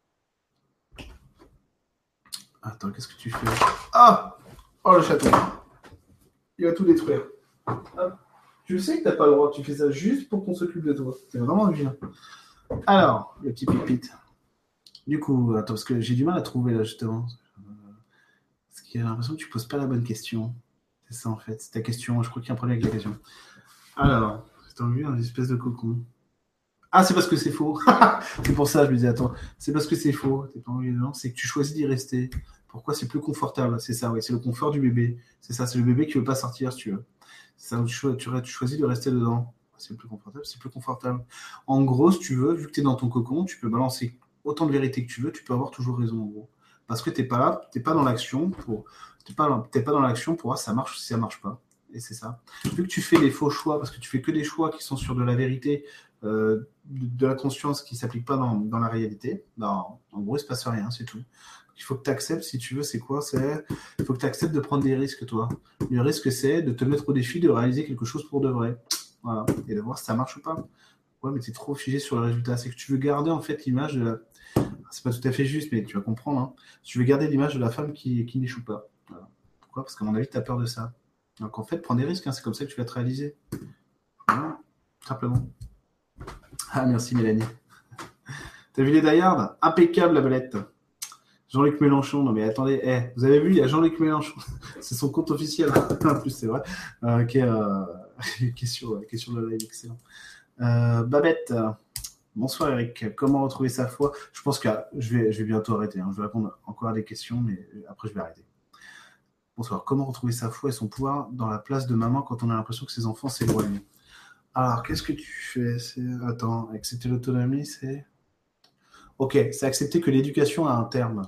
Attends, qu'est-ce que tu fais? Ah! Oh, le chaton. Il va tout détruire. Hop. Tu sais que t'as pas le droit, tu fais ça juste pour qu'on s'occupe de toi. C'est vraiment vilain. Alors, le petit pipite. Du coup, attends, parce que j'ai du mal à trouver là, justement. Parce qu'il y a l'impression que tu poses pas la bonne question. C'est ça, en fait. C'est ta question. Je crois qu'il y a un problème avec la question. Alors, c'est enlevé dans une espèce de cocon. Ah, c'est parce que c'est faux. C'est pour ça, je me disais, attends, c'est parce que c'est faux. T'es pas envie de- non, c'est que tu choisis d'y rester. Pourquoi c'est plus confortable? C'est ça, oui, c'est le confort du bébé. C'est ça, c'est le bébé qui veut pas sortir, si tu veux. C'est ça, tu choisis de rester dedans. C'est plus confortable, c'est plus confortable. En gros, si tu veux, vu que tu es dans ton cocon, tu peux balancer autant de vérité que tu veux, tu peux avoir toujours raison, en gros. Parce que t'es pas là, t'es pas dans l'action pour, t'es pas dans l'action pour voir si ça marche ou si ça marche pas. Et c'est ça. Vu que tu fais des faux choix, parce que tu fais que des choix qui sont sur de la vérité, de la conscience qui s'applique pas dans la réalité, en gros, il se passe rien, c'est tout. Il faut que tu acceptes, si tu veux, c'est quoi? Il faut que tu acceptes de prendre des risques, toi. Le risque, c'est de te mettre au défi de réaliser quelque chose pour de vrai. Voilà. Et de voir si ça marche ou pas. Ouais, mais tu es trop figé sur le résultat. C'est que tu veux garder, en fait, l'image de la... C'est pas tout à fait juste, mais tu vas comprendre. Hein. Tu veux garder l'image de la femme qui n'échoue pas. Voilà. Pourquoi? Parce qu'à mon avis, tu as peur de ça. Donc, en fait, prends des risques. Hein. C'est comme ça que tu vas te réaliser. Voilà. Simplement. Ah, merci, Mélanie. T'as vu les Die-Hard? Impeccable, la belette. Jean-Luc Mélenchon, non mais attendez, vous avez vu, il y a Jean-Luc Mélenchon, c'est son compte officiel, en plus c'est vrai, qui est sur le live, excellent. Babette, bonsoir Eric, comment retrouver sa foi? Je pense que je vais bientôt arrêter, hein. Je vais répondre encore à des questions, mais après je vais arrêter. Bonsoir, comment retrouver sa foi et son pouvoir dans la place de maman quand on a l'impression que ses enfants s'éloignent? Alors, qu'est-ce que tu fais? Attends, accepter l'autonomie, c'est... Ok, c'est accepter que l'éducation a un terme.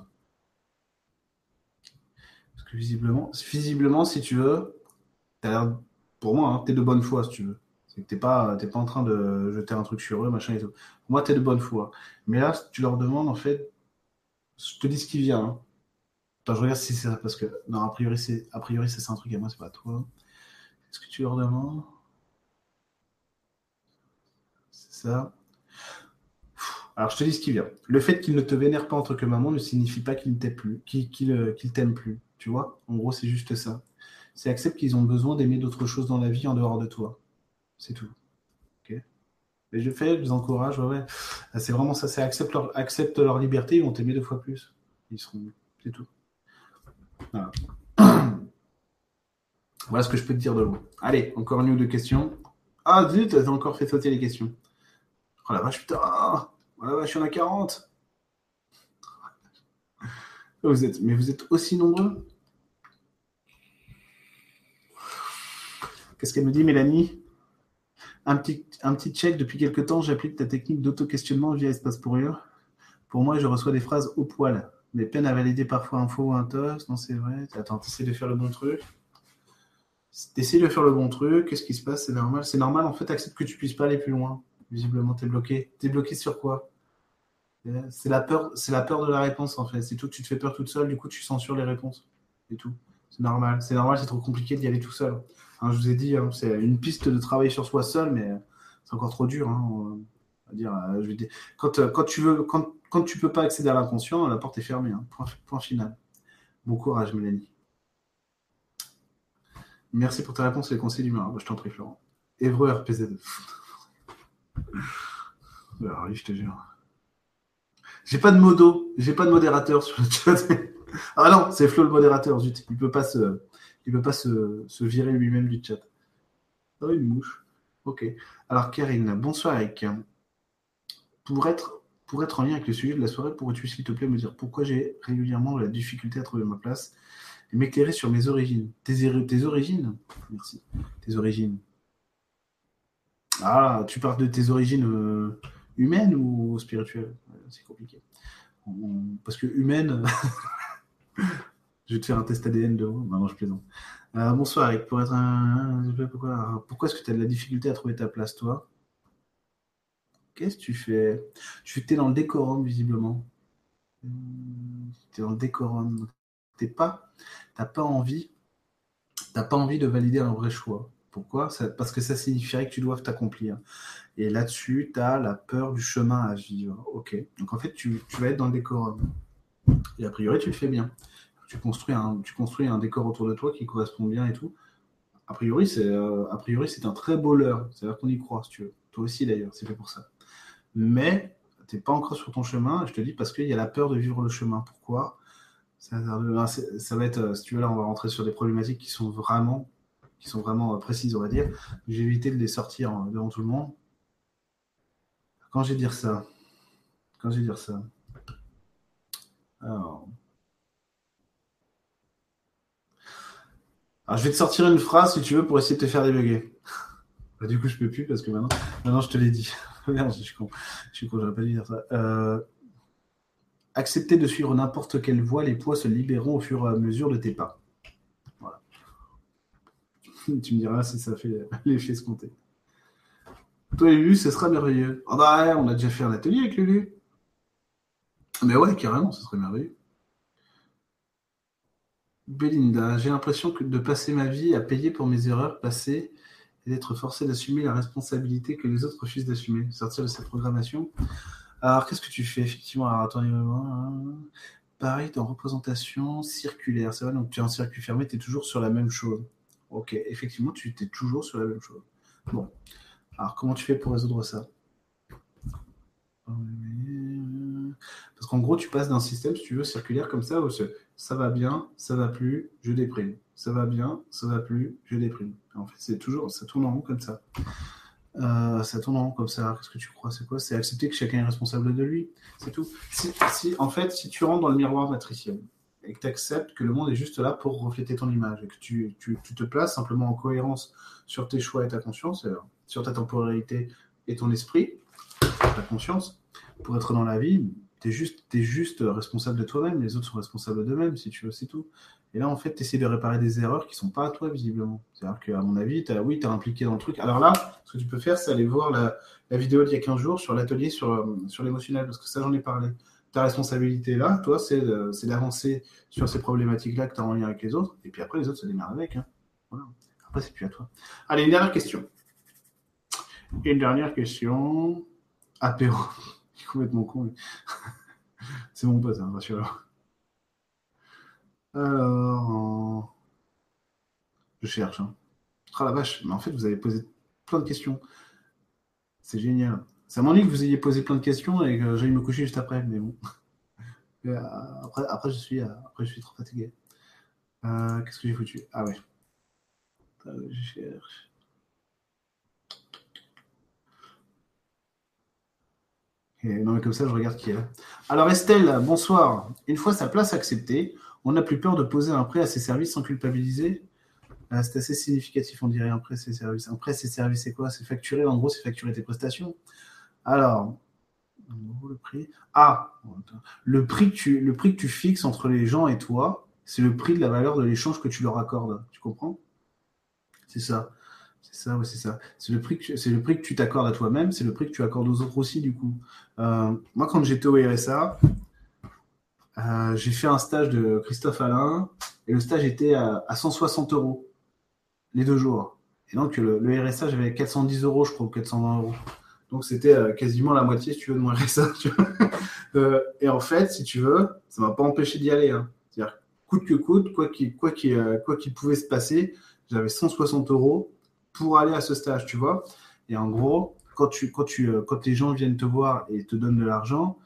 Parce que visiblement, si tu veux, t'as l'air, pour moi, hein, t'es de bonne foi, si tu veux. C'est que t'es pas en train de jeter un truc sur eux, machin et tout. Pour moi, t'es de bonne foi. Mais là, tu leur demandes, en fait, je te dis ce qui vient. Hein. Attends, je regarde si c'est ça, parce que, non, a priori, c'est un truc à moi, c'est pas à toi. Est-ce que tu leur demandes? C'est ça. Alors, je te dis ce qui vient. Le fait qu'il ne te vénère pas en tant que maman ne signifie pas qu'il ne t'aime plus, qu'il t'aime plus. Tu vois? En gros, c'est juste ça. C'est accepte qu'ils ont besoin d'aimer d'autres choses dans la vie en dehors de toi. C'est tout. Ok. Mais je les encourage, ouais, ouais. C'est vraiment ça, c'est accepte leur liberté, ils vont t'aimer deux fois plus. Ils seront. C'est tout. Voilà. Voilà ce que je peux te dire de l'eau. Allez, encore une ou deux questions. Ah zut, t'as encore fait sauter les questions. Oh la vache, putain. Oh la vache, il y en a 40. Mais vous êtes aussi nombreux. Qu'est-ce qu'elle me dit, Mélanie? Un petit check. Depuis quelque temps, j'applique ta technique d'auto-questionnement via Espace pour rire. Pour moi, je reçois des phrases au poil. Mais peine à valider parfois un faux ou un toast. Non, c'est vrai. Attends, t'essaies de faire le bon truc. T'essayes de faire le bon truc, qu'est-ce qui se passe? C'est normal. C'est normal, en fait, accepte que tu puisses pas aller plus loin. Visiblement, t'es bloqué. T'es bloqué sur quoi? C'est la peur de la réponse, en fait. C'est tout, tu te fais peur toute seule, du coup, tu censures les réponses. C'est tout. C'est normal. C'est normal, c'est trop compliqué d'y aller tout seul. Hein, je vous ai dit, hein, c'est une piste de travailler sur soi seul, mais c'est encore trop dur. Hein, on va dire, je vais dire. Quand tu peux pas accéder à l'inconscient, la porte est fermée. Hein. Point final. Bon courage, Mélanie. Merci pour ta réponse et les conseils d'humeur. Je t'en prie, Florent. Évreux RPZ. Alors, oui, je te jure. J'ai pas de modo, j'ai pas de modérateur sur le chat. Ah non, c'est Flo le modérateur, zut. Il peut pas se virer lui-même du chat. Ah, une mouche. Ok. Alors, Karine, bonsoir Eric. Pour être en lien avec le sujet de la soirée, pourrais-tu, s'il te plaît, me dire pourquoi j'ai régulièrement la difficulté à trouver ma place et m'éclairer sur mes origines? Tes origines? Merci. Tes origines. Ah, tu parles de tes origines humaines ou spirituelles? C'est compliqué. Parce que humaine, je vais te faire un test ADN de vous. Non, je plaisante. Bonsoir, Eric. Pour être pourquoi est-ce que tu as de la difficulté à trouver ta place, toi? Qu'est-ce que tu fais? Tu es dans le décorum, visiblement. Tu es dans le décorum. T'as pas envie, t'as pas envie de valider un vrai choix. Pourquoi? Parce que ça signifierait que tu dois t'accomplir. Et là-dessus, tu as la peur du chemin à vivre. Ok. Donc en fait, tu vas être dans le décorum. Et a priori, tu le fais bien. Tu construis un décor autour de toi qui correspond bien et tout. A priori, c'est un très beau leurre. C'est-à-dire qu'on y croit, si tu veux. Toi aussi, d'ailleurs, c'est fait pour ça. Mais tu n'es pas encore sur ton chemin, je te dis, parce qu'il y a la peur de vivre le chemin. Pourquoi? Ça va être, si tu veux, là, on va rentrer sur des problématiques qui sont vraiment précises, on va dire. J'ai évité de les sortir devant tout le monde. Quand j'ai dire ça. Quand j'ai dire ça. Alors... Alors, je vais te sortir une phrase si tu veux pour essayer de te faire débugger. Bah, du coup, je peux plus parce que maintenant je te l'ai dit. Merde, je suis con. Je suis con, j'aurais pas dû dire ça. Accepter de suivre n'importe quelle voie, les poids se libéreront au fur et à mesure de tes pas. Voilà. Tu me diras si ça fait l'effet escompté. Toi, Lulu, ce sera merveilleux. Ah bah ouais, on a déjà fait un atelier avec Lulu. Mais ouais, carrément, ce serait merveilleux. Belinda, j'ai l'impression de passer ma vie à payer pour mes erreurs passées et d'être forcé d'assumer la responsabilité que les autres refusent d'assumer. Sortir de cette programmation. Alors, qu'est-ce que tu fais effectivement? Alors, attendez, pareil, dans représentation circulaire. C'est vrai, donc tu es en circuit fermé, tu es toujours sur la même chose. Ok, effectivement, tu es toujours sur la même chose. Bon, alors comment tu fais pour résoudre ça? Parce qu'en gros, tu passes d'un système, si tu veux, circulaire comme ça, où ça va bien, ça va plus, je déprime. Ça va bien, ça va plus, je déprime. En fait, c'est toujours, ça tourne en rond comme ça. Ça tourne en rond comme ça. Qu'est-ce que tu crois? C'est quoi? C'est accepter que chacun est responsable de lui. C'est tout. En fait, si tu rentres dans le miroir matriciel et que tu acceptes que le monde est juste là pour refléter ton image et que tu te places simplement en cohérence sur tes choix et ta conscience, sur ta temporalité et ton esprit, ta conscience, pour être dans la vie, t'es juste responsable de toi-même, les autres sont responsables d'eux-mêmes, si tu veux, c'est tout. Et là, en fait, tu essaies de réparer des erreurs qui sont pas à toi, visiblement. C'est-à-dire qu'à mon avis, oui, tu es impliqué dans le truc. Alors là, ce que tu peux faire, c'est aller voir la vidéo d'il y a 15 jours sur l'atelier sur l'émotionnel, parce que ça, j'en ai parlé. Ta responsabilité là, toi, c'est d'avancer sur ces problématiques-là que tu as en lien avec les autres, et puis après, les autres se démerdent avec. Hein. Voilà. Après, c'est plus à toi. Allez, une dernière question. Une dernière question. Apéro. Je suis complètement con. C'est mon pote, hein, rassure-le. Alors, je cherche. Hein. Ah la vache, mais en fait, vous avez posé plein de questions. C'est génial. Ça m'ennuie que vous ayez posé plein de questions et que j'aille me coucher juste après, mais bon. Après, je suis trop fatigué. Qu'est-ce que j'ai foutu? Ah ouais. Je cherche. Et non, mais comme ça, je regarde qui est là. Alors, Estelle, bonsoir. Une fois sa place acceptée, on n'a plus peur de poser un prêt à ses services sans culpabiliser. C'est assez significatif, on dirait, un prêt, ses services. Un prêt, ses services, c'est quoi? C'est facturer, en gros, c'est facturer tes prestations. Alors, le prix. Ah, le prix que tu fixes entre les gens et toi, c'est le prix de la valeur de l'échange que tu leur accordes. Tu comprends? C'est ça. C'est ça, ouais, c'est ça. C'est le prix que tu t'accordes à toi-même, c'est le prix que tu accordes aux autres aussi, du coup. Moi, quand j'étais au RSA, j'ai fait un stage de Christophe Alain, et le stage était à 160 euros, les 2 jours. Et donc, le RSA, j'avais 410 euros, je crois, ou 420 euros. Donc, c'était quasiment la moitié, si tu veux, de mon RSA. Tu vois. Et en fait, si tu veux, ça m'a pas empêché d'y aller. Hein. C'est-à-dire, coûte que coûte, quoi qu'il pouvait se passer, j'avais 160 euros pour aller à ce stage, tu vois. Et en gros, quand les gens viennent te voir et te donnent de l'argent,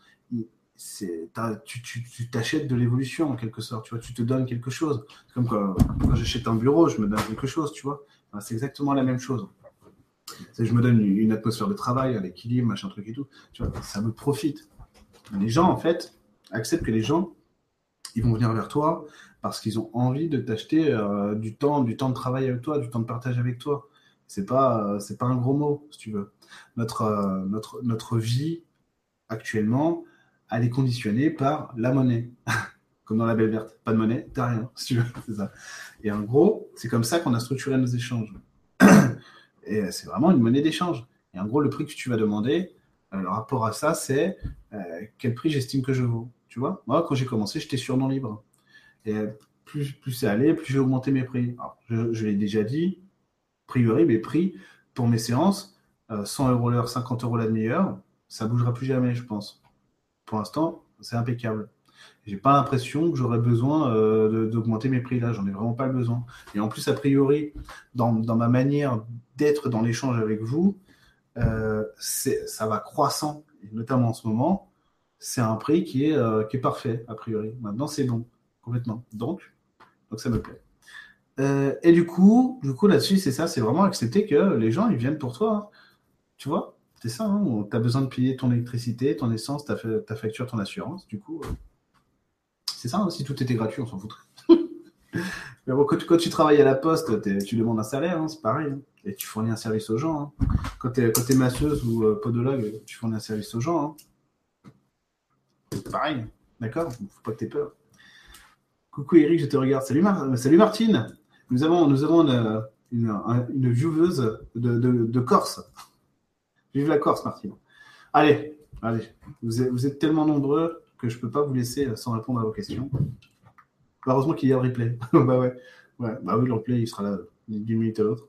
tu t'achètes de l'évolution en quelque sorte, tu vois, tu te donnes quelque chose. C'est comme quand j'achète un bureau, je me donne quelque chose, tu vois. Enfin, c'est exactement la même chose. Je me donne une atmosphère de travail, un équilibre, machin truc et tout. Tu vois, ça me profite. Les gens, en fait, acceptent que les gens, ils vont venir vers toi parce qu'ils ont envie de t'acheter du temps de travail avec toi, du temps de partage avec toi. C'est pas un gros mot, si tu veux. Notre vie, actuellement, elle est conditionnée par la monnaie. Comme dans la Belle Verte. Pas de monnaie, t'as rien, si tu veux. C'est ça. Et en gros, c'est comme ça qu'on a structuré nos échanges. Et c'est vraiment une monnaie d'échange. Et en gros, le prix que tu vas demander, le rapport à ça, c'est quel prix j'estime que je vaux. Tu vois, moi, quand j'ai commencé, j'étais sur non libre. Et plus c'est allé, plus j'ai augmenté mes prix. Alors, je l'ai déjà dit, a priori, mes prix pour mes séances, 100 euros l'heure, 50 euros la demi-heure, ça ne bougera plus jamais, je pense. Pour l'instant, c'est impeccable. J'ai pas l'impression que j'aurais besoin d'augmenter mes prix là, j'en ai vraiment pas le besoin. Et en plus, a priori, dans ma manière d'être dans l'échange avec vous, ça va croissant, et notamment en ce moment, c'est un prix qui est parfait, a priori. Maintenant, c'est bon, complètement. Donc ça me plaît. Et du coup là-dessus, c'est ça, c'est vraiment accepter que les gens, ils viennent pour toi. Hein. Tu vois, C'est ça, hein, tu as besoin de payer ton électricité, ton essence, ta facture, ton assurance. Du coup, c'est ça, hein, si tout était gratuit, on s'en foutrait. Mais bon, quand tu travailles à la poste, tu demandes un salaire, hein, c'est pareil. Hein, et tu fournis un service aux gens. Hein. Quand tu es masseuse ou podologue, tu fournis un service aux gens. Hein. C'est pareil, d'accord? Faut pas que tu aies peur. Coucou Eric, je te regarde. Salut Martine. Nous avons une vieweuse de Corse. Vive la Corse, Martine. Allez. Vous êtes tellement nombreux que je ne peux pas vous laisser sans répondre à vos questions. Heureusement qu'il y a le replay. Bah ouais. Bah oui, le replay, il sera là d'une minute à l'autre.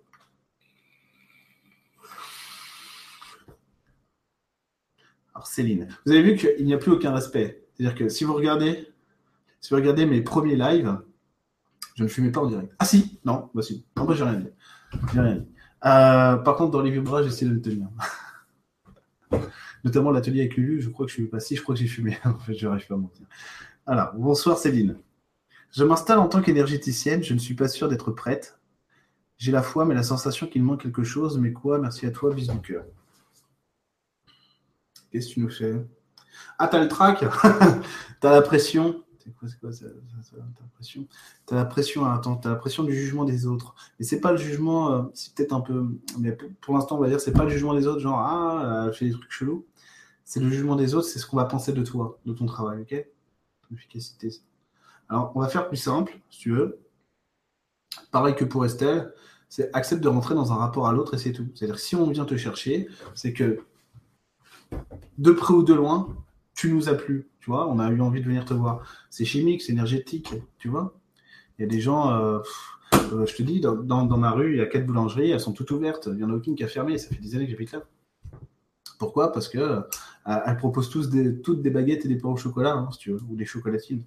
Alors Céline, vous avez vu qu'il n'y a plus aucun respect. C'est-à-dire que si vous regardez mes premiers lives, je ne fumais pas en direct. Ah si, non, bah si. Non, bah j'ai rien dit. Par contre, dans les vibrages, j'essaie de le tenir. Notamment l'atelier avec Lulu, je crois que je suis pas si, je crois que j'ai fumé. En fait, je n'arrive pas à mentir. Alors, bonsoir Céline. Je m'installe en tant qu'énergéticienne, je ne suis pas sûre d'être prête. J'ai la foi, mais la sensation qu'il manque quelque chose. Mais quoi? Merci à toi, bis du cœur. Qu'est-ce que tu nous fais? Ah, t'as le trac. T'as la pression. C'est quoi ça, t'as la pression. T'as la pression, attends, t'as la pression du jugement des autres. Mais c'est pas le jugement, c'est peut-être un peu. Mais pour l'instant, on va dire, c'est pas le jugement des autres, genre, elle fait des trucs chelous. C'est le jugement des autres, c'est ce qu'on va penser de toi, de ton travail, ok? Efficacité. Alors, on va faire plus simple, si tu veux. Pareil que pour Estelle, c'est accepte de rentrer dans un rapport à l'autre et c'est tout. C'est-à-dire que si on vient te chercher, c'est que de près ou de loin, tu nous as plu, tu vois, on a eu envie de venir te voir. C'est chimique, c'est énergétique, tu vois. Il y a des gens, je te dis, dans ma rue, il y a 4 boulangeries, elles sont toutes ouvertes, il n'y en a aucune qui a fermé, ça fait des années que j'habite là. Pourquoi? Parce que elles proposent toutes des baguettes et des pains au chocolat, hein, si tu veux, ou des chocolatines.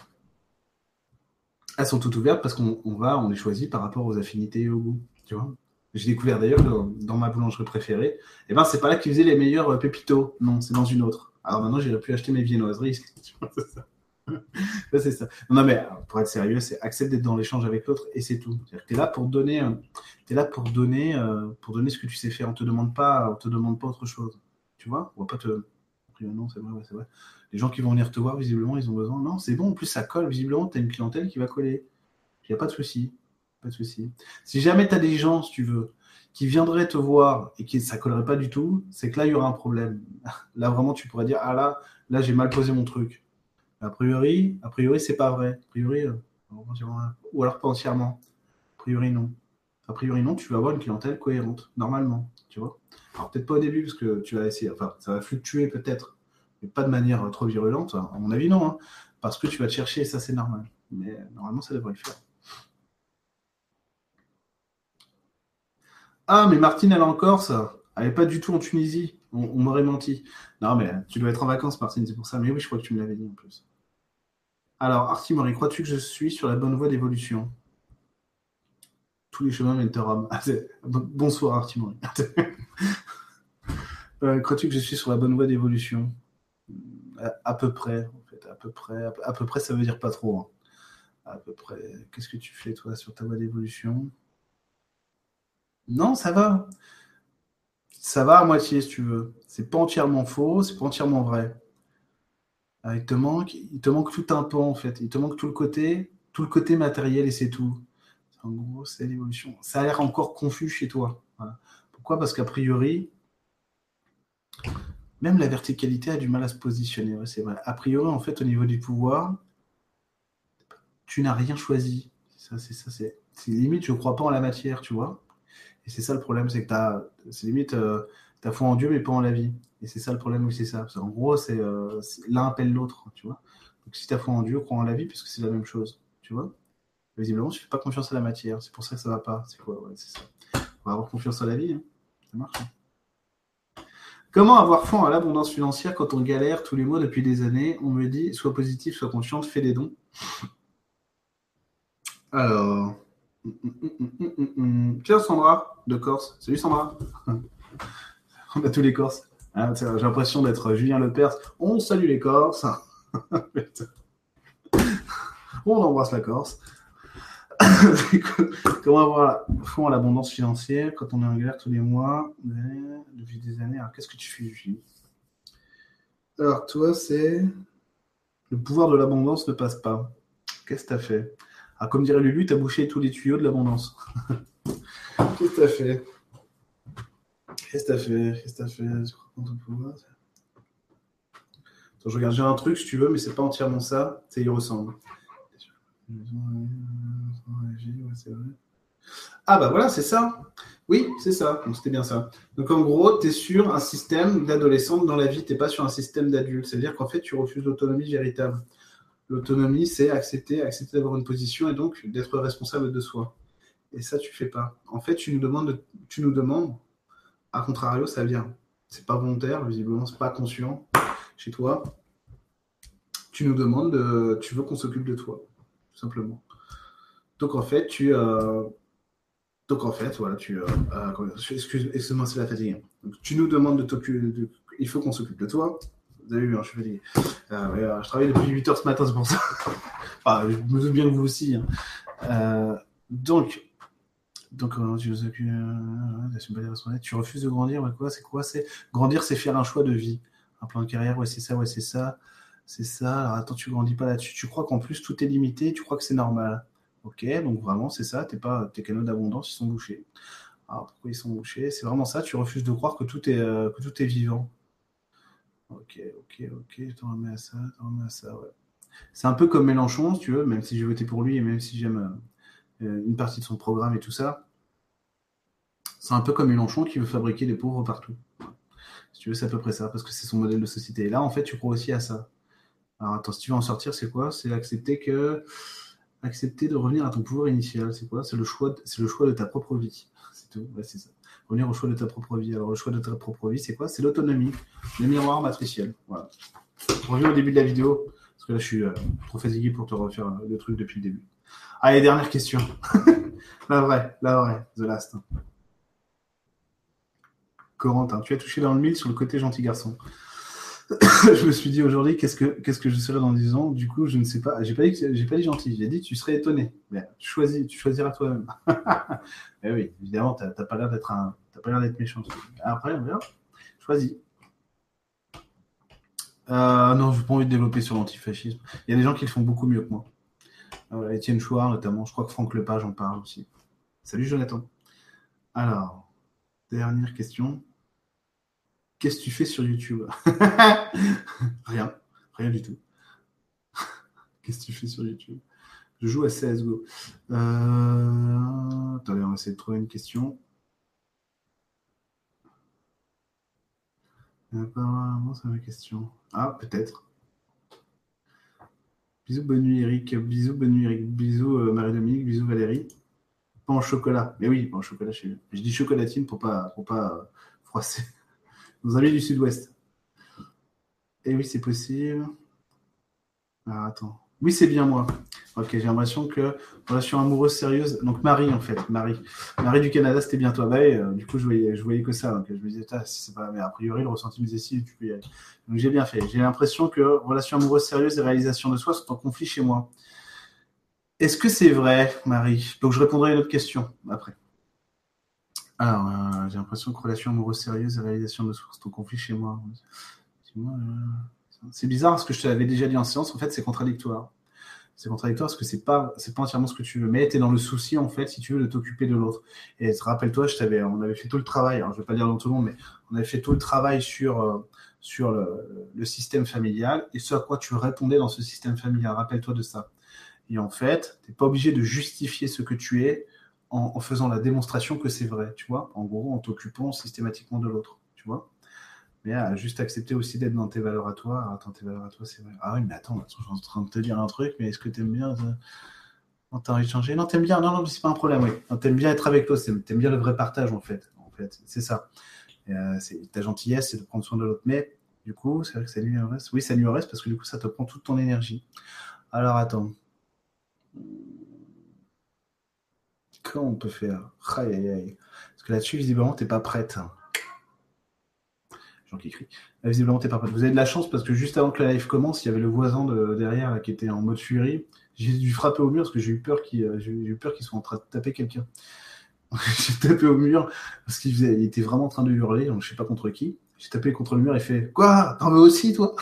Elles sont toutes ouvertes parce on les choisit par rapport aux affinités et au goût, tu vois. J'ai découvert d'ailleurs que dans ma boulangerie préférée, c'est pas là qu'ils faisaient les meilleurs pépitos. Non, c'est dans une autre. Alors maintenant, j'irai plus acheter mes viennoiseries. C'est ça. C'est ça. Non, mais pour être sérieux, c'est accepter d'être dans l'échange avec l'autre et c'est tout. C'est-à-dire que t'es là pour donner, pour donner ce que tu sais faire. On te demande pas autre chose. Tu vois? On va pas te. Non, c'est vrai. Les gens qui vont venir te voir, visiblement, ils ont besoin. Non, c'est bon. En plus, ça colle. Visiblement, tu as une clientèle qui va coller. Il n'y a pas de souci. Si jamais tu as des gens, si tu veux, qui viendraient te voir et que ça ne collerait pas du tout, c'est que là, il y aura un problème. Là, vraiment, tu pourrais dire, ah là, j'ai mal posé mon truc. A priori, c'est pas vrai. A priori, ou alors pas entièrement. A priori, non, tu vas avoir une clientèle cohérente, normalement, tu vois. Alors, peut-être pas au début, parce que tu vas essayer, enfin, ça va fluctuer peut-être, mais pas de manière trop virulente, à mon avis, non, hein, parce que tu vas te chercher et ça, c'est normal. Mais normalement, ça devrait le faire. Ah, mais Martine, elle est en Corse. Elle n'est pas du tout en Tunisie. On m'aurait menti. Non, mais tu dois être en vacances, Martine, c'est pour ça. Mais oui, je crois que tu me l'avais dit en plus. Alors, Artimori, crois-tu que je suis sur la bonne voie d'évolution? Tous les chemins mènent à Rome. Bonsoir, Artimori. Crois-tu que je suis sur la bonne voie d'évolution? À peu près, en fait. À peu près, ça veut dire pas trop. Hein. À peu près. Qu'est-ce que tu fais, toi, sur ta voie d'évolution? Non, ça va. Ça va à moitié, si tu veux. C'est pas entièrement faux, c'est pas entièrement vrai. Il te manque tout un pan, en fait. Il te manque tout le côté matériel et c'est tout. En gros, c'est l'évolution. Ça a l'air encore confus chez toi. Voilà. Pourquoi? Parce qu'a priori, même la verticalité a du mal à se positionner. Ouais, c'est vrai. A priori, en fait, au niveau du pouvoir, tu n'as rien choisi. C'est limite, je crois pas en la matière, tu vois. Et c'est ça le problème, c'est que c'est limite, t'as foi en Dieu, mais pas en la vie. Et c'est ça le problème, oui, c'est ça. Parce qu'en gros, l'un appelle l'autre, tu vois. Donc si t'as foi en Dieu, crois en la vie, puisque c'est la même chose, tu vois. Visiblement, tu fais pas confiance à la matière. C'est pour ça que ça va pas. C'est quoi? Ouais, c'est ça. On va avoir confiance à la vie. Hein. Ça marche. Hein. Comment avoir foi à l'abondance financière quand on galère tous les mois depuis des années? On me dit, sois positif, sois confiante, fais des dons. Alors. Tiens, Sandra, de Corse. Salut, Sandra. On a tous les Corses. Hein, j'ai l'impression d'être Julien Lepers. On salue les Corses. On embrasse la Corse. Comment avoir fond à l'abondance financière quand on est en galère tous les mois depuis des années? Alors, qu'est-ce que tu fais, Julie? Alors, toi, c'est le pouvoir de l'abondance ne passe pas. Qu'est-ce que tu as fait? Ah, comme dirait Lulu, tu as bouché tous les tuyaux de l'abondance. Qu'est-ce que tu as fait? Qu'est-ce que tu as fait? Qu'est-ce que tu as fait? Je crois qu'on te pouvoir. Attends, je regarde, j'ai un truc si tu veux, mais c'est pas entièrement ça. Ça y ressemble. Ah bah voilà, c'est ça. Oui, c'est ça. Donc c'était bien ça. Donc en gros, tu es sur un système d'adolescente dans la vie, tu n'es pas sur un système d'adulte. C'est-à-dire qu'en fait, tu refuses l'autonomie véritable. L'autonomie, c'est accepter d'avoir une position et donc d'être responsable de soi. Et ça, tu fais pas. En fait, tu nous demandes, à contrario, ça vient. C'est pas volontaire, visiblement, c'est pas conscient chez toi. Tu nous demandes, tu veux qu'on s'occupe de toi, tout simplement. Donc en fait, voilà, excuse-moi, c'est la fatigue. Donc, tu nous demandes de t'occuper, il faut qu'on s'occupe de toi. Vous avez vu, hein, je suis fatigué. Je travaille depuis 8 heures ce matin, c'est pour ça. Enfin, je me doute bien que vous aussi. Hein. Donc, tu refuses de grandir, ouais, quoi? C'est quoi? C'est grandir, c'est faire un choix de vie, un plan de carrière, ouais, c'est ça, ouais, c'est ça, c'est ça. Alors attends, tu grandis pas là-dessus. Tu crois qu'en plus tout est limité, tu crois que c'est normal. Ok, donc vraiment c'est ça. Tes canaux d'abondance ils sont bouchés. Alors pourquoi ils sont bouchés? C'est vraiment ça. Tu refuses de croire que tout est vivant. Ok, t'en remets à ça, ouais. C'est un peu comme Mélenchon, si tu veux, même si j'ai voté pour lui et même si j'aime une partie de son programme et tout ça. C'est un peu comme Mélenchon qui veut fabriquer des pauvres partout. Si tu veux, c'est à peu près ça, parce que c'est son modèle de société. Et là, en fait, tu crois aussi à ça. Alors attends, si tu veux en sortir, c'est quoi? C'est accepter de revenir à ton pouvoir initial. C'est quoi? C'est le choix de ta propre vie. C'est tout. Ouais, c'est ça. Revenir au choix de ta propre vie. Alors le choix de ta propre vie, c'est quoi? C'est l'autonomie, le miroir matriciel. Voilà. On revient au début de la vidéo, parce que là, je suis trop fatigué pour te refaire le truc depuis le début. Allez, dernière question. la vraie, the last. Corentin, tu as touché dans le mille sur le côté gentil garçon. Je me suis dit aujourd'hui, qu'est-ce que je serais dans 10 ans? Du coup, je ne sais pas. J'ai pas dit gentil. J'ai dit tu serais étonné. Mais tu choisiras toi-même. Mais oui, évidemment, t'as pas l'air d'être méchant. Après, on verra. Choisis. Non, je n'ai pas envie de développer sur l'antifascisme. Il y a des gens qui le font beaucoup mieux que moi. Étienne Chouard, notamment. Je crois que Franck Lepage en parle aussi. Salut Jonathan. Alors, dernière question. Qu'est-ce que tu fais sur YouTube? Rien du tout. Qu'est-ce que tu fais sur YouTube? Je joue à CSGO. Attendez, on va essayer de trouver une question. Apparemment, c'est ma question. Ah, peut-être. Bisous, bonne nuit Eric. Bisous Marie-Dominique. Bisous Valérie. Pain au chocolat. Mais oui, pain au chocolat chez lui. Je dis chocolatine pour pas froisser nos amis du sud-ouest. Et oui, c'est possible. Ah, attends. Oui, c'est bien moi. Ok, j'ai l'impression que relation amoureuse sérieuse. Donc Marie, en fait. Marie du Canada, c'était bien toi. Bah, du coup, je voyais que ça. Donc je me disais, si c'est pas. Mais a priori, le ressenti me disait si, tu peux y aller. Donc j'ai bien fait. J'ai l'impression que relation amoureuse sérieuse et réalisation de soi sont en conflit chez moi. Est-ce que c'est vrai, Marie? Donc je répondrai à une autre question après. Alors, j'ai l'impression que relation amoureuse sérieuse et réalisation de soi sont en conflit chez moi. C'est bizarre parce que je te l'avais déjà dit en séance. En fait, c'est contradictoire. C'est contradictoire parce que c'est pas entièrement ce que tu veux. Mais tu es dans le souci, en fait, si tu veux, de t'occuper de l'autre. Et rappelle-toi, on avait fait tout le travail. Alors, je vais pas dire dans tout le monde, mais on avait fait tout le travail sur le système familial et ce à quoi tu répondais dans ce système familial. Rappelle-toi de ça. Et en fait, tu n'es pas obligé de justifier ce que tu es en faisant la démonstration que c'est vrai, tu vois. En gros, en t'occupant systématiquement de l'autre, tu vois. Mais juste accepter aussi d'être dans tes valeurs à toi. Attends, tes valeurs à toi, c'est vrai. Ah oui, mais attends, je suis en train de te dire un truc, mais est-ce que t'aimes bien Non, t'as envie de changer? Non, t'aimes bien. Non, c'est pas un problème, oui. Non, t'aimes bien être avec toi, t'aimes bien le vrai partage, en fait. C'est ça. Ta gentillesse, c'est de prendre soin de l'autre. Mais, du coup, c'est vrai que ça lui en reste. Oui, ça lui en reste parce que du coup, ça te prend toute ton énergie. Alors, attends. Comment on peut faire? Aïe, aïe, aïe. Parce que là-dessus, visiblement, t'es pas prête. Gens qui crient. Visiblement, t'es pas prête. Vous avez de la chance parce que juste avant que la live commence, il y avait le voisin derrière là, qui était en mode furie. j'ai dû frapper au mur parce que j'ai eu peur qu'ils soient en train de taper quelqu'un. J'ai tapé au mur parce il était vraiment en train de hurler, donc je sais pas contre qui. J'ai tapé contre le mur et fait quoi? T'en veux aussi, toi?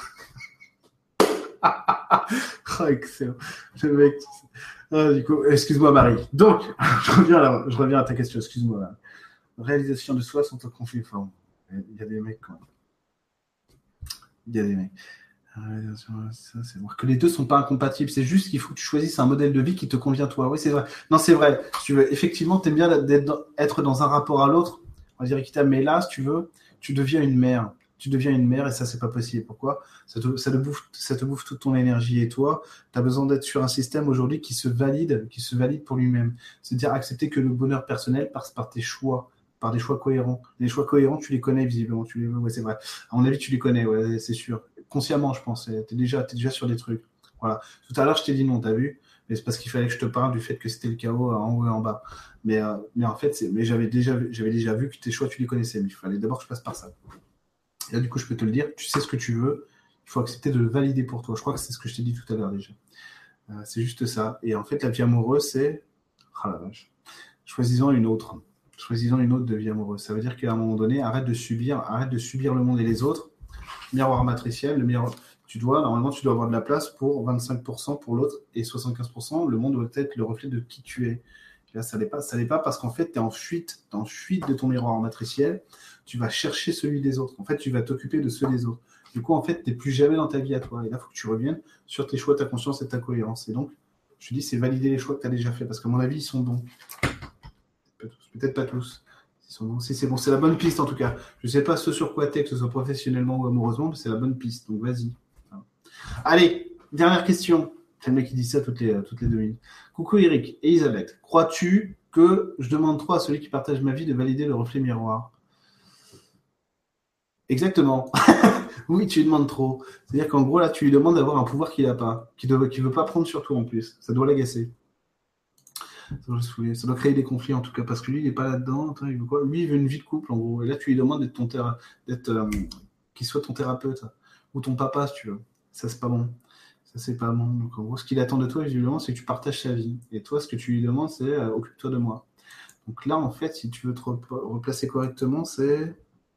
Oh, excellent. Le mec. Ah, du coup, excuse-moi, Marie. Donc, je reviens à ta question. Excuse-moi. Réalisation de soi sont en conflit. Enfin, il y a des mecs quand même. Il y a des mecs. Ça, c'est vrai. Que les deux sont pas incompatibles. C'est juste qu'il faut que tu choisisses un modèle de vie qui te convient toi. Oui, c'est vrai. Non, c'est vrai. Si tu veux, effectivement, t'aimes bien être dans un rapport à l'autre. On va dire équitable. Mais là, si tu veux, tu deviens une mère. Tu deviens une mère et ça, c'est pas possible. Pourquoi? Ça te bouffe toute ton énergie et toi, tu as besoin d'être sur un système aujourd'hui qui se valide pour lui-même. C'est-à-dire accepter que le bonheur personnel passe par tes choix, par des choix cohérents. Les choix cohérents, tu les connais visiblement. Ouais, c'est vrai. À mon avis, tu les connais, ouais, c'est sûr. Consciemment, je pense. T'es déjà sur des trucs. Voilà. Tout à l'heure, je t'ai dit non, t'as vu? Mais c'est parce qu'il fallait que je te parle du fait que c'était le chaos en haut et en bas. Mais en fait, j'avais déjà vu que tes choix, tu les connaissais. Mais il fallait d'abord que je passe par ça. Et là, du coup, je peux te le dire, tu sais ce que tu veux, il faut accepter de le valider pour toi. Je crois que c'est ce que je t'ai dit tout à l'heure déjà. C'est juste ça. Et en fait, la vie amoureuse, c'est... Ah la vache. Choisissons une autre de vie amoureuse. Ça veut dire qu'à un moment donné, arrête de subir le monde et les autres. Miroir matriciel, normalement, tu dois avoir de la place pour 25% pour l'autre et 75%, le monde doit être le reflet de qui tu es. Et là, ça l'est pas parce qu'en fait, tu es en fuite de ton miroir matriciel. Tu vas chercher celui des autres. En fait, tu vas t'occuper de ceux des autres. Du coup, en fait, tu n'es plus jamais dans ta vie à toi. Et là, il faut que tu reviennes sur tes choix, ta conscience et ta cohérence. Et donc, je te dis, c'est valider les choix que tu as déjà fait. Parce qu'à mon avis, ils sont bons. Peut-être pas tous. Ils sont bons. Si c'est bon, c'est la bonne piste en tout cas. Je ne sais pas ce sur quoi tu es, que ce soit professionnellement ou amoureusement, mais c'est la bonne piste. Donc, vas-y. Allez, dernière question. C'est le mec qui dit ça toutes les 2 minutes. Coucou Eric et Elisabeth. Crois-tu que je demande trop à celui qui partage ma vie de valider le reflet miroir? Exactement. Oui, tu lui demandes trop. C'est-à-dire qu'en gros, là, tu lui demandes d'avoir un pouvoir qu'il n'a pas, qu'il ne veut pas prendre sur toi en plus. Ça doit l'agacer. Ça doit créer des conflits en tout cas, parce que lui, il n'est pas là-dedans. Attends, il veut quoi? Lui, il veut une vie de couple en gros. Et là, tu lui demandes qu'il soit ton thérapeute ou ton papa, si tu veux. Ça, c'est pas bon. Ça, c'est pas bon. Donc en gros, ce qu'il attend de toi, visiblement, c'est que tu partages sa vie. Et toi, ce que tu lui demandes, c'est occupe-toi de moi. Donc là, en fait, si tu veux te replacer correctement, c'est...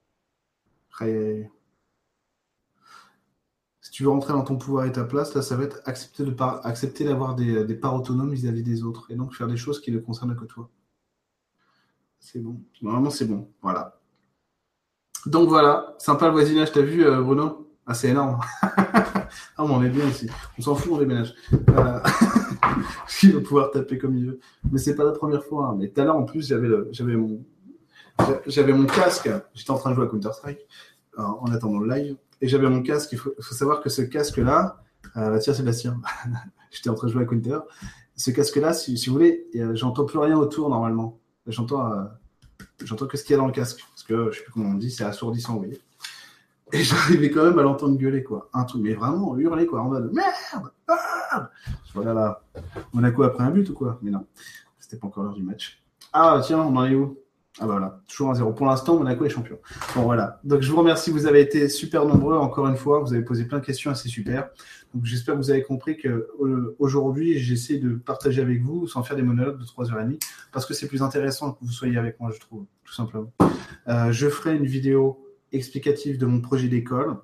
Si tu veux rentrer dans ton pouvoir et ta place, là, ça va être accepter d'avoir des parts autonomes vis-à-vis des autres et donc faire des choses qui ne concernent que toi. C'est bon. Normalement, c'est bon. Voilà. Donc voilà. Sympa le voisinage, t'as vu, Bruno? Ah, c'est énorme. Ah, mais on est bien ici. On s'en fout, on déménage. Il va pouvoir taper comme il veut. Mais c'est pas la première fois. Hein. Mais tout à l'heure, en plus, j'avais mon casque. J'étais en train de jouer à Counter-Strike en attendant le live. Et j'avais mon casque. Il faut savoir que ce casque-là, tiens, Sébastien, j'étais en train de jouer à Counter. Ce casque-là, si vous voulez, j'entends plus rien autour normalement. J'entends que ce qu'il y a dans le casque. Parce que, je sais plus comment on dit, c'est assourdissant, vous voyez. Et j'arrivais quand même à l'entendre gueuler, quoi. Un truc, mais vraiment hurler, quoi, en mode merde, merde. Voilà, là. Monaco a pris un but ou quoi? Mais non, c'était pas encore l'heure du match. Ah, tiens, on en est où? Ah bah voilà, toujours 1-0. Pour l'instant, Monaco est champion. Bon voilà. Donc je vous remercie, vous avez été super nombreux encore une fois. Vous avez posé plein de questions assez super. Donc j'espère que vous avez compris que aujourd'hui, j'essaie de partager avec vous sans faire des monologues de 3h30 parce que c'est plus intéressant que vous soyez avec moi, je trouve, tout simplement. Je ferai une vidéo explicative de mon projet d'école.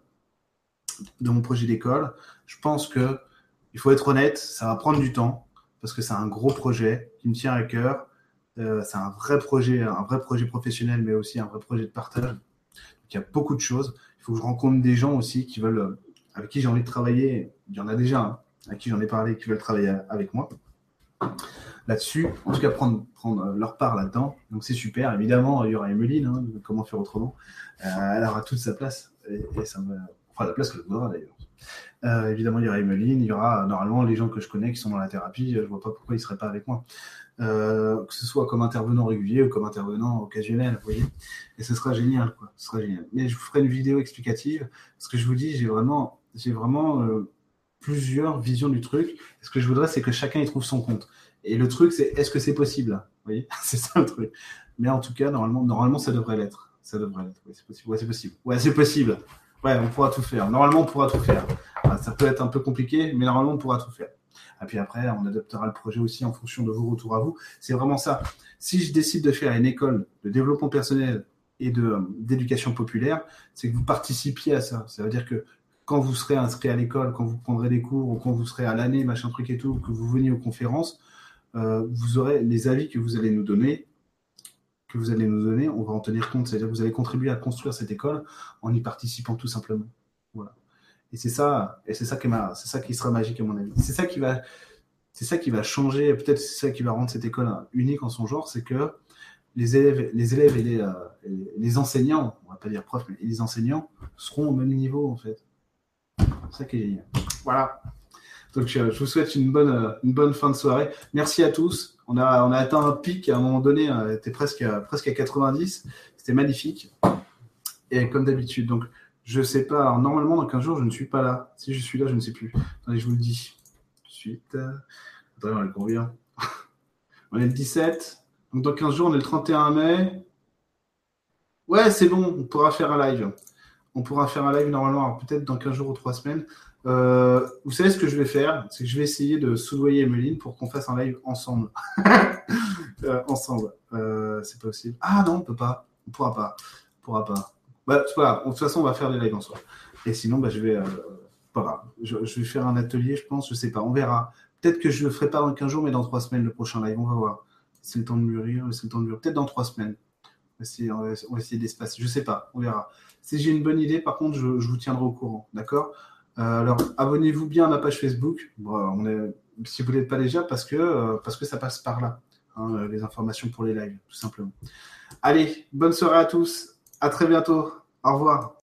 Je pense que il faut être honnête, ça va prendre du temps parce que c'est un gros projet qui me tient à cœur. C'est un vrai projet professionnel, mais aussi un vrai projet de partage. Donc, il y a beaucoup de choses. Il faut que je rencontre des gens aussi qui veulent, avec qui j'ai envie de travailler. Il y en a déjà, hein, à qui j'en ai parlé, qui veulent travailler avec moi là-dessus. En tout cas, prendre leur part là-dedans. Donc, c'est super. Évidemment, il y aura Emeline, hein, comment faire autrement. Elle aura toute sa place. Et ça me... Enfin, la place que je voudrais d'ailleurs. Évidemment, il y aura Emeline, il y aura normalement les gens que je connais qui sont dans la thérapie. Je vois pas pourquoi ils seraient pas avec moi. Que ce soit comme intervenant régulier ou comme intervenant occasionnel, vous voyez. Et ce sera génial, quoi. Ce sera génial. Mais je vous ferai une vidéo explicative. Ce que je vous dis, j'ai vraiment plusieurs visions du truc. Et ce que je voudrais, c'est que chacun y trouve son compte. Et le truc, c'est est-ce que c'est possible, vous voyez. C'est ça le truc. Mais en tout cas, normalement, ça devrait l'être. Ça devrait l'être. Oui, c'est possible. Ouais, c'est possible. Ouais, c'est possible. Ouais, on pourra tout faire. Normalement, on pourra tout faire. Ça peut être un peu compliqué, mais normalement, on pourra tout faire. Et puis après, on adaptera le projet aussi en fonction de vos retours à vous. C'est vraiment ça. Si je décide de faire une école de développement personnel et d'éducation populaire, c'est que vous participiez à ça. Ça veut dire que quand vous serez inscrit à l'école, quand vous prendrez des cours ou quand vous serez à l'année, machin truc et tout, que vous veniez aux conférences, vous aurez les avis que vous allez nous donner, on va en tenir compte. C'est-à-dire que vous allez contribuer à construire cette école en y participant tout simplement. Voilà. Et c'est ça qui sera magique à mon avis. C'est ça qui va changer, peut-être c'est ça qui va rendre cette école unique en son genre, c'est que les élèves et les enseignants, on va pas dire profs, mais les enseignants seront au même niveau en fait. C'est ça qui est génial. Voilà. Donc je vous souhaite une bonne fin de soirée. Merci à tous. On a atteint un pic à un moment donné, on était presque à 90. C'était magnifique. Et comme d'habitude, donc je sais pas. Alors, normalement, dans 15 jours, je ne suis pas là. Si je suis là, je ne sais plus. Attendez, je vous le dis. Suite. Attendez, on est le combien? On est le 17. Donc dans 15 jours, on est le 31 mai. Ouais, c'est bon, on pourra faire un live. On pourra faire un live normalement, alors peut-être dans 15 jours ou 3 semaines. Vous savez ce que je vais faire? C'est que je vais essayer de soudoyer Emeline pour qu'on fasse un live ensemble. Ensemble. C'est pas possible. Ah non, on peut pas. On pourra pas. Bah, voilà. De toute façon, on va faire des lives ensemble. Et sinon, bah, je vais... pas grave. Je vais faire un atelier, je pense. Je sais pas. On verra. Peut-être que je le ferai pas dans 15 jours, mais dans 3 semaines, le prochain live. On va voir. C'est le temps de mûrir. Peut-être dans 3 semaines. On va essayer d'espacer. Je sais pas. On verra. Si j'ai une bonne idée, par contre, je vous tiendrai au courant. D'accord? Alors, abonnez-vous bien à ma page Facebook. Bon, si vous n'êtes pas déjà, parce que ça passe par là. Hein, les informations pour les lives, tout simplement. Allez, bonne soirée à tous. À très bientôt. Au revoir.